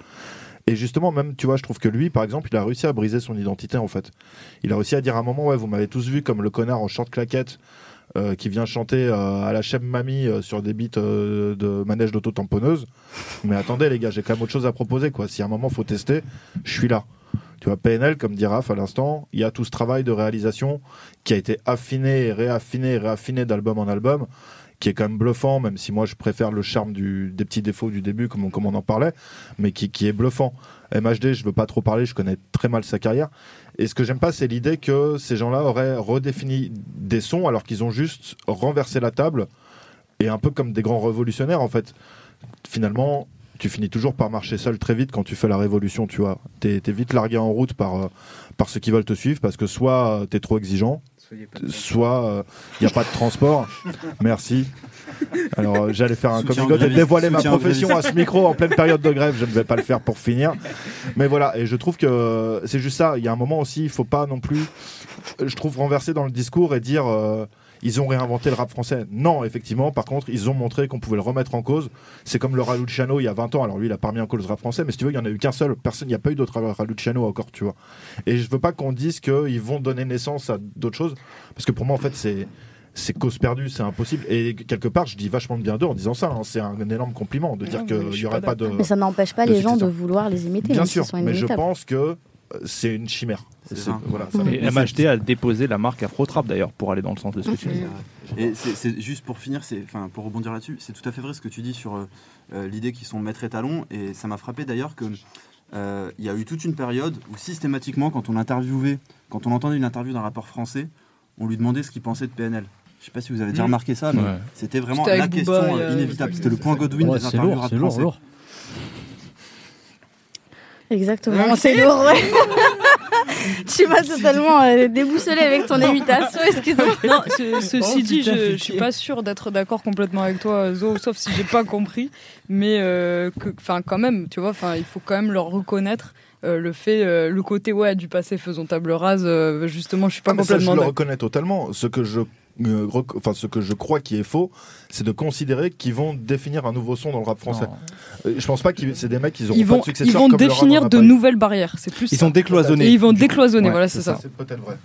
Et justement, même, tu vois, je trouve que lui, par exemple, il a réussi à briser son identité, en fait. Il a réussi à dire à un moment, ouais, vous m'avez tous vu comme le connard en short claquette euh, qui vient chanter euh, à la chème mamie euh, sur des beats euh, de manège d'auto-tamponneuse. Mais attendez, les gars, j'ai quand même autre chose à proposer, quoi. Si à un moment, faut tester, je suis là. Tu vois, P N L, comme dit Raph à l'instant, il y a tout ce travail de réalisation qui a été affiné, réaffiné, réaffiné d'album en album, qui est quand même bluffant, même si moi je préfère le charme du, des petits défauts du début, comme on, comme on en parlait, mais qui, qui est bluffant. M H D, je veux pas trop parler, je connais très mal sa carrière. Et ce que j'aime pas, c'est l'idée que ces gens-là auraient redéfini des sons alors qu'ils ont juste renversé la table, et un peu comme des grands révolutionnaires, en fait. Finalement, tu finis toujours par marcher seul très vite quand tu fais la révolution, tu vois. T'es, t'es vite largué en route par, euh, par ceux qui veulent te suivre, parce que soit euh, t'es trop exigeant, soit il euh, n'y a pas de transport. Merci. Alors euh, j'allais faire un coming out et dévoiler ma profession à ce micro en pleine période de grève. Je ne vais pas le faire pour finir. Mais voilà, et je trouve que c'est juste ça. Il y a un moment aussi, il ne faut pas non plus, je trouve, renverser dans le discours et dire euh, ils ont réinventé le rap français. Non, effectivement, par contre, ils ont montré qu'on pouvait le remettre en cause. C'est comme le Raluciano il y a vingt ans. Alors lui, il a pas remis en cause le rap français, mais si tu veux, il n'y en a eu qu'un seul. Personne, il n'y a pas eu d'autre Raluciano encore, tu vois. Et je veux pas qu'on dise qu'ils vont donner naissance à d'autres choses, parce que pour moi, en fait, c'est c'est cause perdue, c'est impossible. Et quelque part, je dis vachement de bien d'eux en disant ça. Hein. C'est un énorme compliment de dire qu'il n'y aurait pas de. Mais ça n'empêche pas de les gens de ça. vouloir les imiter. Bien même sûr, sont mais je pense que c'est une chimère. C'est c'est, ça. voilà, Et ça M H D a déposé la marque Afro-Trap d'ailleurs, pour aller dans le sens de ce que tu dis. Et c'est, c'est juste pour finir, c'est, enfin, pour rebondir là-dessus, c'est tout à fait vrai ce que tu dis sur euh, l'idée qu'ils sont maîtres étalons. Et ça m'a frappé d'ailleurs que euh, il y a eu toute une période où systématiquement, quand on interviewait, quand on entendait une interview d'un rappeur français, on lui demandait ce qu'il pensait de P N L. Je sais pas si vous avez déjà mmh. remarqué ça, mais Ouais. c'était vraiment C'était la Booba, question euh, inévitable. C'était le point Godwin Ouais, des c'est interviews lourd, rap c'est lourd, français. lourd. Exactement, c'est lourd. Ouais. Tu m'as totalement euh, déboussolé avec ton imitation, excuse-moi. Non, ce- ceci Oh, dit, putain, je, je pitié. suis pas sûre d'être d'accord complètement avec toi, Zo, sauf si j'ai pas compris. Mais euh, que, enfin, quand même, tu vois, enfin, il faut quand même leur reconnaître euh, le fait, euh, le côté ouais du passé, faisons table rase. euh, justement, je suis pas Ah, mais ça, complètement je le d'accord. reconnais totalement. Ce que je, euh, rec- enfin, ce que je crois qui est faux, c'est de considérer qu'ils vont définir un nouveau son dans le rap français. Non. Euh, Je pense pas que c'est des mecs qui auront Ils pas vont, de successeurs ils vont comme le rap définir en a de pas eu. nouvelles barrières. C'est plus Ils ça. ont décloisonné. Et ils vont décloisonner, Ouais, voilà, c'est ça. C'est peut-être vrai.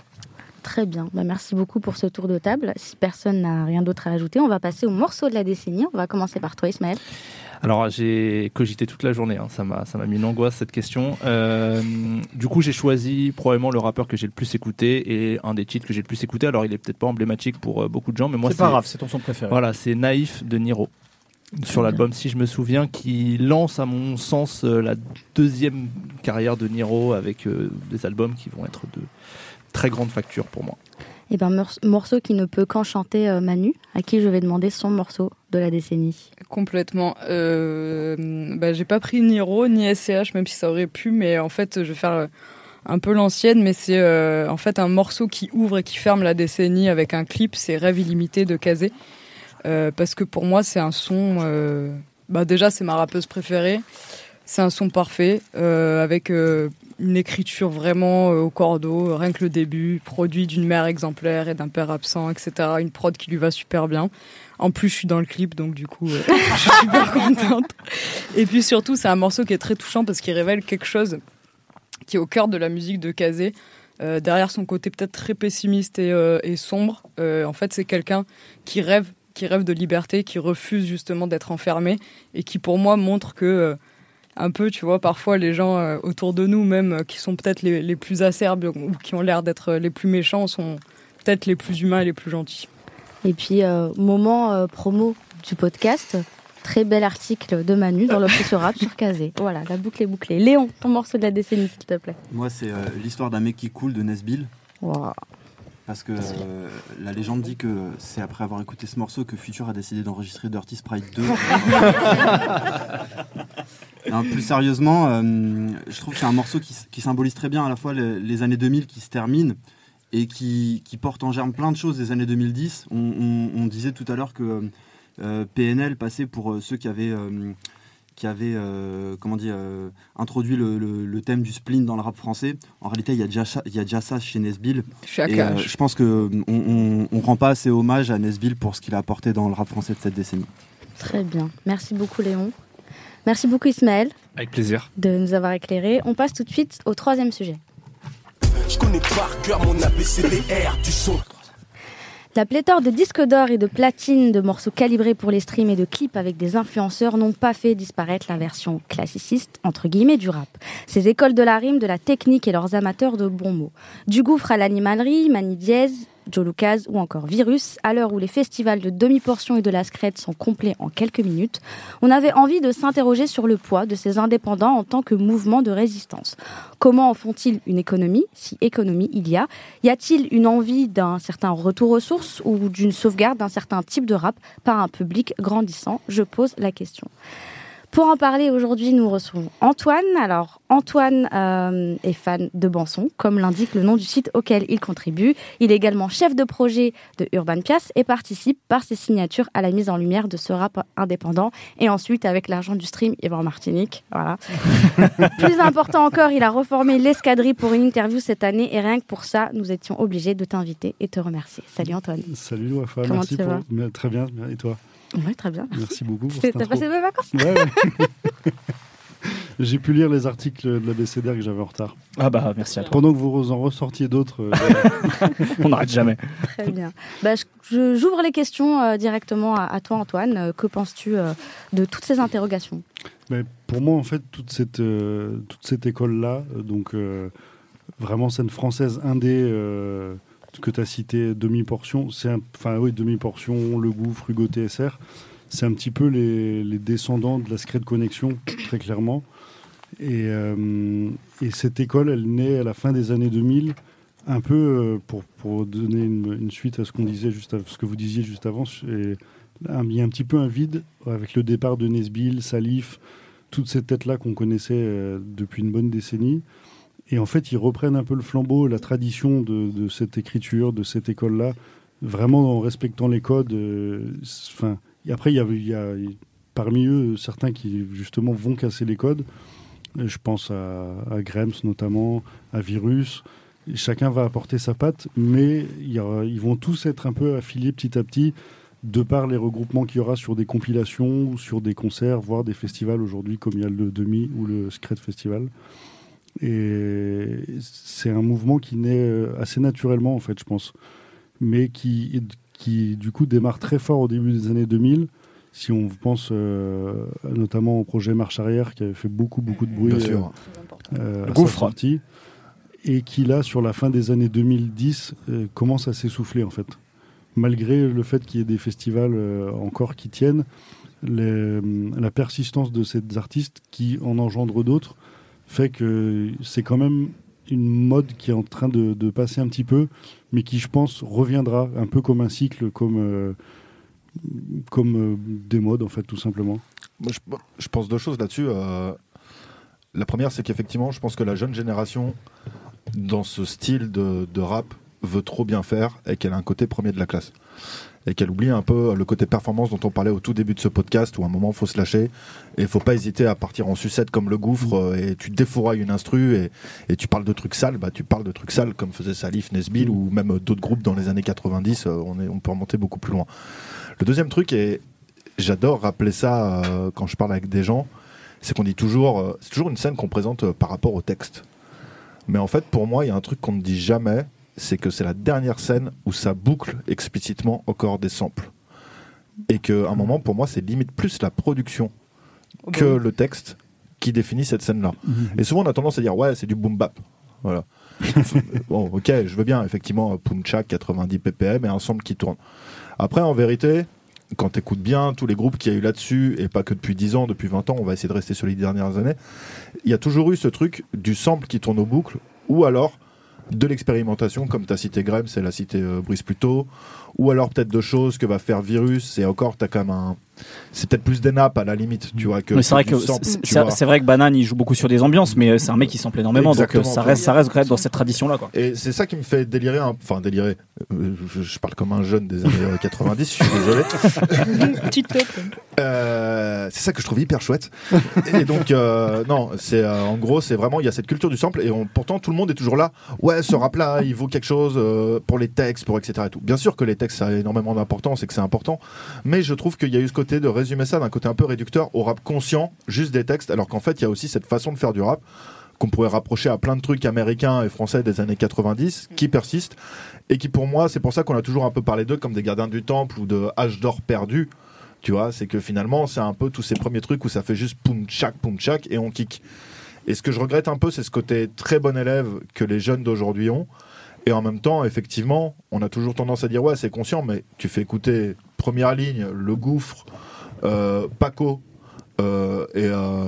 Très bien, bah, merci beaucoup pour ce tour de table. Si personne n'a rien d'autre à ajouter, on va passer au morceau de la décennie. On va commencer par toi, Ismaël. Alors j'ai cogité toute la journée, hein. ça m'a ça m'a mis une angoisse cette question. Euh, du coup j'ai choisi probablement le rappeur que j'ai le plus écouté et un des titres que j'ai le plus écouté. Alors il est peut-être pas emblématique pour euh, beaucoup de gens, mais moi C'est pas grave, c'est ton son préféré. Voilà, c'est Naïf de Niro. Sur l'album, si je me souviens, qui lance à mon sens euh, la deuxième carrière de Niro avec euh, des albums qui vont être de très grande facture pour moi. Eh ben, mor- morceau qui ne peut qu'enchanter euh, Manu, à qui je vais demander son morceau de la décennie. Complètement. Euh, bah, j'ai pas pris ni Ro ni S C H, même si ça aurait pu, mais en fait, je vais faire euh, un peu l'ancienne, mais c'est euh, en fait un morceau qui ouvre et qui ferme la décennie avec un clip, c'est Rêve illimité de Kazé. Euh, parce que pour moi, c'est un son. Euh, bah, déjà, c'est ma rappeuse préférée. C'est un son parfait, euh, avec euh, une écriture vraiment euh, au cordeau, rien que le début, produit d'une mère exemplaire et d'un père absent, et cetera. Une prod qui lui va super bien. En plus, je suis dans le clip, donc du coup, euh, je suis super contente. Et puis surtout, c'est un morceau qui est très touchant parce qu'il révèle quelque chose qui est au cœur de la musique de Kazé. Euh, derrière son côté peut-être très pessimiste et, euh, et sombre, euh, en fait, c'est quelqu'un qui rêve, qui rêve de liberté, qui refuse justement d'être enfermé et qui, pour moi, montre que euh, un peu, tu vois, parfois les gens euh, autour de nous, même euh, qui sont peut-être les, les plus acerbes ou qui ont l'air d'être les plus méchants, sont peut-être les plus humains et les plus gentils. Et puis, euh, moment euh, promo du podcast, très bel article de Manu dans l'Obsession Rap sur Kazé. Voilà, la boucle est bouclée. Léon, ton morceau de la décennie, s'il te plaît. Moi, c'est euh, l'histoire d'un mec qui coule de Nesbill. Wow. Parce que euh, la légende dit que c'est après avoir écouté ce morceau que Future a décidé d'enregistrer Dirty Sprite deux. Non, plus sérieusement, euh, je trouve que c'est un morceau qui, qui symbolise très bien à la fois les, les années deux mille qui se terminent et qui, qui porte en germe plein de choses des années deux mille dix. On, on, on disait tout à l'heure que euh, P N L passait pour euh, ceux qui avaient... Euh, qui avait euh, comment dire, euh, introduit le, le, le thème du spleen dans le rap français. En réalité, il y a déjà ça, il y a déjà ça chez Nesbill. Je suis à Et euh, cash. je pense qu'on on, on rend pas assez hommage à Nesbill pour ce qu'il a apporté dans le rap français de cette décennie. Très bien. Merci beaucoup, Léon. Merci beaucoup Ismaël. Avec plaisir. De nous avoir éclairés. On passe tout de suite au troisième sujet. Je connais par cœur mon A B C D R du son. La pléthore de disques d'or et de platine, de morceaux calibrés pour les streams et de clips avec des influenceurs n'ont pas fait disparaître la version classiciste, entre guillemets, du rap. Ces écoles de la rime, de la technique et leurs amateurs de bons mots. Du gouffre à l'animalerie, Mani Diez, Joe Lucas ou encore Virus, à l'heure où les festivals de demi-portion et de la scred sont complets en quelques minutes, on avait envie de s'interroger sur le poids de ces indépendants en tant que mouvement de résistance. Comment en font-ils une économie, si économie il y a ? Y a-t-il une envie d'un certain retour aux sources ou d'une sauvegarde d'un certain type de rap par un public grandissant ? Je pose la question. Pour en parler aujourd'hui, nous recevons Antoine. Alors, Antoine euh, est fan de Banson, comme l'indique le nom du site auquel il contribue. Il est également chef de projet de Urban Pias et participe par ses signatures à la mise en lumière de ce rap indépendant. Et ensuite, avec l'argent du stream, il va en Martinique. Voilà. Plus important encore, il a reformé l'escadrille pour une interview cette année. Et rien que pour ça, nous étions obligés de t'inviter et te remercier. Salut Antoine. Salut Wafa, Comment merci tu pour... vas ? Très bien, et toi ? Oui, très bien. Merci beaucoup pour C'est- cette T'as intro. passé de bonnes vacances ? Ouais, ouais. J'ai pu lire les articles de la B C D R que j'avais en retard. Ah bah merci à toi. Pendant que vous en ressortiez d'autres, euh, On n'arrête jamais. Très bien. Bah, je- je- j'ouvre les questions euh, directement à, à toi, Antoine. Euh, que penses-tu euh, de toutes ces interrogations ? mais pour moi, en fait, toute cette, euh, toute cette école-là, euh, donc euh, vraiment scène française indé euh, que tu as cité, demi-portion, c'est un- enfin oui, demi-portion, Le Gouffre, Hugo T S R, c'est un petit peu les, les descendants de la Scred Connection, très clairement. Et, euh, et cette école, elle naît à la fin des années deux mille, un peu euh, pour, pour donner une, une suite à ce qu'on disait juste, à, ce que vous disiez juste avant. Et, un- il y a un petit peu un vide avec le départ de Nesbill, Salif, toutes ces têtes-là qu'on connaissait euh, depuis une bonne décennie. Et en fait, ils reprennent un peu le flambeau, la tradition de, de cette écriture, de cette école-là, vraiment en respectant les codes. euh, Enfin, et après, il y a, il y a parmi eux certains qui justement vont casser les codes. Euh, Je pense à, à Grems notamment, à Virus. Et chacun va apporter sa patte, mais il y aura- ils vont tous être un peu affiliés petit à petit de par les regroupements qu'il y aura sur des compilations ou sur des concerts, voire des festivals aujourd'hui, comme il y a le Demi ou le Scred Festival. Et c'est un mouvement qui naît euh, assez naturellement, en fait, je pense, mais qui, qui du coup, démarre très fort au début des années deux mille. Si on pense euh, notamment au projet Marche Arrière, qui avait fait beaucoup, beaucoup de bruit Bien sûr. euh, à Le sa Gouffre. sortie, et qui, là, sur la fin des années deux mille dix, euh, commence à s'essouffler, en fait. Malgré le fait qu'il y ait des festivals euh, encore qui tiennent, les- la persistance de ces artistes qui en engendrent d'autres fait que c'est quand même une mode qui est en train de, de passer un petit peu, mais qui, je pense, reviendra un peu comme un cycle, comme, euh, comme euh, des modes, en fait, tout simplement. Moi, je, je pense deux choses là-dessus. Euh, la première, c'est qu'effectivement, je pense que la jeune génération, dans ce style de, de rap, veut trop bien faire et qu'elle a un côté premier de la classe. Et qu'elle oublie un peu le côté performance dont on parlait au tout début de ce podcast, où à un moment, il faut se lâcher. Et il ne faut pas hésiter à partir en sucette comme Le Gouffre, euh, et tu défourailles une instru, et, et tu parles de trucs sales, bah, tu parles de trucs sales comme faisait Salif, Nesbill, ou même d'autres groupes dans les années quatre-vingt-dix, euh, on, est, on peut remonter beaucoup plus loin. Le deuxième truc, et j'adore rappeler ça euh, quand je parle avec des gens, c'est qu'on dit toujours, euh, c'est toujours une scène qu'on présente euh, par rapport au texte. Mais en fait, pour moi, il y a un truc qu'on ne dit jamais, c'est que c'est la dernière scène où ça boucle explicitement encore des samples. Et qu'à un moment, pour moi, c'est limite plus la production Oh bah que oui. le texte qui définit cette scène-là. Et souvent, on a tendance à dire, ouais, c'est du boom bap. Voilà. Bon, ok, je veux bien, effectivement, Punchak, quatre-vingt-dix B P M et un sample qui tourne. Après, en vérité, quand tu écoutes bien tous les groupes qu'il y a eu là-dessus, et pas que depuis dix ans, depuis vingt ans, on va essayer de rester sur les dix dernières années, il y a toujours eu ce truc du sample qui tourne aux boucles, ou alors de l'expérimentation, comme tu as cité Graham, c'est la cité euh, Brice plus tôt, ou alors peut-être de choses que va faire Virus, et encore, tu as quand même un. C'est peut-être plus des nappes à la limite, tu vois. Que Mais c'est vrai du que sample, c'est- tu c'est vois. c'est vrai que Banane il joue beaucoup sur des ambiances, mais c'est un mec qui sample énormément, Exactement. donc euh, ça reste ça reste quand même dans cette tradition là quoi. Et c'est ça qui me fait délirer, un- enfin délirer. Euh, je, je parle comme un jeune des années euh, quatre-vingt-dix, je suis désolé. Petite top. Euh, c'est ça que je trouve hyper chouette. Et donc, euh, non, c'est euh, en gros, c'est vraiment, il y a cette culture du sample, et on- pourtant tout le monde est toujours là. Ouais, ce rap-là, il vaut quelque chose euh, pour les textes, pour et cetera. Et tout. Bien sûr que les textes, ça a énormément d'importance et que c'est important, mais je trouve qu'il y a eu ce côté côté de résumer ça d'un côté un peu réducteur au rap conscient, juste des textes, alors qu'en fait il y a aussi cette façon de faire du rap qu'on pourrait rapprocher à plein de trucs américains et français des années quatre-vingt-dix qui persistent et qui pour moi, c'est pour ça qu'on a toujours un peu parlé d'eux comme des gardiens du temple ou de âge d'or perdu, tu vois, c'est que finalement c'est un peu tous ces premiers trucs où ça fait juste poum tchac poum tchac et on kick. Et ce que je regrette un peu, c'est ce côté très bon élève que les jeunes d'aujourd'hui ont. Et en même temps, effectivement, on a toujours tendance à dire ouais, c'est conscient, mais tu fais écouter première ligne, Le Gouffre, euh, Paco, Euh, et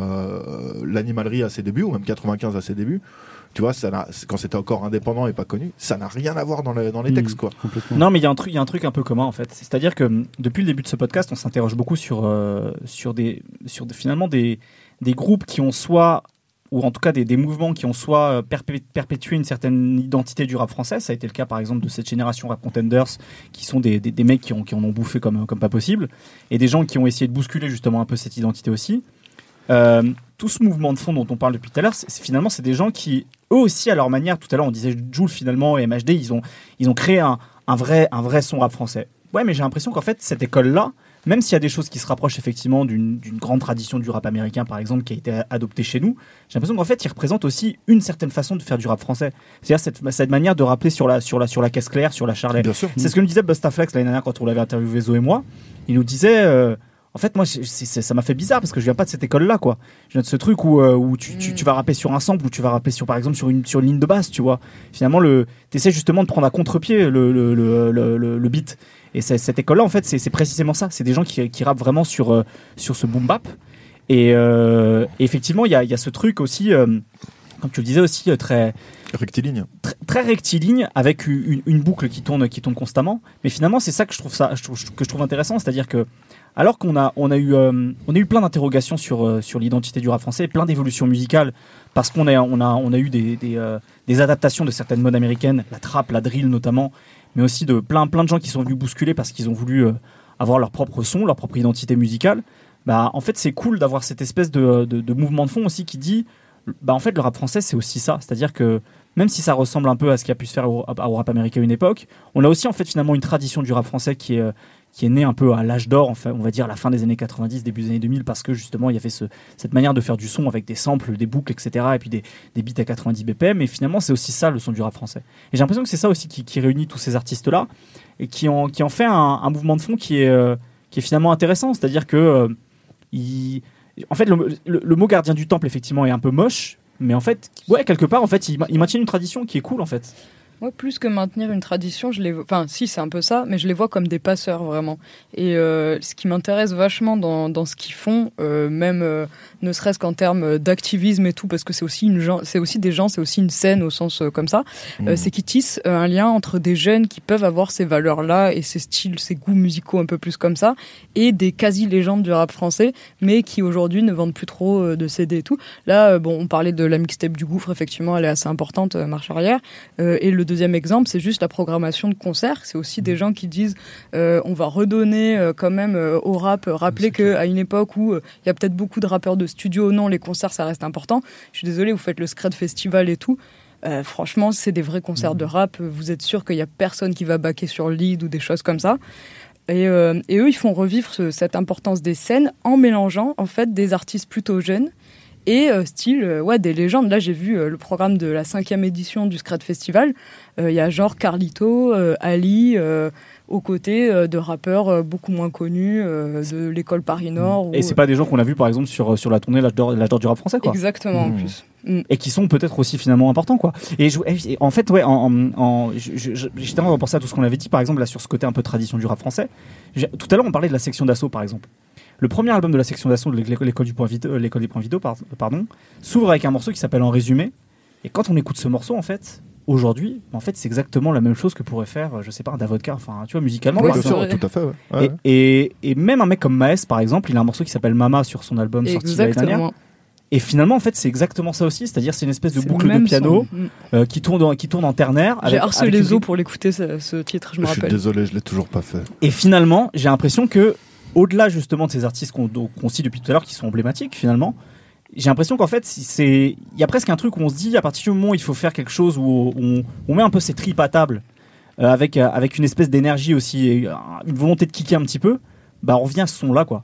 euh, l'animalerie à ses débuts, ou même quatre-vingt-quinze à ses débuts, tu vois, ça n'a, quand c'était encore indépendant et pas connu, ça n'a rien à voir dans les, dans les textes, quoi. Mmh, non, mais il y a un truc, il y a un truc un peu commun en fait. C'est-à-dire que depuis le début de ce podcast, on s'interroge beaucoup sur euh, sur des sur des, finalement des des groupes qui ont soit ou en tout cas des, des mouvements qui ont soit perpé- perpétué une certaine identité du rap français. Ça a été le cas par exemple de cette génération Rap Contenders, qui sont des, des, des mecs qui, ont, qui en ont bouffé comme, comme pas possible, et des gens qui ont essayé de bousculer justement un peu cette identité aussi. Euh, tout ce mouvement de fond dont on parle depuis tout à l'heure, c'est, c'est, finalement c'est des gens qui, eux aussi à leur manière, tout à l'heure on disait Jul finalement et M H D, ils ont, ils ont créé un, un, vrai, un vrai son rap français. Ouais, mais j'ai l'impression qu'en fait cette école-là, même s'il y a des choses qui se rapprochent effectivement d'une, d'une grande tradition du rap américain, par exemple, qui a été adoptée chez nous, j'ai l'impression qu'en fait, ils représentent aussi une certaine façon de faire du rap français. C'est-à-dire cette, cette manière de rappeler sur la, sur, la, sur la caisse claire, sur la Charlet. Bien sûr. C'est ce que nous disait Busta Flex l'année dernière quand on l'avait interviewé, Zo et moi. Il nous disait... Euh, en fait, moi, c'est, c'est, ça m'a fait bizarre parce que je viens pas de cette école-là, quoi. Je viens de ce truc où, euh, où tu, tu, tu vas rapper sur un sample, ou tu vas rapper sur, par exemple, sur une, sur une ligne de basse, tu vois. Finalement, le, t'essaies justement de prendre à contre-pied le, le, le, le, le, le beat. Et c'est, cette école-là, en fait, c'est, c'est précisément ça. C'est des gens qui, qui rappent vraiment sur, euh, sur ce boom bap. Et, euh, et effectivement, il y a, y a ce truc aussi, euh, comme tu le disais aussi, euh, très rectiligne, très, très rectiligne, avec une, une boucle qui tourne, qui tourne constamment. Mais finalement, c'est ça que je trouve ça, je trouve, que je trouve intéressant, c'est-à-dire que alors qu'on a, on a eu, euh, on a eu plein d'interrogations sur, euh, sur l'identité du rap français, plein d'évolutions musicales, parce qu'on a, on a, on a eu des, des, euh, des adaptations de certaines modes américaines, la trap, la drill notamment, mais aussi de plein, plein de gens qui sont venus bousculer parce qu'ils ont voulu euh, avoir leur propre son, leur propre identité musicale. Bah, en fait, c'est cool d'avoir cette espèce de, de, de mouvement de fond aussi qui dit, bah, en fait, le rap français, c'est aussi ça. C'est-à-dire que même si ça ressemble un peu à ce qui a pu se faire au, au rap américain à une époque, on a aussi en fait finalement une tradition du rap français qui est, euh, qui est née un peu à l'âge d'or, enfin, on va dire à la fin des années quatre-vingt-dix, début des années deux mille, parce que justement, il y avait ce, cette manière de faire du son avec des samples, des boucles, et cetera, et puis des, des beats à quatre-vingt-dix B P M, et finalement, c'est aussi ça le son du rap français. Et j'ai l'impression que c'est ça aussi qui, qui réunit tous ces artistes-là, et qui en, qui en fait un, un mouvement de fond qui est, euh, qui est finalement intéressant, c'est-à-dire que euh, il... en fait, le, le, le mot gardien du temple, effectivement, est un peu moche, mais en fait, ouais, quelque part, en fait, il, il maintient une tradition qui est cool, en fait. Moi, plus que maintenir une tradition, je les vois... enfin, si, c'est un peu ça, mais je les vois comme des passeurs, vraiment. Et euh, ce qui m'intéresse vachement dans, dans ce qu'ils font, euh, même euh, ne serait-ce qu'en termes d'activisme et tout, parce que c'est aussi, une gen... c'est aussi des gens, c'est aussi une scène au sens euh, comme ça, mmh. euh, c'est qu'ils tissent euh, un lien entre des jeunes qui peuvent avoir ces valeurs-là et ces styles, ces goûts musicaux un peu plus comme ça, et des quasi-légendes du rap français, mais qui aujourd'hui ne vendent plus trop euh, de C D et tout. Là, euh, bon, on parlait de la mixtape du Gouffre, effectivement, elle est assez importante, euh, marche arrière, euh, et le deuxième exemple, c'est juste la programmation de concerts. C'est aussi des gens qui disent euh, on va redonner euh, quand même euh, au rap, euh, rappeler qu'à une époque où il euh, y a peut-être beaucoup de rappeurs de studio, non, les concerts, ça reste important. Je suis désolée, vous faites le Scred Festival et tout. Euh, franchement, c'est des vrais concerts de rap. Vous êtes sûr qu'il n'y a personne qui va backer sur le lead ou des choses comme ça. Et, euh, et eux, ils font revivre ce, cette importance des scènes en mélangeant en fait des artistes plutôt jeunes et euh, style euh, ouais, des légendes. Là, j'ai vu euh, le programme de la cinquième édition du Scred Festival. Il euh, y a genre Carlito, euh, Ali, euh, aux côtés euh, de rappeurs euh, beaucoup moins connus euh, de l'école Paris-Nord. Et ou... c'est pas des gens qu'on a vus par exemple sur, sur la tournée L'âge d'or, l'âge d'or du rap français, quoi. Exactement, mmh. en plus. Mmh. Et qui sont peut-être aussi finalement importants, quoi. Et, je, et en fait, ouais, en, en, en, je, je, j'étais en train de penser à tout ce qu'on avait dit, par exemple, là, sur ce côté un peu tradition du rap français. J'ai, tout à l'heure, on parlait de la section d'assaut, par exemple. Le premier album de la section d'assaut de l'école, l'école, du point vidéo, l'école des points vidéo pardon, s'ouvre avec un morceau qui s'appelle En résumé. Et quand on écoute ce morceau, en fait, aujourd'hui, en fait, c'est exactement la même chose que pourrait faire, je sais pas, un Davodka, enfin, tu vois, musicalement. Oui, bien sûr, tout à fait. Ouais. Ouais. Et, et, et même un mec comme Maes, par exemple, il a un morceau qui s'appelle Mama sur son album sorti l'année dernière. Et finalement, en fait, c'est exactement ça aussi, c'est-à-dire c'est une espèce de c'est boucle de piano euh, qui tourne en, qui tourne en ternaire. J'ai harcelé les os pour l'écouter ce, ce titre, je me rappelle. Je suis désolé, je l'ai toujours pas fait. Et finalement, j'ai l'impression que au-delà justement de ces artistes qu'on, qu'on cite depuis tout à l'heure, qui sont emblématiques finalement, j'ai l'impression qu'en fait, c'est, il y a presque un truc où on se dit, à partir du moment où il faut faire quelque chose où on, on met un peu ses tripes à table, euh, avec, avec une espèce d'énergie aussi, une volonté de kicker un petit peu, bah on revient à ce son-là, quoi.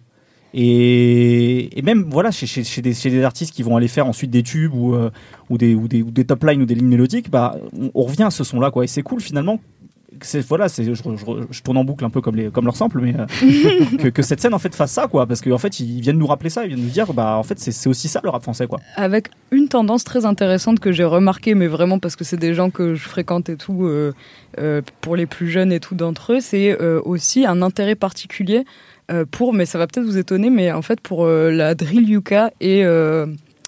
Et, et même voilà chez, chez, chez, des, chez des artistes qui vont aller faire ensuite des tubes ou, euh, ou, des, ou, des, ou des top lines ou des lignes mélodiques, bah, on, on revient à ce son là quoi. Et c'est cool finalement. C'est, voilà, c'est, je, je, je tourne en boucle un peu comme, les, comme leur sample, mais euh, que, que cette scène en fait fasse ça quoi, parce qu'en en fait ils viennent nous rappeler ça, ils viennent nous dire bah en fait c'est, c'est aussi ça le rap français quoi. Avec une tendance très intéressante que j'ai remarquée, mais vraiment parce que c'est des gens que je fréquente et tout, euh, euh, pour les plus jeunes et tout d'entre eux, c'est euh, aussi un intérêt particulier euh, pour, mais ça va peut-être vous étonner, mais en fait pour euh, la drill yucca et euh,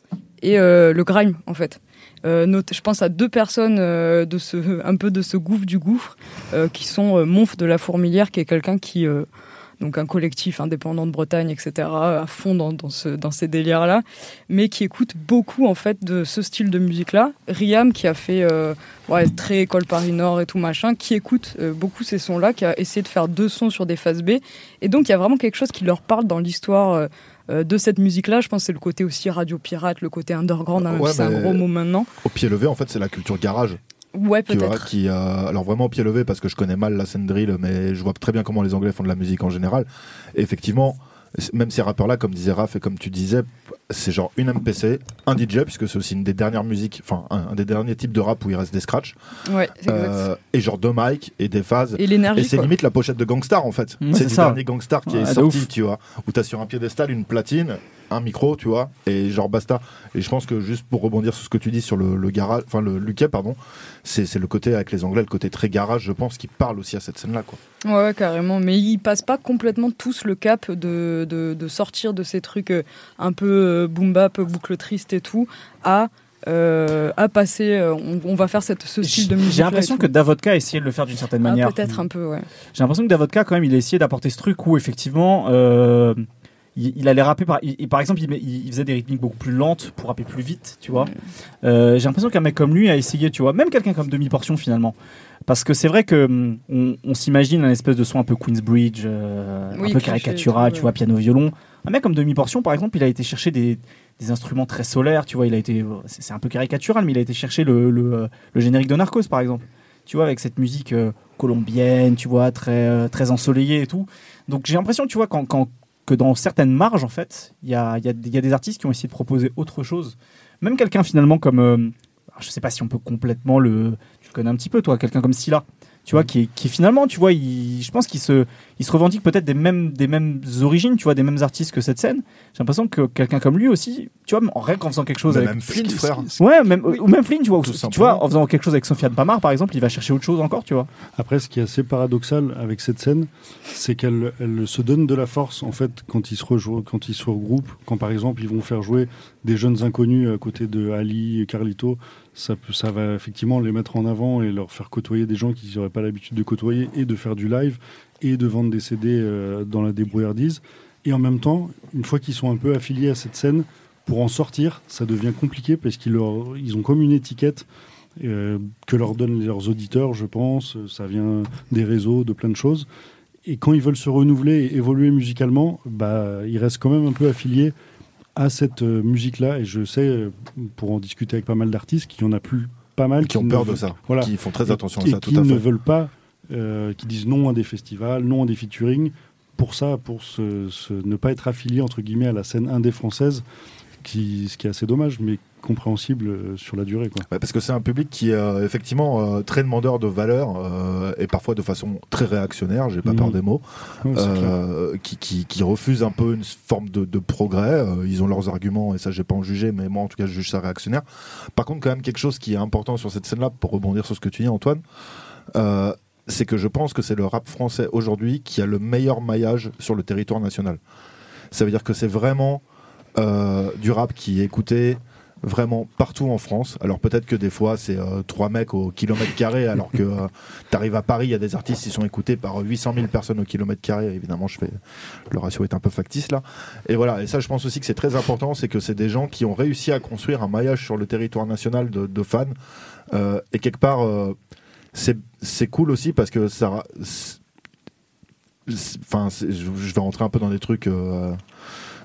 et euh, le grime en fait. Euh, note, je pense à deux personnes euh, de ce, un peu de ce gouffre du gouffre euh, qui sont euh, Monf de la Fourmilière, qui est quelqu'un qui, euh, donc un collectif indépendant de Bretagne, et cetera, à fond dans, dans, ce, dans ces délires-là, mais qui écoute beaucoup en fait de ce style de musique-là. Riam, qui a fait euh, ouais, très école Paris Nord et tout machin, qui écoute euh, beaucoup ces sons-là, qui a essayé de faire deux sons sur des phases B, et donc il y a vraiment quelque chose qui leur parle dans l'histoire. Euh, de cette musique-là, je pense que c'est le côté aussi radio pirate, le côté underground, hein, même ouais, si c'est un gros mot maintenant. Au pied levé, en fait, c'est la culture garage. Ouais, peut-être. Qui, voilà, qui, euh, alors vraiment au pied levé, parce que je connais mal la scène drill, mais je vois très bien comment les Anglais font de la musique en général. Et effectivement, même ces rappeurs-là, comme disait Raph et comme tu disais, c'est genre une M P C, un D J, puisque c'est aussi une des dernières musiques, enfin un, un des derniers types de rap où il reste des scratchs. Ouais, c'est euh, et genre deux mics et des phases. Et l'énergie. Et c'est quoi. limite la pochette de Gangstar en fait. Mmh, c'est c'est du ça. dernier Gangstar qui ouais, est sorti, tu vois, où t'as sur un piédestal une platine, un micro, tu vois, et genre basta. Et je pense que juste pour rebondir sur ce que tu dis sur le, le garage, enfin le Luquet, pardon, c'est, c'est le côté avec les Anglais, le côté très garage, je pense, qui parle aussi à cette scène-là, quoi. Ouais, ouais, carrément. Mais ils passent pas complètement tous le cap de, de, de sortir de ces trucs un peu euh, boom bap, boucle triste et tout, à Euh, à passer, euh, on, on va faire cette, ce style de musique. J'ai l'impression que Davodka a essayé de le faire d'une certaine ah, manière. Peut-être un peu, ouais. J'ai l'impression que Davodka, quand même, il a essayé d'apporter ce truc où effectivement, euh, il, il allait rapper par, il, par exemple, il, il faisait des rythmiques beaucoup plus lentes pour rapper plus vite, tu vois. Mm. Euh, j'ai l'impression qu'un mec comme lui a essayé, tu vois, même quelqu'un comme Demi-Portion finalement. Parce que c'est vrai que on, on s'imagine un espèce de son un peu Queensbridge, euh, oui, un peu caricatural, tout, tu ouais. vois, piano-violon. Un mec comme Demi-Portion, par exemple, il a été chercher des, des instruments très solaires, tu vois. Il a été, c'est, c'est un peu caricatural, mais il a été chercher le, le, le générique de Narcos, par exemple. Tu vois, avec cette musique euh, colombienne, tu vois, très, euh, très ensoleillée et tout. Donc j'ai l'impression, tu vois, quand, quand, que dans certaines marges, en fait, il y a, y, a, y a des artistes qui ont essayé de proposer autre chose. Même quelqu'un, finalement, comme... Euh, je sais pas si on peut complètement le... Tu le connais un petit peu, toi, quelqu'un comme Scylla. Tu vois, qui est, qui est finalement, tu vois, il, je pense qu'il se, il se revendique peut-être des mêmes, des mêmes origines, tu vois, des mêmes artistes que cette scène. J'ai l'impression que quelqu'un comme lui aussi, tu vois, en, en faisant quelque chose mais avec. Même Flynn, frère. Ouais, même, oui. Ou même Flynn, tu vois, Tout tu vois, en faisant quelque chose avec Sofiane Pamar, par exemple, il va chercher autre chose encore, tu vois. Après, ce qui est assez paradoxal avec cette scène, c'est qu'elle elle se donne de la force, en fait, quand ils se rejouent, quand ils se regroupent, quand par exemple, ils vont faire jouer des jeunes inconnus à côté de Ali et Carlito. Ça, peut, ça va effectivement les mettre en avant et leur faire côtoyer des gens qu'ils n'auraient pas l'habitude de côtoyer et de faire du live et de vendre des C D euh, dans la débrouillardise. Et en même temps, une fois qu'ils sont un peu affiliés à cette scène, pour en sortir, ça devient compliqué parce qu'ils leur, ils ont comme une étiquette euh, que leur donnent leurs auditeurs, je pense. Ça vient des réseaux, de plein de choses. Et quand ils veulent se renouveler et évoluer musicalement, bah, ils restent quand même un peu affiliés à cette euh, musique-là, et je sais, euh, pour en discuter avec pas mal d'artistes, qu'il y en a plus pas mal qui, qui ont peur de ça, voilà, qui font très attention et, à ça, tout à fait. Qui ne veulent pas, euh, qui disent non à des festivals, non à des featuring, pour ça, pour se, se, ne pas être affilié entre guillemets à la scène indé française, qui, ce qui est assez dommage, mais compréhensible euh, sur la durée, quoi. Ouais, parce que c'est un public qui est euh, effectivement euh, très demandeur de valeurs euh, et parfois de façon très réactionnaire, j'ai pas mmh. peur des mots, ouais, euh, qui, qui, qui refuse un peu une forme de, de progrès. Euh, ils ont leurs arguments et ça j'ai pas en juger, mais moi en tout cas je juge ça réactionnaire. Par contre, quand même quelque chose qui est important sur cette scène-là, pour rebondir sur ce que tu dis, Antoine, euh, c'est que je pense que c'est le rap français aujourd'hui qui a le meilleur maillage sur le territoire national. Ça veut dire que c'est vraiment euh, du rap qui est écouté vraiment partout en France. Alors peut-être que des fois c'est euh, trois mecs au kilomètre carré, alors que euh, t'arrives à Paris, il y a des artistes qui sont écoutés par huit cent mille personnes au kilomètre carré. Évidemment, je fais le ratio est un peu factice là. Et voilà. Et ça, je pense aussi que c'est très important, c'est que c'est des gens qui ont réussi à construire un maillage sur le territoire national de, de fans. Euh, et quelque part, euh, c'est c'est cool aussi parce que ça. Enfin, je vais rentrer un peu dans des trucs. Euh,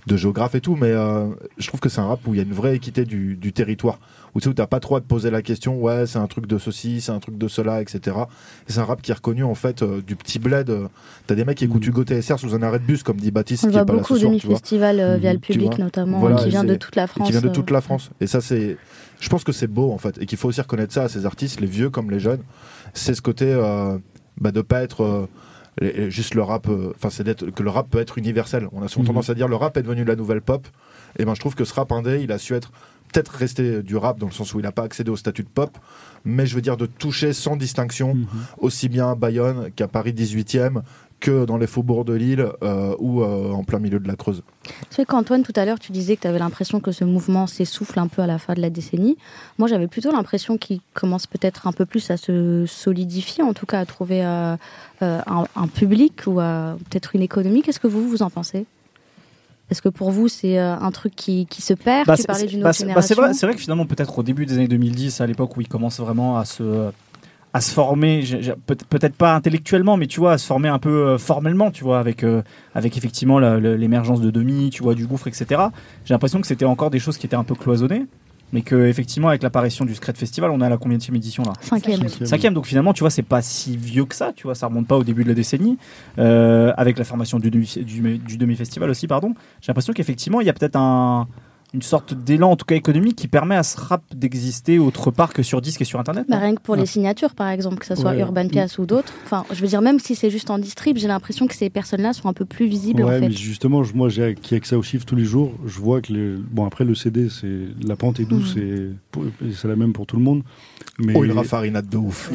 de géographes et tout, mais euh, je trouve que c'est un rap où il y a une vraie équité du, du territoire, où tu sais, où t'as pas trop à te poser la question, ouais, c'est un truc de ceci, c'est un truc de cela, et cetera. Et c'est un rap qui est reconnu en fait euh, du petit bled. Euh, t'as des mecs qui écoutent Hugo T S R sous un arrêt de bus, comme dit Baptiste, On qui voit est pas là beaucoup ce soir, de tu vois. festivals euh, via le Tu public vois. notamment, Voilà, qui et vient de c'est- toute la et France. qui vient de euh. toute la France. Et ça, c'est. Je pense que c'est beau en fait, et qu'il faut aussi reconnaître ça à ces artistes, les vieux comme les jeunes. C'est ce côté euh, bah, de pas être euh, les- juste le rap. Enfin, c'est d'être que le rap peut être universel. On a souvent Mhm. tendance à dire le rap est devenu la nouvelle pop. Et ben, je trouve que ce rap indé, il a su être peut-être rester du rap dans le sens où il n'a pas accédé au statut de pop, mais je veux dire de toucher sans distinction Mhm. aussi bien à Bayonne qu'à Paris dix-huitième, que dans les faubourgs de Lille euh, ou euh, en plein milieu de la Creuse. Tu sais qu'Antoine, tout à l'heure, tu disais que tu avais l'impression que ce mouvement s'essouffle un peu à la fin de la décennie. Moi, j'avais plutôt l'impression qu'il commence peut-être un peu plus à se solidifier, en tout cas à trouver euh, euh, un, un public ou à peut-être une économie. Qu'est-ce que vous, vous en pensez ? Est-ce que pour vous, c'est euh, un truc qui, qui se perd ? Bah, Tu c'est- parlais c'est- d'une bah, autre c'est- bah, génération. c'est vrai, c'est vrai que finalement, peut-être au début des années deux mille dix, à l'époque où il commence vraiment à se, à se former, j'ai- j'ai- peut- peut-être pas intellectuellement, mais tu vois, à se former un peu euh, formellement, tu vois, avec, euh, avec effectivement la- la- l'émergence de Demi, tu vois, du Gouffre, et cetera. J'ai l'impression que c'était encore des choses qui étaient un peu cloisonnées, mais que effectivement, avec l'apparition du Scred Festival, on est à la combienième édition là ? Cinquième. Cinquième, donc finalement, tu vois, c'est pas si vieux que ça, tu vois, ça remonte pas au début de la décennie. Euh, avec la formation du, demi- du, du demi-festival aussi, pardon, j'ai l'impression qu'effectivement, il y a peut-être un, une sorte d'élan, en tout cas économique, qui permet à ce rap d'exister autre part que sur disque et sur Internet. Bah, non rien que pour Ouais. les signatures, par exemple, que ce soit Ouais. Urban Pias ou d'autres. Enfin, je veux dire, même si c'est juste en distrib, j'ai l'impression que ces personnes-là sont un peu plus visibles, Ouais, en fait. mais justement, je- moi j'ai- qui ai accès aux chiffres tous les jours, je vois que les... bon après le C D, c'est la pente est douce Mhm. et pour- et c'est la même pour tout le monde. Mais Oh, il raffarinade de ouf.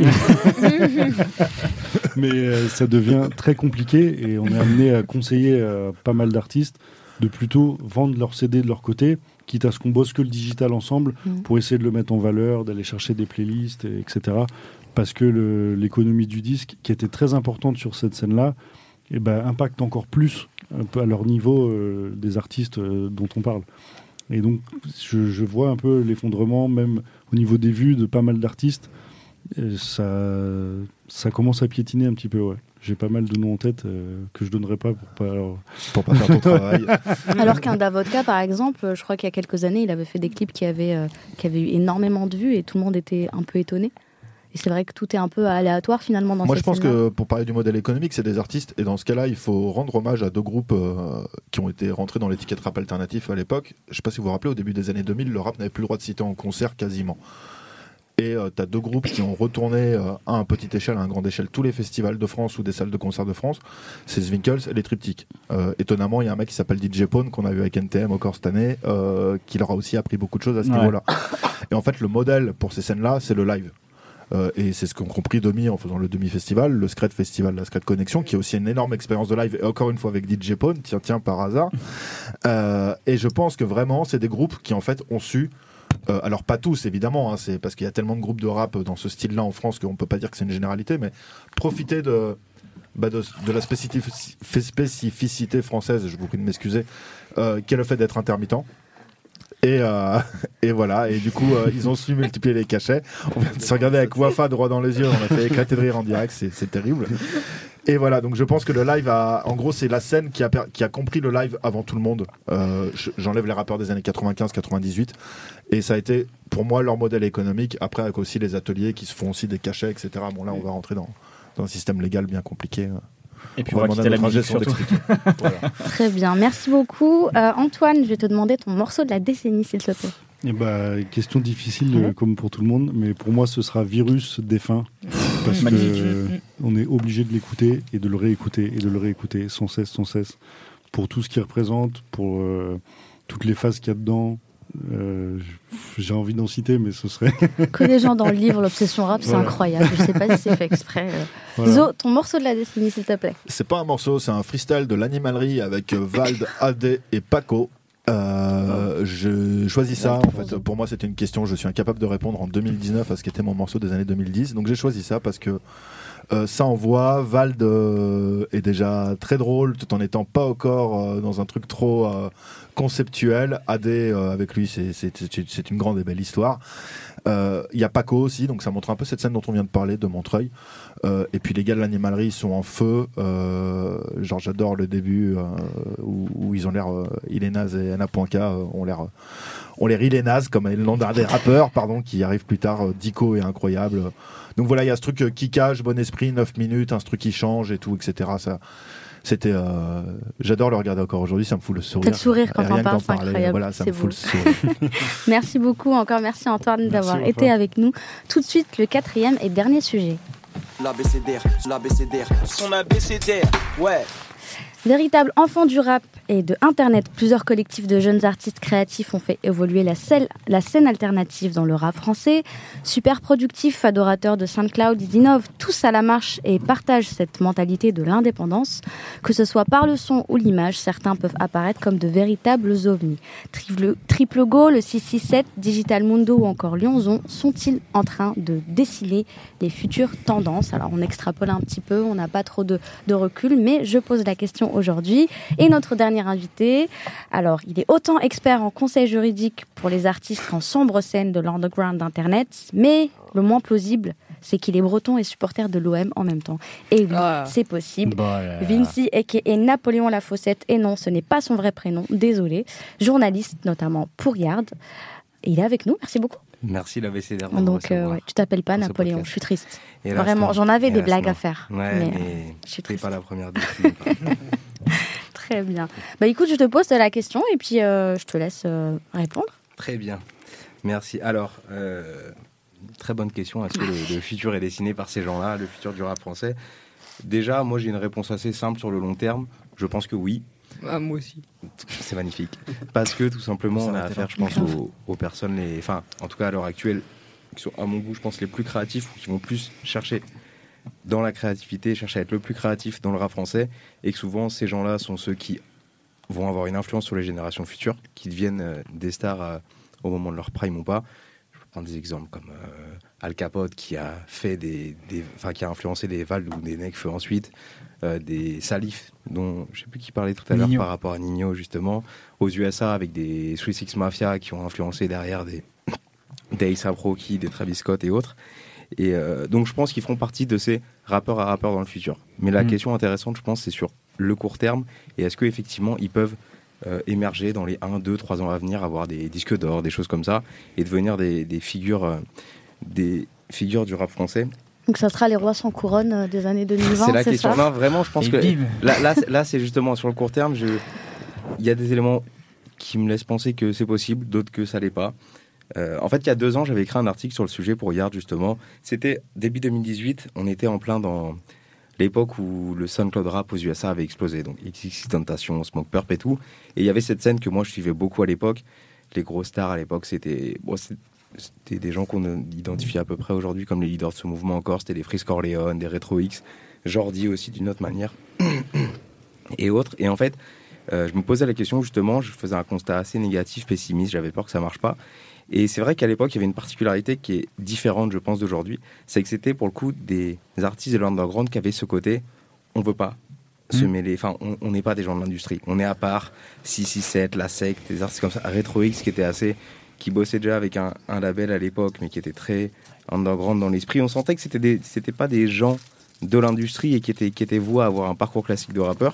mais euh, ça devient très compliqué et on est amené à conseiller à pas mal d'artistes de plutôt vendre leur C D de leur côté, quitte à ce qu'on bosse que le digital ensemble Mhm. pour essayer de le mettre en valeur, d'aller chercher des playlists, et- etc. Parce que le- l'économie du disque, qui était très importante sur cette scène-là, eh ben, impacte encore plus un peu à leur niveau euh, des artistes euh, dont on parle. Et donc, je, je vois un peu l'effondrement, même au niveau des vues de pas mal d'artistes. Et ça, ça commence à piétiner un petit peu, ouais. J'ai pas mal de noms en tête euh, que je donnerai pas pour pas. Alors... Pour pas faire ton travail. Alors qu'un Davodka, par exemple, je crois qu'il y a quelques années, il avait fait des clips qui avaient, euh, qui avaient eu énormément de vues et tout le monde était un peu étonné. Et c'est vrai que tout est un peu aléatoire finalement dans Moi, cette je pense scène-là. que pour parler du modèle économique, c'est des artistes. Et dans ce cas-là, il faut rendre hommage à deux groupes euh, qui ont été rentrés dans l'étiquette rap alternatif à l'époque. Je sais pas si vous vous rappelez, au début des années deux mille, le rap n'avait plus le droit de citer en concert quasiment. Et euh, tu as deux groupes qui ont retourné euh, à un petite échelle, à un grande échelle, tous les festivals de France ou des salles de concert de France. C'est Zwinkels et les Triptyques. Euh, étonnamment, il y a un mec qui s'appelle D J Pone, qu'on a vu avec N T M encore cette année, euh, qui leur a aussi appris beaucoup de choses à ce Ouais. niveau-là. Et en fait, le modèle pour ces scènes-là, c'est le live. Euh, et c'est ce qu'ont compris Demi en faisant le demi-festival, le Scred Festival, la Scred Connection, qui est aussi une énorme expérience de live, et encore une fois avec D J Pone, tiens, tiens, par hasard. Euh, et je pense que vraiment, c'est des groupes qui en fait ont su, euh, alors pas tous évidemment, hein, c'est parce qu'il y a tellement de groupes de rap dans ce style-là en France qu'on peut pas dire que c'est une généralité, mais profiter de, bah de, de la spécifici- spécificité française, je vous prie de m'excuser, euh, qui est le fait d'être intermittent. Et, euh, et voilà, et du coup, euh, ils ont su multiplier les cachets. On vient de se regarder avec Wafa droit dans les yeux, on a fait éclater de rire en direct, c'est, c'est terrible. Et voilà, donc je pense que le live a. En gros, c'est la scène qui a, per- qui a compris le live avant tout le monde. Euh, je- j'enlève les rappeurs des années quatre-vingt-quinze quatre-vingt-dix-huit. Et ça a été, pour moi, leur modèle économique. Après, avec aussi les ateliers qui se font aussi des cachets, et cetera. Bon, là, on va rentrer dans, dans un système légal bien compliqué. Et puis On on va va demander quitter à la notre musique ingé son surtout. d'expliquer. Voilà. Très bien, merci beaucoup. Euh, Antoine, je vais te demander ton morceau de la décennie, s'il te plaît. Eh ben, question difficile Ouais. euh, comme pour tout le monde, mais pour moi ce sera Virus défunt parce Magnifique. que euh, on est obligé de l'écouter et de le réécouter et de le réécouter sans cesse, sans cesse, pour tout ce qu'il représente, pour euh, toutes les phases qu'il y a dedans. Euh, j'ai envie d'en citer, mais ce serait. Que des gens dans le livre, l'obsession rap, c'est Voilà. incroyable. Je sais pas si c'est fait exprès. euh. Voilà. Zo, ton morceau de la décennie, s'il te plaît. C'est pas un morceau, c'est un freestyle de l'animalerie avec euh, Vald, Adé et Paco. Euh, je choisis ça. En fait, pour moi, c'était une question. Je suis incapable de répondre en deux mille dix-neuf à ce qu'était mon morceau des années deux mille dix. Donc, j'ai choisi ça parce que euh, ça envoie. Vald euh, est déjà très drôle, tout en n'étant pas encore euh, dans un truc trop euh, conceptuel. Adé, euh, avec lui, c'est, c'est, c'est, c'est une grande et belle histoire. Il euh, y a Paco aussi, donc ça montre un peu cette scène dont on vient de parler de Montreuil. Euh, et puis les gars de l'animalerie sont en feu. Euh, genre j'adore le début euh, où, où ils ont l'air, euh, Ilénaz et Anna Poinca euh, ont l'air, euh, ont l'air Ilénaz comme le nom d'un des rappeurs, pardon, qui arrive plus tard. Euh, Dico est incroyable. Donc voilà, il y a ce truc euh, qui cache, bon esprit, neuf minutes, un truc qui change et tout, et cetera. Ça, c'était, euh, j'adore le regarder encore aujourd'hui, ça me fout le sourire. T'as le sourire quand on parle, c'est parler, incroyable. Voilà, ça c'est me beau. fout le sourire. Merci beaucoup, encore merci Antoine Merci d'avoir Antoine. été avec nous. Tout de suite, le quatrième et dernier sujet. L'abécédaire, l'abécédaire, son abécédaire, ouais. Véritable enfant du rap et de Internet, plusieurs collectifs de jeunes artistes créatifs ont fait évoluer la scène, la scène alternative dans le rap français. Super productifs, adorateurs de SoundCloud, ils innovent tous à la marche et partagent cette mentalité de l'indépendance. Que ce soit par le son ou l'image, certains peuvent apparaître comme de véritables ovnis. Triple, Triple Go, le six six sept, Digital Mundo ou encore Lyonzon sont-ils en train de dessiner les futures tendances? Alors on extrapole un petit peu, on n'a pas trop de, de recul, mais je pose la question aujourd'hui. Et notre dernier invité, alors il est autant expert en conseil juridique pour les artistes qu'en sombre scène de l'underground d'Internet, mais le moins plausible, c'est qu'il est breton et supporter de l'O M en même temps. Et oui, Ah. c'est possible. Bon, là, là. Vinci, aka Napoléon Lafossette, et non, ce n'est pas son vrai prénom, désolé. Journaliste, notamment pour Yard. Et il est avec nous, merci beaucoup. Merci l'abécédaire. Donc, euh, ouais, tu t'appelles pas pour ce Napoléon, podcast. je suis triste. Hélas, Vraiment, non. j'en avais des Hélas, blagues non. à faire. Ouais, mais, mais, euh, je suis t'es triste. pas la première de qui. Très bien. Bah écoute, je te pose la question et puis euh, je te laisse euh, répondre. Très bien. Merci. Alors, euh, très bonne question. Est-ce que le, le futur est dessiné par ces gens-là, le futur du rap français? Déjà, moi, j'ai une réponse assez simple sur le long terme. Je pense que oui. Ah, moi aussi. C'est magnifique. Parce que tout simplement, on a affaire, je pense, aux, aux personnes, les, enfin, en tout cas à l'heure actuelle, qui sont, à mon goût, je pense, les plus créatifs, ou qui vont plus chercher dans la créativité, chercher à être le plus créatif dans le rap français, et que souvent, ces gens-là sont ceux qui vont avoir une influence sur les générations futures, qui deviennent euh, des stars euh, au moment de leur prime ou pas. Je peux prendre des exemples comme euh, Al Capote, qui a fait des, des, enfin, qui a influencé des Val ou des Nekfeu ensuite. Euh, des Salif, dont je sais plus qui parlait tout à l'heure Nino. par rapport à Nino justement, aux U S A avec des Swiss Six Mafia qui ont influencé derrière des des A$AP Rocky, des Travis Scott et autres. Et euh, donc je pense qu'ils feront partie de ces rappeurs à rappeurs dans le futur. Mais la Mm. question intéressante, je pense, c'est sur le court terme et est-ce qu'effectivement ils peuvent euh, émerger dans les un, deux, trois ans à venir, avoir des disques d'or, des choses comme ça, et devenir des, des figures, euh, des figures du rap français. Donc ça sera les rois sans couronne euh, des années deux mille vingt, C'est la c'est question. ça? Non, vraiment, je pense Et que bim. là, là, c'est- là, c'est justement sur le court terme. Je... Il y a des éléments qui me laissent penser que c'est possible, d'autres que ça l'est pas. Euh, en fait, il y a deux ans, j'avais écrit un article sur le sujet pour Yard justement. C'était début deux mille dix-huit. On était en plein dans l'époque où le SoundCloud rap aux U S A avait explosé. Donc X X Tentation, Smoke Purp et tout. Et il y avait cette scène que moi je suivais beaucoup à l'époque. Les grosses stars à l'époque, c'était bon, c'est- c'était des gens qu'on identifie à peu près aujourd'hui comme les leaders de ce mouvement encore. C'était des Freeze Corleone, des Retro X, Jordi aussi d'une autre manière et autres. Et en fait, euh, je me posais la question justement, je faisais un constat assez négatif, pessimiste, j'avais peur que ça marche pas. Et c'est vrai qu'à l'époque, il y avait une particularité qui est différente, je pense, d'aujourd'hui. C'est que c'était pour le coup des artistes de l'underground qui avaient ce côté, on veut pas se Mm. mêler, enfin, on on n'est pas des gens de l'industrie. On est à part, six six sept, La Secte, des artistes comme ça, Retro X qui était assez, qui bossait déjà avec un, un label à l'époque, mais qui était très underground dans l'esprit. On sentait que c'était des, c'était pas des gens de l'industrie et qui étaient, qui étaient voués à avoir un parcours classique de rappeur.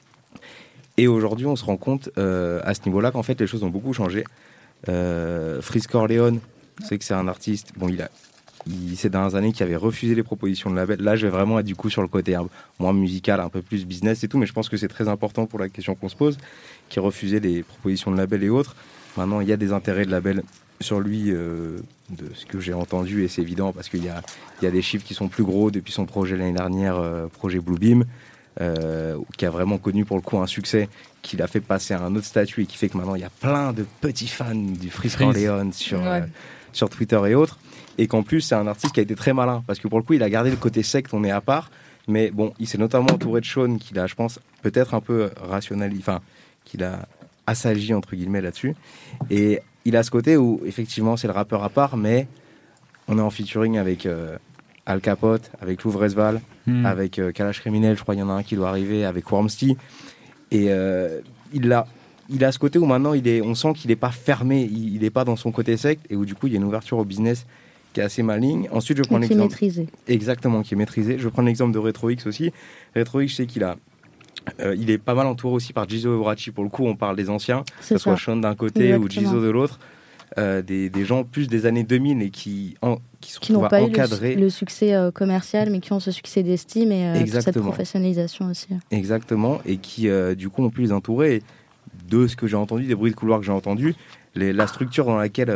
Et aujourd'hui, on se rend compte euh, à ce niveau-là qu'en fait, les choses ont beaucoup changé. Euh, Freeze Corleone, c'est que c'est un artiste. Bon, il a, il, ces dernières années, qui avait refusé les propositions de label. Là, je vais vraiment être du coup sur le côté hein, moins musical, un peu plus business et tout. Mais je pense que c'est très important pour la question qu'on se pose, qui refusait les propositions de label et autres. Maintenant, il y a des intérêts de label sur lui, euh, de ce que j'ai entendu, et c'est évident parce qu'il y a, il y a des chiffres qui sont plus gros depuis son projet l'année dernière, euh, projet Bluebeam. Euh, qui a vraiment connu pour le coup un succès qui l'a fait passer à un autre statut et qui fait que maintenant il y a plein de petits fans du Freeze Corleone sur, Ouais. euh, sur Twitter et autres, et qu'en plus c'est un artiste qui a été très malin parce que pour le coup il a gardé le côté secte, on est à part, mais bon, il s'est notamment entouré de Sean qu'il a, je pense, peut-être un peu rationalisé, enfin qu'il a assagi entre guillemets là-dessus, et il a ce côté où effectivement c'est le rappeur à part, mais on est en featuring avec euh, Al Capote, avec Louvresval, Mm. avec euh, Kalash Criminel, je crois qu'il y en a un qui doit arriver, avec Wormsty. Et euh, il l'a il a ce côté où maintenant il est, on sent qu'il n'est pas fermé, il n'est pas dans son côté secte et où du coup il y a une ouverture au business qui est assez maligne. Ensuite, je prends qui l'exemple. est maîtrisé. Exactement, qui est maîtrisé. Je prends l'exemple de RetroX aussi. RetroX, je sais qu'il a. Euh, il est pas mal entouré aussi par Jizo et Warachi. Pour le coup, on parle des anciens, que ce soit Sean d'un côté Exactement. ou Jizo de l'autre. Euh, des, des gens plus des années deux mille et qui, en, qui se qui n'ont pas encadrer. eu le, le succès euh, commercial, mais qui ont ce succès d'estime et euh, cette professionnalisation aussi. Exactement, et qui euh, du coup ont pu les entourer. Et de ce que j'ai entendu, des bruits de couloir que j'ai entendus, les, la structure dans laquelle,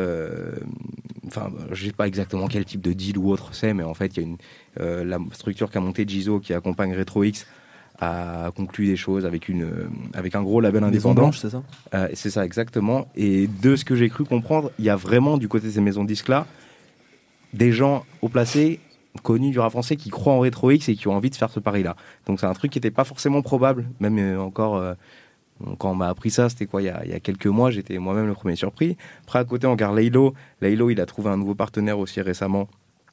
enfin, euh, je sais pas exactement quel type de deal ou autre c'est, mais en fait, il y a une euh, la structure qu'a montée Jizo qui accompagne RetroX a conclu des choses avec, une, euh, avec un gros label indépendant. Blanche, c'est ça euh, C'est ça, exactement. Et de ce que j'ai cru comprendre, il y a vraiment, du côté de ces maisons de disques-là, des gens haut placés, connus du rap français, qui croient en RetroX et qui ont envie de faire ce pari-là. Donc c'est un truc qui n'était pas forcément probable, même euh, encore... Euh, quand on m'a appris ça, c'était quoi, il y a, il y a quelques mois, j'étais moi-même le premier surpris. Après, à côté, on regarde Laylo. Laylo, il a trouvé un nouveau partenaire aussi récemment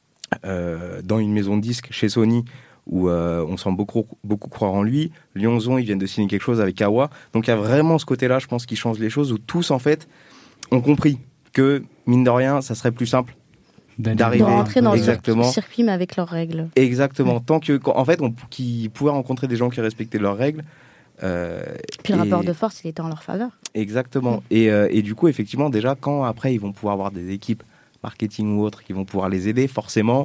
euh, dans une maison de disques chez Sony, où euh, on sent beaucoup, beaucoup croire en lui. Lyonzon, ils viennent de signer quelque chose avec Awa. Donc il y a vraiment ce côté-là, je pense, qui change les choses, où tous, en fait, ont compris que, mine de rien, ça serait plus simple d'arriver de rentrer dans exactement. le circuit, mais avec leurs règles. Exactement. Tant que, en fait, on, qu'ils pouvaient rencontrer des gens qui respectaient leurs règles. Euh, Puis le et... rapport de force, il était en leur faveur. Exactement. Mmh. Et, euh, et du coup, effectivement, déjà, quand après, ils vont pouvoir avoir des équipes marketing ou autres qui vont pouvoir les aider, forcément,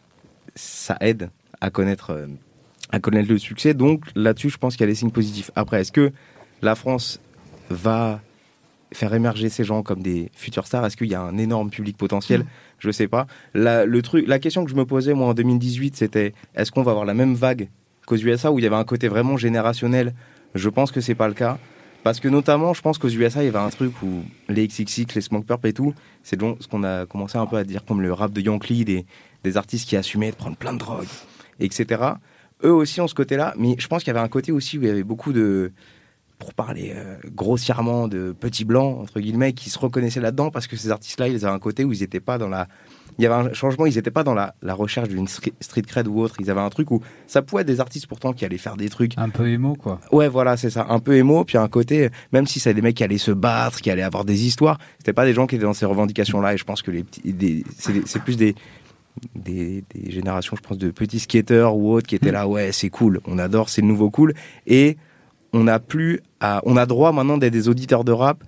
ça aide à connaître, euh, à connaître le succès. Donc là-dessus, je pense qu'il y a des signes positifs. Après, est-ce que la France va faire émerger ces gens comme des futurs stars? Est-ce qu'il y a un énorme public potentiel? mmh. Je sais pas. La, le truc, la question que je me posais, moi, en deux mille dix-huit, c'était est-ce qu'on va avoir la même vague qu'aux U S A où il y avait un côté vraiment générationnel? Je pense que c'est pas le cas. Parce que notamment, je pense qu'aux U S A, il y avait un truc où les X X X, les Smoke Purp et tout, c'est ce qu'on a commencé un peu à dire comme le rap de Yankee, des, des artistes qui assumaient de prendre plein de drogue, et cetera. Eux aussi ont ce côté-là, mais je pense qu'il y avait un côté aussi où il y avait beaucoup de, pour parler euh, grossièrement, de petits blancs, entre guillemets, qui se reconnaissaient là-dedans, parce que ces artistes-là, ils avaient un côté où ils n'étaient pas dans la... Il y avait un changement, ils n'étaient pas dans la, la recherche d'une street cred ou autre. Ils avaient un truc où ça pouvait être des artistes pourtant qui allaient faire des trucs... Un peu émo, quoi. Ouais, voilà, c'est ça. Un peu émo, puis un côté... Même si c'est des mecs qui allaient se battre, qui allaient avoir des histoires, c'était pas des gens qui étaient dans ces revendications-là. Et je pense que les petits, des, c'est, des, c'est plus des, des, des générations, je pense, de petits skateurs ou autres qui étaient là, ouais, c'est cool, on adore, c'est le nouveau cool. Et on a plus à, on a droit maintenant d'être des auditeurs de rap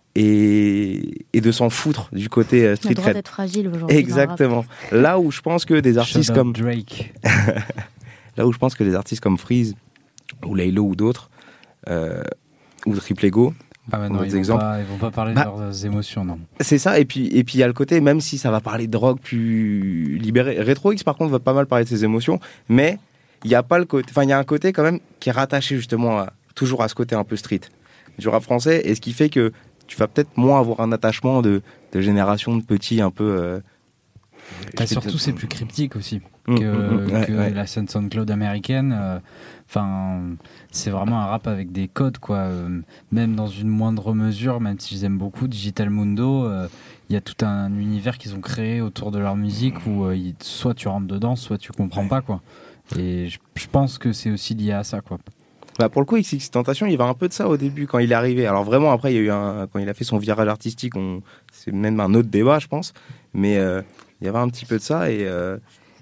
et, et de s'en foutre du côté euh, street cred. On a le droit d'être fragile aujourd'hui. Exactement. Là où je pense que des artistes comme Drake, là où je pense que des artistes comme Freeze ou Laylo ou d'autres euh, ou Triple Ego, ah bah non, ils, vont pas, ils vont pas parler bah, de leurs émotions, non. C'est ça. Et puis et puis il y a le côté, même si ça va parler de drogue plus libéré. RetroX par contre va pas mal parler de ses émotions, mais il y a pas le côté, enfin il y a un côté quand même qui est rattaché justement à, toujours à ce côté un peu street du rap français, et ce qui fait que tu vas peut-être moins avoir un attachement de, de génération de petits un peu... Euh, bah, surtout, c'est plus cryptique aussi mmh, que, mmh, ouais, que ouais. la scène SoundCloud américaine. Enfin, euh, c'est vraiment un rap avec des codes, quoi. Euh, même dans une moindre mesure, même si je les aime beaucoup, Digital Mundo, il euh, y a tout un univers qu'ils ont créé autour de leur musique où euh, y, soit tu rentres dedans, soit tu comprends pas, quoi. Et je, je pense que c'est aussi lié à ça, quoi. Bah pour le coup, X X Tentation, il y avait un peu de ça au début quand il est arrivé. Alors vraiment, après, il y a eu un, quand il a fait son virage artistique, on, c'est même un autre débat, je pense. Mais euh, il y avait un petit peu de ça. Et, euh,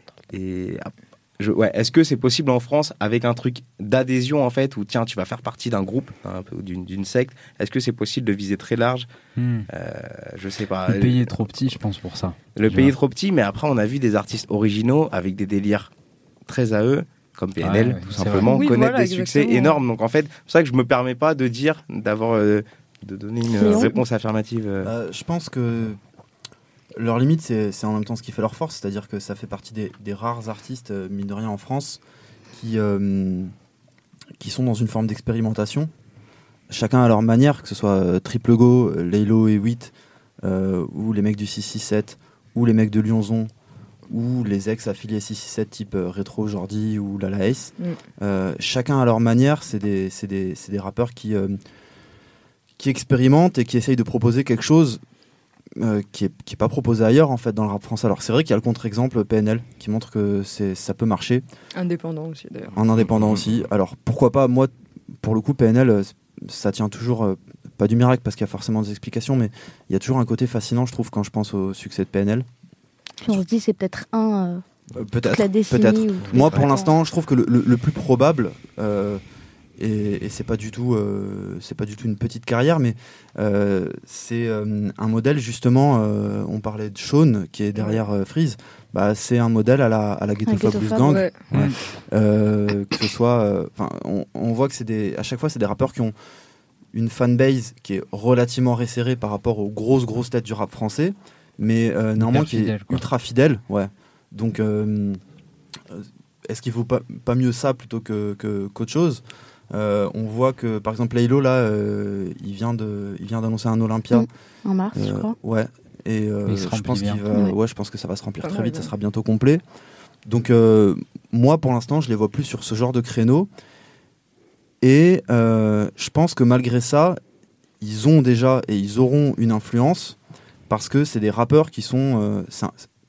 et je, ouais, est-ce que c'est possible en France avec un truc d'adhésion en fait, où tiens, tu vas faire partie d'un groupe, un peu d'une, d'une secte. Est-ce que c'est possible de viser très large? hmm. euh, Je sais pas. Le pays est trop petit, je pense, pour ça. Le pays est trop petit, mais après, on a vu des artistes originaux avec des délires très à eux, comme P N L, ouais, ouais, tout simplement, oui, connaître voilà, des succès énormes. Donc en fait, c'est pour ça que je me permets pas de dire, d'avoir, euh, de donner une euh, réponse affirmative. Euh. Euh, je pense que leur limite, c'est, c'est en même temps ce qui fait leur force, c'est-à-dire que ça fait partie des, des rares artistes, euh, mine de rien, en France, qui, euh, qui sont dans une forme d'expérimentation, chacun à leur manière, que ce soit euh, Triple Go, euh, Laylo et huit, euh, ou les mecs du six six sept, ou les mecs de Lyonzon, ou les ex-affiliés six six sept type euh, Retro Jordi ou Lala Ace. Mm. Euh, chacun à leur manière, c'est des, c'est des, c'est des rappeurs qui, euh, qui expérimentent et qui essayent de proposer quelque chose euh, qui n'est qui est pas proposé ailleurs en fait, dans le rap français. Alors c'est vrai qu'il y a le contre-exemple P N L qui montre que c'est, ça peut marcher. Indépendant aussi d'ailleurs. En indépendant mmh. aussi. Alors pourquoi pas, moi pour le coup P N L ça tient toujours euh, pas du miracle parce qu'il y a forcément des explications, mais il y a toujours un côté fascinant, je trouve, quand je pense au succès de P N L. Puis on se dit, c'est peut-être un. Euh, peut-être. Toute la décennie peut-être. ou Moi, pour l'instant, je trouve que le, le, le plus probable. Euh, Et, et c'est pas du tout, euh, c'est pas du tout une petite carrière, mais euh, c'est euh, un modèle justement. Euh, on parlait de Sean qui est derrière euh, Freeze. Bah, c'est un modèle à la à la Ghetto Fab Blues Gang. Ouais. Ouais. Euh, que ce soit, enfin, euh, on, on voit que c'est des, à chaque fois, c'est des rappeurs qui ont une fanbase qui est relativement resserrée par rapport aux grosses grosses têtes du rap français, mais euh, néanmoins qui fidèle, est quoi. ultra fidèle. Ouais. Donc, euh, est-ce qu'il faut pas pas mieux ça plutôt que, que qu'autre chose? Euh, on voit que par exemple Laylo là euh, il vient de il vient d'annoncer un Olympia mmh. en mars euh, je crois ouais et euh, je pense qu'il va ouais. ouais je pense que ça va se remplir Pas très mal, vite ouais. ça sera bientôt complet donc euh, moi pour l'instant je les vois plus sur ce genre de créneau et euh, je pense que malgré ça ils ont déjà et ils auront une influence parce que c'est des rappeurs qui sont euh, c'est, un,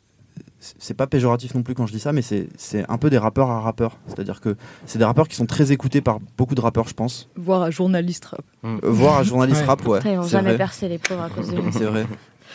c'est pas péjoratif non plus quand je dis ça, mais c'est, c'est un peu des rappeurs à rappeurs. C'est-à-dire que c'est des rappeurs qui sont très écoutés par beaucoup de rappeurs, je pense. Voire à journaliste rap. Euh, voire à journaliste Ouais. rap, ouais. Après, ils n'ont c'est jamais vrai. percé les pauvres à cause de lui. C'est vrai.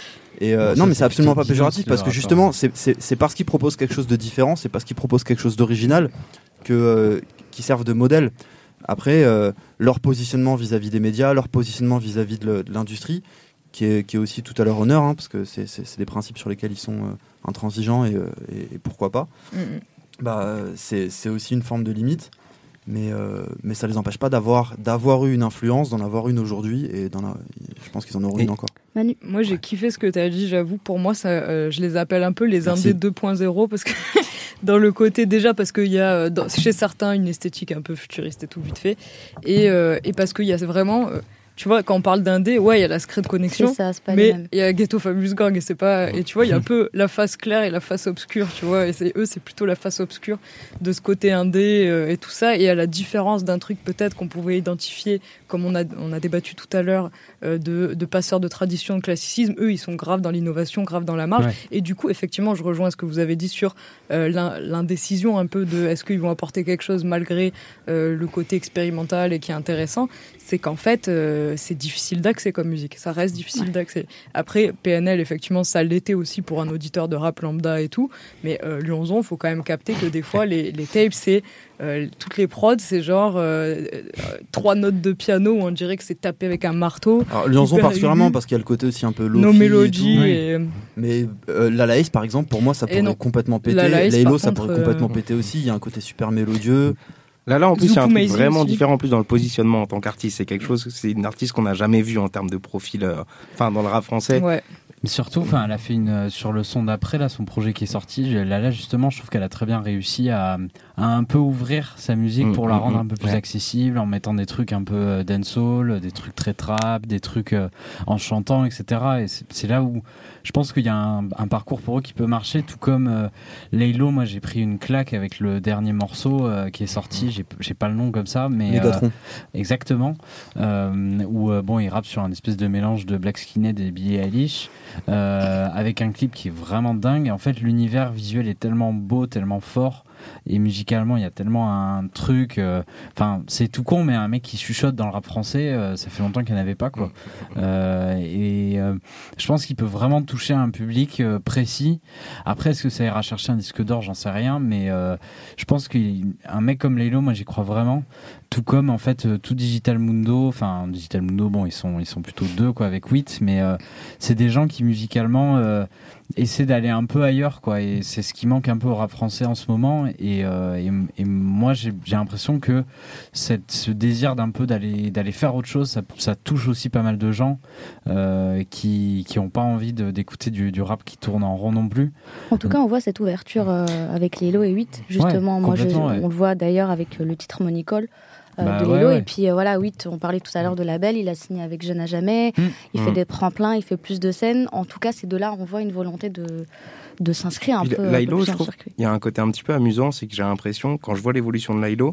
Et euh, Bon, non, ça, mais c'est c'est absolument plutôt pas péjoratif disant, parce c'est que le justement, rappeur. c'est, c'est, c'est parce qu'ils proposent quelque chose de différent, c'est parce qu'ils proposent quelque chose d'original que, euh, qui servent de modèle. Après, euh, leur positionnement vis-à-vis des médias, leur positionnement vis-à-vis de, le- de l'industrie, qui est, qui est aussi tout à leur honneur, hein, parce que c'est, c'est, c'est des principes sur lesquels ils sont euh, intransigeants et, euh, et, et pourquoi pas. Mmh. Bah, euh, c'est, c'est aussi une forme de limite, mais, euh, mais ça les empêche pas d'avoir, d'avoir eu une influence, d'en avoir une aujourd'hui, et d'en a- je pense qu'ils en auront Et- une encore. Manu. Moi, j'ai kiffé ce que tu as dit, j'avoue. Pour moi, ça, euh, je les appelle un peu les Merci. indés deux point zéro parce que dans le côté, déjà, parce qu'il y a euh, dans- chez certains une esthétique un peu futuriste et tout vite fait. Et, euh, et parce qu'il y a vraiment. euh, tu vois, quand on parle d'indé, ouais, il y a la Secret Connection. C'est ça, c'est pas les Mais mêmes. il y a Ghetto Fabulous Gang et c'est pas et tu vois il y a un peu la face claire et la face obscure, tu vois, et c'est eux c'est plutôt la face obscure de ce côté indé euh, et tout ça, et à la différence d'un truc peut-être qu'on pouvait identifier comme on a on a débattu tout à l'heure euh, de de passeurs de tradition, de classicisme, eux ils sont graves dans l'innovation, graves dans la marge, Ouais. et du coup effectivement je rejoins ce que vous avez dit sur euh, l'in- l'indécision un peu de est-ce qu'ils vont apporter quelque chose malgré euh, le côté expérimental et qui est intéressant. C'est qu'en fait, euh, c'est difficile d'accès comme musique. Ça reste difficile Ouais. d'accès. Après, P N L, effectivement, ça l'était aussi pour un auditeur de rap lambda et tout. Mais euh, Lyonzon, il faut quand même capter que des fois, les, les tapes, c'est euh, toutes les prods, c'est genre euh, euh, trois notes de piano où on dirait que c'est tapé avec un marteau. Alors, Lyonzon Hyper particulièrement aigu. parce qu'il y a le côté aussi un peu lofi Nos et mélodies. tout. Et, Mais euh, la Laïs par exemple pour moi ça Et pourrait non. complètement péter. La Laïs, Laylo par ça contre, pourrait complètement euh, péter aussi. Il y a un côté super mélodieux. Là, là, en plus, il y a un Zouk truc Maizy vraiment aussi. différent en plus dans le positionnement en tant qu'artiste. C'est quelque chose, c'est une artiste qu'on n'a jamais vue en termes de profil, euh, enfin, dans le rap français. ouais. Mais surtout, enfin, elle a fait une euh, sur le son d'après là, son projet qui est sorti. je- Là, là, justement, je trouve qu'elle a très bien réussi à, à un peu ouvrir sa musique Mmh, pour la mmh, rendre mmh. un peu plus Ouais. accessible, en mettant des trucs un peu euh, dancehall, des trucs très trap, des trucs euh, en chantant, et cetera. Et c'est, c'est là où je pense qu'il y a un, un parcours pour eux qui peut marcher, tout comme euh, Laylo. Moi, j'ai pris une claque avec le dernier morceau euh, qui est sorti. J'ai, j'ai pas le nom comme ça, mais euh, Mégatron. exactement. Euh, où euh, bon, il rappe sur un espèce de mélange de Black Skinhead et Billie Eilish. Euh, avec un clip qui est vraiment dingue. Et en fait, l'univers visuel est tellement beau, tellement fort, et musicalement, il y a tellement un truc. Enfin, euh, c'est tout con, mais un mec qui chuchote dans le rap français, euh, ça fait longtemps qu'il n'y en avait pas, quoi. Euh, et euh, je pense qu'il peut vraiment toucher un public euh, précis. Après, est-ce que ça ira chercher un disque d'or? J'en sais rien, mais euh, je pense qu'un mec comme Laylo, moi, j'y crois vraiment. Tout comme en fait euh, tout Digital Mundo, enfin Digital Mundo, bon ils sont ils sont plutôt deux quoi avec huit, mais euh, c'est des gens qui musicalement euh, essaient d'aller un peu ailleurs quoi, et c'est ce qui manque un peu au rap français en ce moment. Et, euh, et, et moi j'ai, j'ai l'impression que cette, ce désir d'un peu d'aller d'aller faire autre chose, ça, ça touche aussi pas mal de gens euh, qui qui ont pas envie de, d'écouter du, du rap qui tourne en rond non plus. En tout cas, on voit cette ouverture euh, avec Laylo et huit. Justement, Ouais, moi, je, complètement, ouais. on le voit d'ailleurs avec euh, le titre Monicole. Euh, Bah, de ouais, Laylo. ouais. Et puis euh, voilà, huit, on parlait tout à l'heure de label, il a signé avec Jeune à Jamais, Mmh. il fait Mmh. des tremplins, il fait plus de scènes. En tout cas, ces deux-là, on voit une volonté de, de s'inscrire un Puis peu, un peu Laylo, plus je dans le trouve, circuit. il y a un côté un petit peu amusant, c'est que j'ai l'impression, quand je vois l'évolution de Laylo,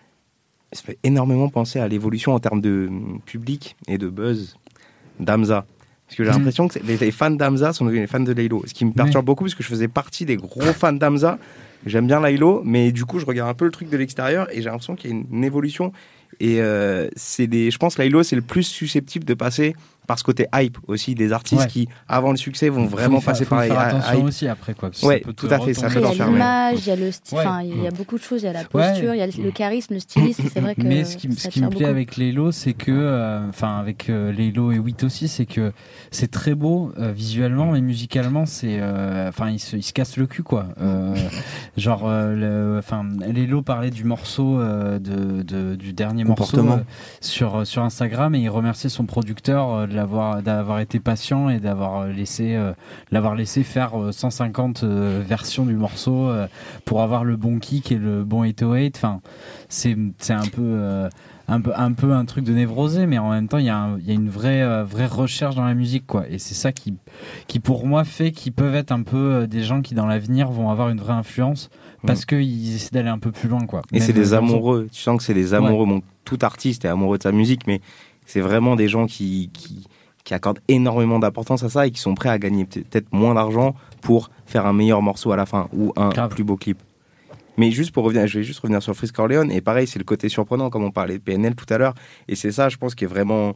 ça fait énormément penser à l'évolution en termes de hum, public et de buzz d'Hamza. Parce que j'ai Mhm. l'impression que c'est- les, les fans d'Hamza sont devenus les fans de Laylo. Ce qui me perturbe beaucoup, parce que je faisais partie des gros fans d'Hamza. J'aime bien Laylo, mais du coup, je regarde un peu le truc de l'extérieur et j'ai l'impression qu'il y a une, une évolution Et euh, c'est des, je pense que Laylo, c'est le plus susceptible de passer par ce côté hype aussi des artistes ouais. qui, avant le succès, vont vraiment faire, passer par faire attention aussi après quoi. Ouais, tout à fait. Ça il y a l'image, il y a le style, enfin, ouais. il y a beaucoup de choses. Il y a la posture, ouais. il y a le charisme, le stylisme. C'est vrai que. Mais ce qui, ce qui me plaît beaucoup. avec Laylo, c'est que, enfin, euh, avec euh, Laylo et Wheat aussi, c'est que c'est très beau euh, visuellement et musicalement. C'est, enfin, euh, il se, il se casse le cul quoi. Euh, genre, enfin, euh, Laylo parlait du morceau euh, de, de, du dernier morceau euh, sur sur Instagram et il remerciait son producteur euh, de l'avoir d'avoir été patient et d'avoir laissé euh, l'avoir laissé faire euh, cent cinquante euh, versions du morceau euh, pour avoir le bon kick et le bon huit cent huit. Enfin, c'est c'est un peu euh, un peu un peu un truc de névrosé, mais en même temps il y a un, il y a une vraie euh, vraie recherche dans la musique quoi. Et c'est ça qui qui pour moi fait qu'ils peuvent être un peu euh, des gens qui dans l'avenir vont avoir une vraie influence parce mmh. qu'ils essaient d'aller un peu plus loin quoi. Et même c'est des amoureux. Tu sens que c'est des amoureux. Ouais. Bon, tout artiste est amoureux de sa musique, mais c'est vraiment des gens qui, qui, qui accordent énormément d'importance à ça et qui sont prêts à gagner peut-être moins d'argent pour faire un meilleur morceau à la fin ou un Grave. plus beau clip. Mais juste pour revenir, je vais juste revenir sur Freeze Corleone et pareil, c'est le côté surprenant comme on parlait de P N L tout à l'heure et c'est ça, je pense, qui est vraiment,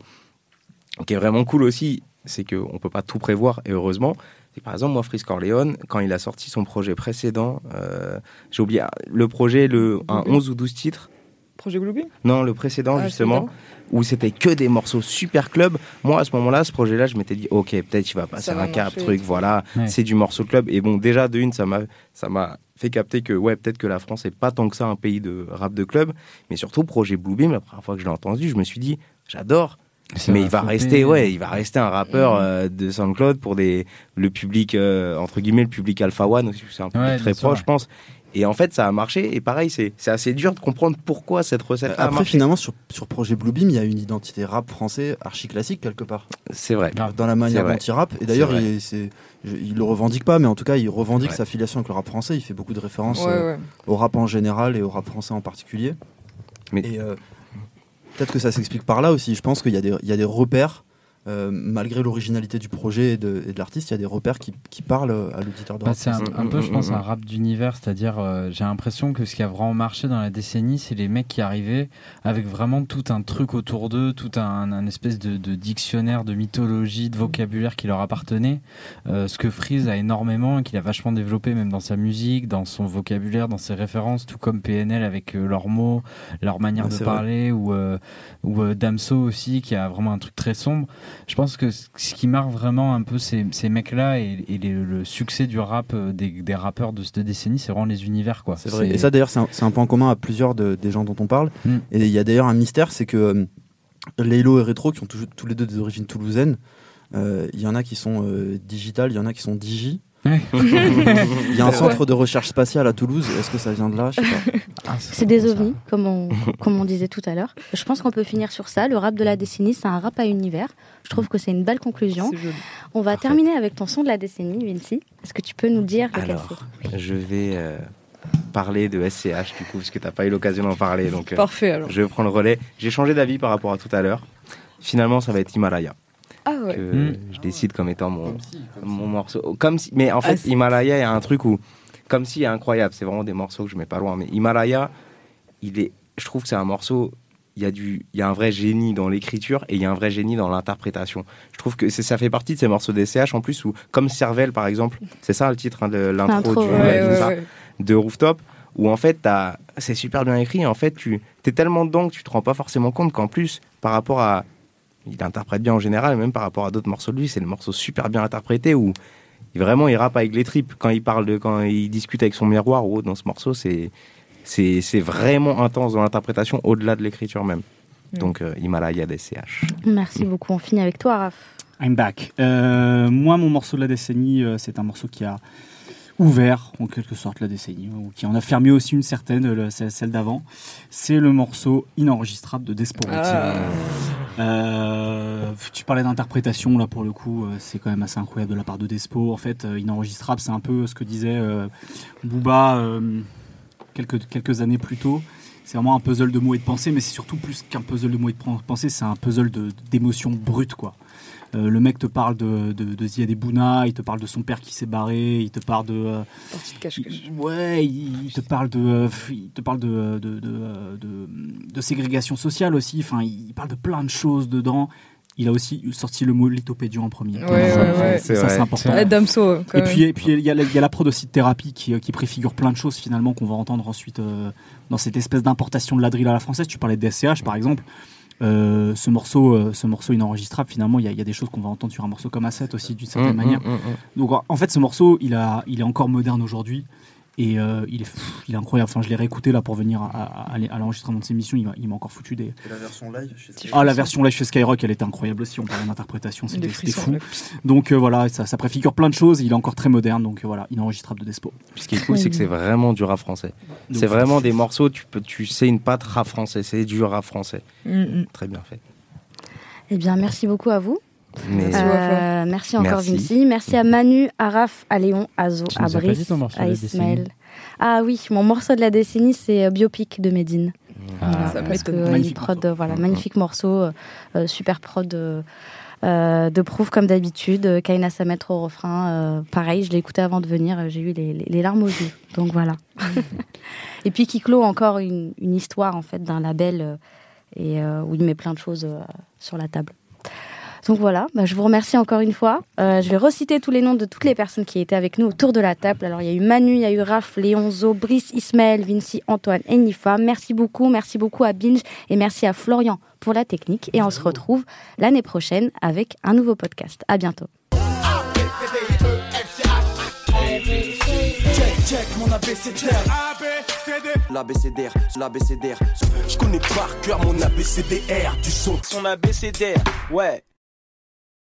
qui est vraiment cool aussi, c'est qu'on peut pas tout prévoir et heureusement. Et par exemple, moi, Freeze Corleone, quand il a sorti son projet précédent, euh, j'ai oublié le projet, le un onze ou douze titres. Projet Bluebeam ? Non, le précédent, ah, justement, où c'était que des morceaux super club. Moi, à ce moment-là, ce projet-là, je m'étais dit, ok, peut-être il va passer un cap, marcher. truc, voilà, ouais. c'est du morceau club. Et bon, déjà, de une, ça m'a, ça m'a fait capter que, ouais, peut-être que la France n'est pas tant que ça un pays de rap de club. Mais surtout, projet Bluebeam, la première fois que je l'ai entendu, je me suis dit, j'adore. Ça mais il va flopper. rester, ouais, il va rester un rappeur euh, de SoundCloud pour des, le public, euh, entre guillemets, le public Alpha One aussi, c'est un public ouais, très proche, je pense. Et en fait, ça a marché. Et pareil, c'est, c'est assez dur de comprendre pourquoi cette recette a marché. Après, finalement, sur, sur Projet Bluebeam, il y a une identité rap français archi classique quelque part. C'est vrai. Dans la manière dont il rappe. Et d'ailleurs, il, c'est, il le revendique pas, mais en tout cas, il revendique sa filiation avec le rap français. Il fait beaucoup de références ouais, euh, ouais. au rap en général et au rap français en particulier. Mais et euh, peut-être que ça s'explique par là aussi. Je pense qu'il y a des, il y a des repères. Euh, malgré l'originalité du projet et de, et de l'artiste, il y a des repères qui, qui parlent à l'auditeur de bah, rap. C'est un, un peu, je pense, un rap d'univers, c'est-à-dire, euh, j'ai l'impression que ce qui a vraiment marché dans la décennie, c'est les mecs qui arrivaient avec vraiment tout un truc autour d'eux, tout un, un espèce de, de dictionnaire de mythologie, de vocabulaire qui leur appartenait. Euh, ce que Freeze a énormément et qu'il a vachement développé, même dans sa musique, dans son vocabulaire, dans ses références, tout comme P N L avec euh, leurs mots, leur manière ouais, de parler, vrai. ou, euh, ou euh, Damso aussi, qui a vraiment un truc très sombre. Je pense que ce qui marque vraiment un peu ces, ces mecs-là et, et les, le succès du rap des, des rappeurs de cette décennie, c'est vraiment les univers, quoi. C'est vrai. C'est... Et ça, d'ailleurs, c'est un, c'est un point commun à plusieurs de, des gens dont on parle. Mm. Et il y a d'ailleurs un mystère, c'est que euh, Laylo et Retro, qui ont tous, tous les deux des origines toulousaines, il euh, y en a qui sont euh, digitales, il y en a qui sont digi. Il y a un centre de recherche spatiale à Toulouse. Est-ce que ça vient de là? Je sais pas. Ah, c'est, c'est des ovnis, comme on, comme on disait tout à l'heure. Je pense qu'on peut finir sur ça. Le rap de la décennie, c'est un rap à univers. Je trouve que c'est une belle conclusion. On va Parfait. terminer avec ton son de la décennie, Vinci. Est-ce que tu peux nous dire lequel Alors, c'est? Je vais euh, parler de S C H, du coup, parce que tu n'as pas eu l'occasion d'en parler. Donc, euh, Parfait, alors. Je prends le relais. J'ai changé d'avis par rapport à tout à l'heure. Finalement, ça va être Himalaya. Ah ouais. Que mmh. je décide comme étant mon, comme si, comme mon si. morceau. Comme si, mais en fait, ah, Himalaya, il y a un truc où, comme si, est incroyable. C'est vraiment des morceaux que je mets pas loin. Mais Himalaya, il est, je trouve que c'est un morceau. Il y a du, il y a un vrai génie dans l'écriture et il y a un vrai génie dans l'interprétation. Je trouve que c'est, ça fait partie de ces morceaux d'S C H en plus où, comme Cervelle par exemple, c'est ça le titre hein, de l'intro, l'intro du, ouais, ouais, ouais. de Rooftop, où en fait t'as, c'est super bien écrit. Et en fait, tu es tellement dedans que tu te rends pas forcément compte qu'en plus, par rapport à il interprète bien en général, même par rapport à d'autres morceaux de lui, c'est le morceau super bien interprété où vraiment il rappe avec les tripes quand il parle de, quand il discute avec son miroir ou autre dans ce morceau, c'est c'est c'est vraiment intense dans l'interprétation au-delà de l'écriture même. Mmh. Donc euh, Himalaya d'S C H. Merci beaucoup. On finit avec toi, Raph. I'm back. Euh, moi, mon morceau de la décennie, euh, c'est un morceau qui a ouvert en quelque sorte la décennie, ou qui en a fermé aussi une certaine, le, celle d'avant. C'est le morceau Inenregistrable de Desporati. Ah. Euh, tu parlais d'interprétation, là pour le coup, c'est quand même assez incroyable de la part de Despo. En fait, Inenregistrable, c'est un peu ce que disait euh, Booba euh, quelques, quelques années plus tôt. c'est vraiment un puzzle de mots et de pensées, mais c'est surtout plus qu'un puzzle de mots et de pensées, c'est un puzzle de, d'émotions brutes, quoi. Euh, le mec te parle de, de, de Ziad et Bouna, il te parle de son père qui s'est barré, il te parle de... Euh, il, ouais, il, il te parle de... Euh, il te parle de, de, de, de, de ségrégation sociale aussi, enfin, il parle de plein de choses dedans. Il a aussi sorti le mot lithopédion en premier. Ouais, ouais, ouais, ouais. C'est, ça, c'est important. Ouais, Damso, et, puis, et puis, il y, y a la prod aussi de thérapie qui, qui préfigure plein de choses finalement qu'on va entendre ensuite euh, dans cette espèce d'importation de la drill à la française. Tu parlais de D S C H par exemple. Euh, ce morceau, euh, ce morceau inenregistrable, finalement, il y, y a des choses qu'on va entendre sur un morceau comme Asset aussi d'une certaine mmh, manière. Mmh, mmh. Donc en fait, ce morceau, il, a, il est encore moderne aujourd'hui. Et euh, il, est, pff, il est incroyable. Enfin, je l'ai réécouté là pour venir à, à, à l'enregistrement de ces émissions. Il m'a, il m'a encore foutu des. Et la version live chez Skyrock. Ah, la version live chez Skyrock, elle était incroyable aussi. On parlait d'interprétation, c'était, c'était fou. Donc euh, voilà, ça, ça préfigure plein de choses. Il est encore très moderne. Donc euh, voilà, inenregistrable de Despo. Ce qui est cool, c'est que c'est vraiment du rap français. Donc, c'est vraiment des morceaux. Tu peux, tu sais une patte rap français. C'est du rap français. Mm-hmm. Très bien fait. Eh bien, merci beaucoup à vous. Mais... Euh, merci encore merci. Vinci, merci à Manu, à Raph, à Léon, à Zo, tu à Brice, à Ismaël. Ah oui, mon morceau de la décennie c'est Biopic de Medine. Ah, voilà, ça parce que magnifique prod, morceau. voilà, magnifique morceau, euh, super prod euh, euh, de Proof comme d'habitude. Kaina Samet au refrain, euh, pareil, je l'ai écouté avant de venir, j'ai eu les, les, les larmes aux yeux. Donc voilà. Et puis qui clôt encore une, une histoire en fait d'un label euh, et euh, où il met plein de choses euh, sur la table. Donc voilà, bah je vous remercie encore une fois. Euh, je vais reciter tous les noms de toutes les personnes qui étaient avec nous autour de la table. Alors il y a eu Manu, il y a eu Raph, Léon, Zo, Brice, Ismaël, Vinci, Antoine et Nifa. Merci beaucoup, merci beaucoup à Binge et merci à Florian pour la technique. Et on se retrouve l'année prochaine avec un nouveau podcast. À bientôt. Check mon abécédaire. L'abécédaire, l'abécédaire. Je connais par cœur mon abécédaire du son. Son abécédaire, ouais.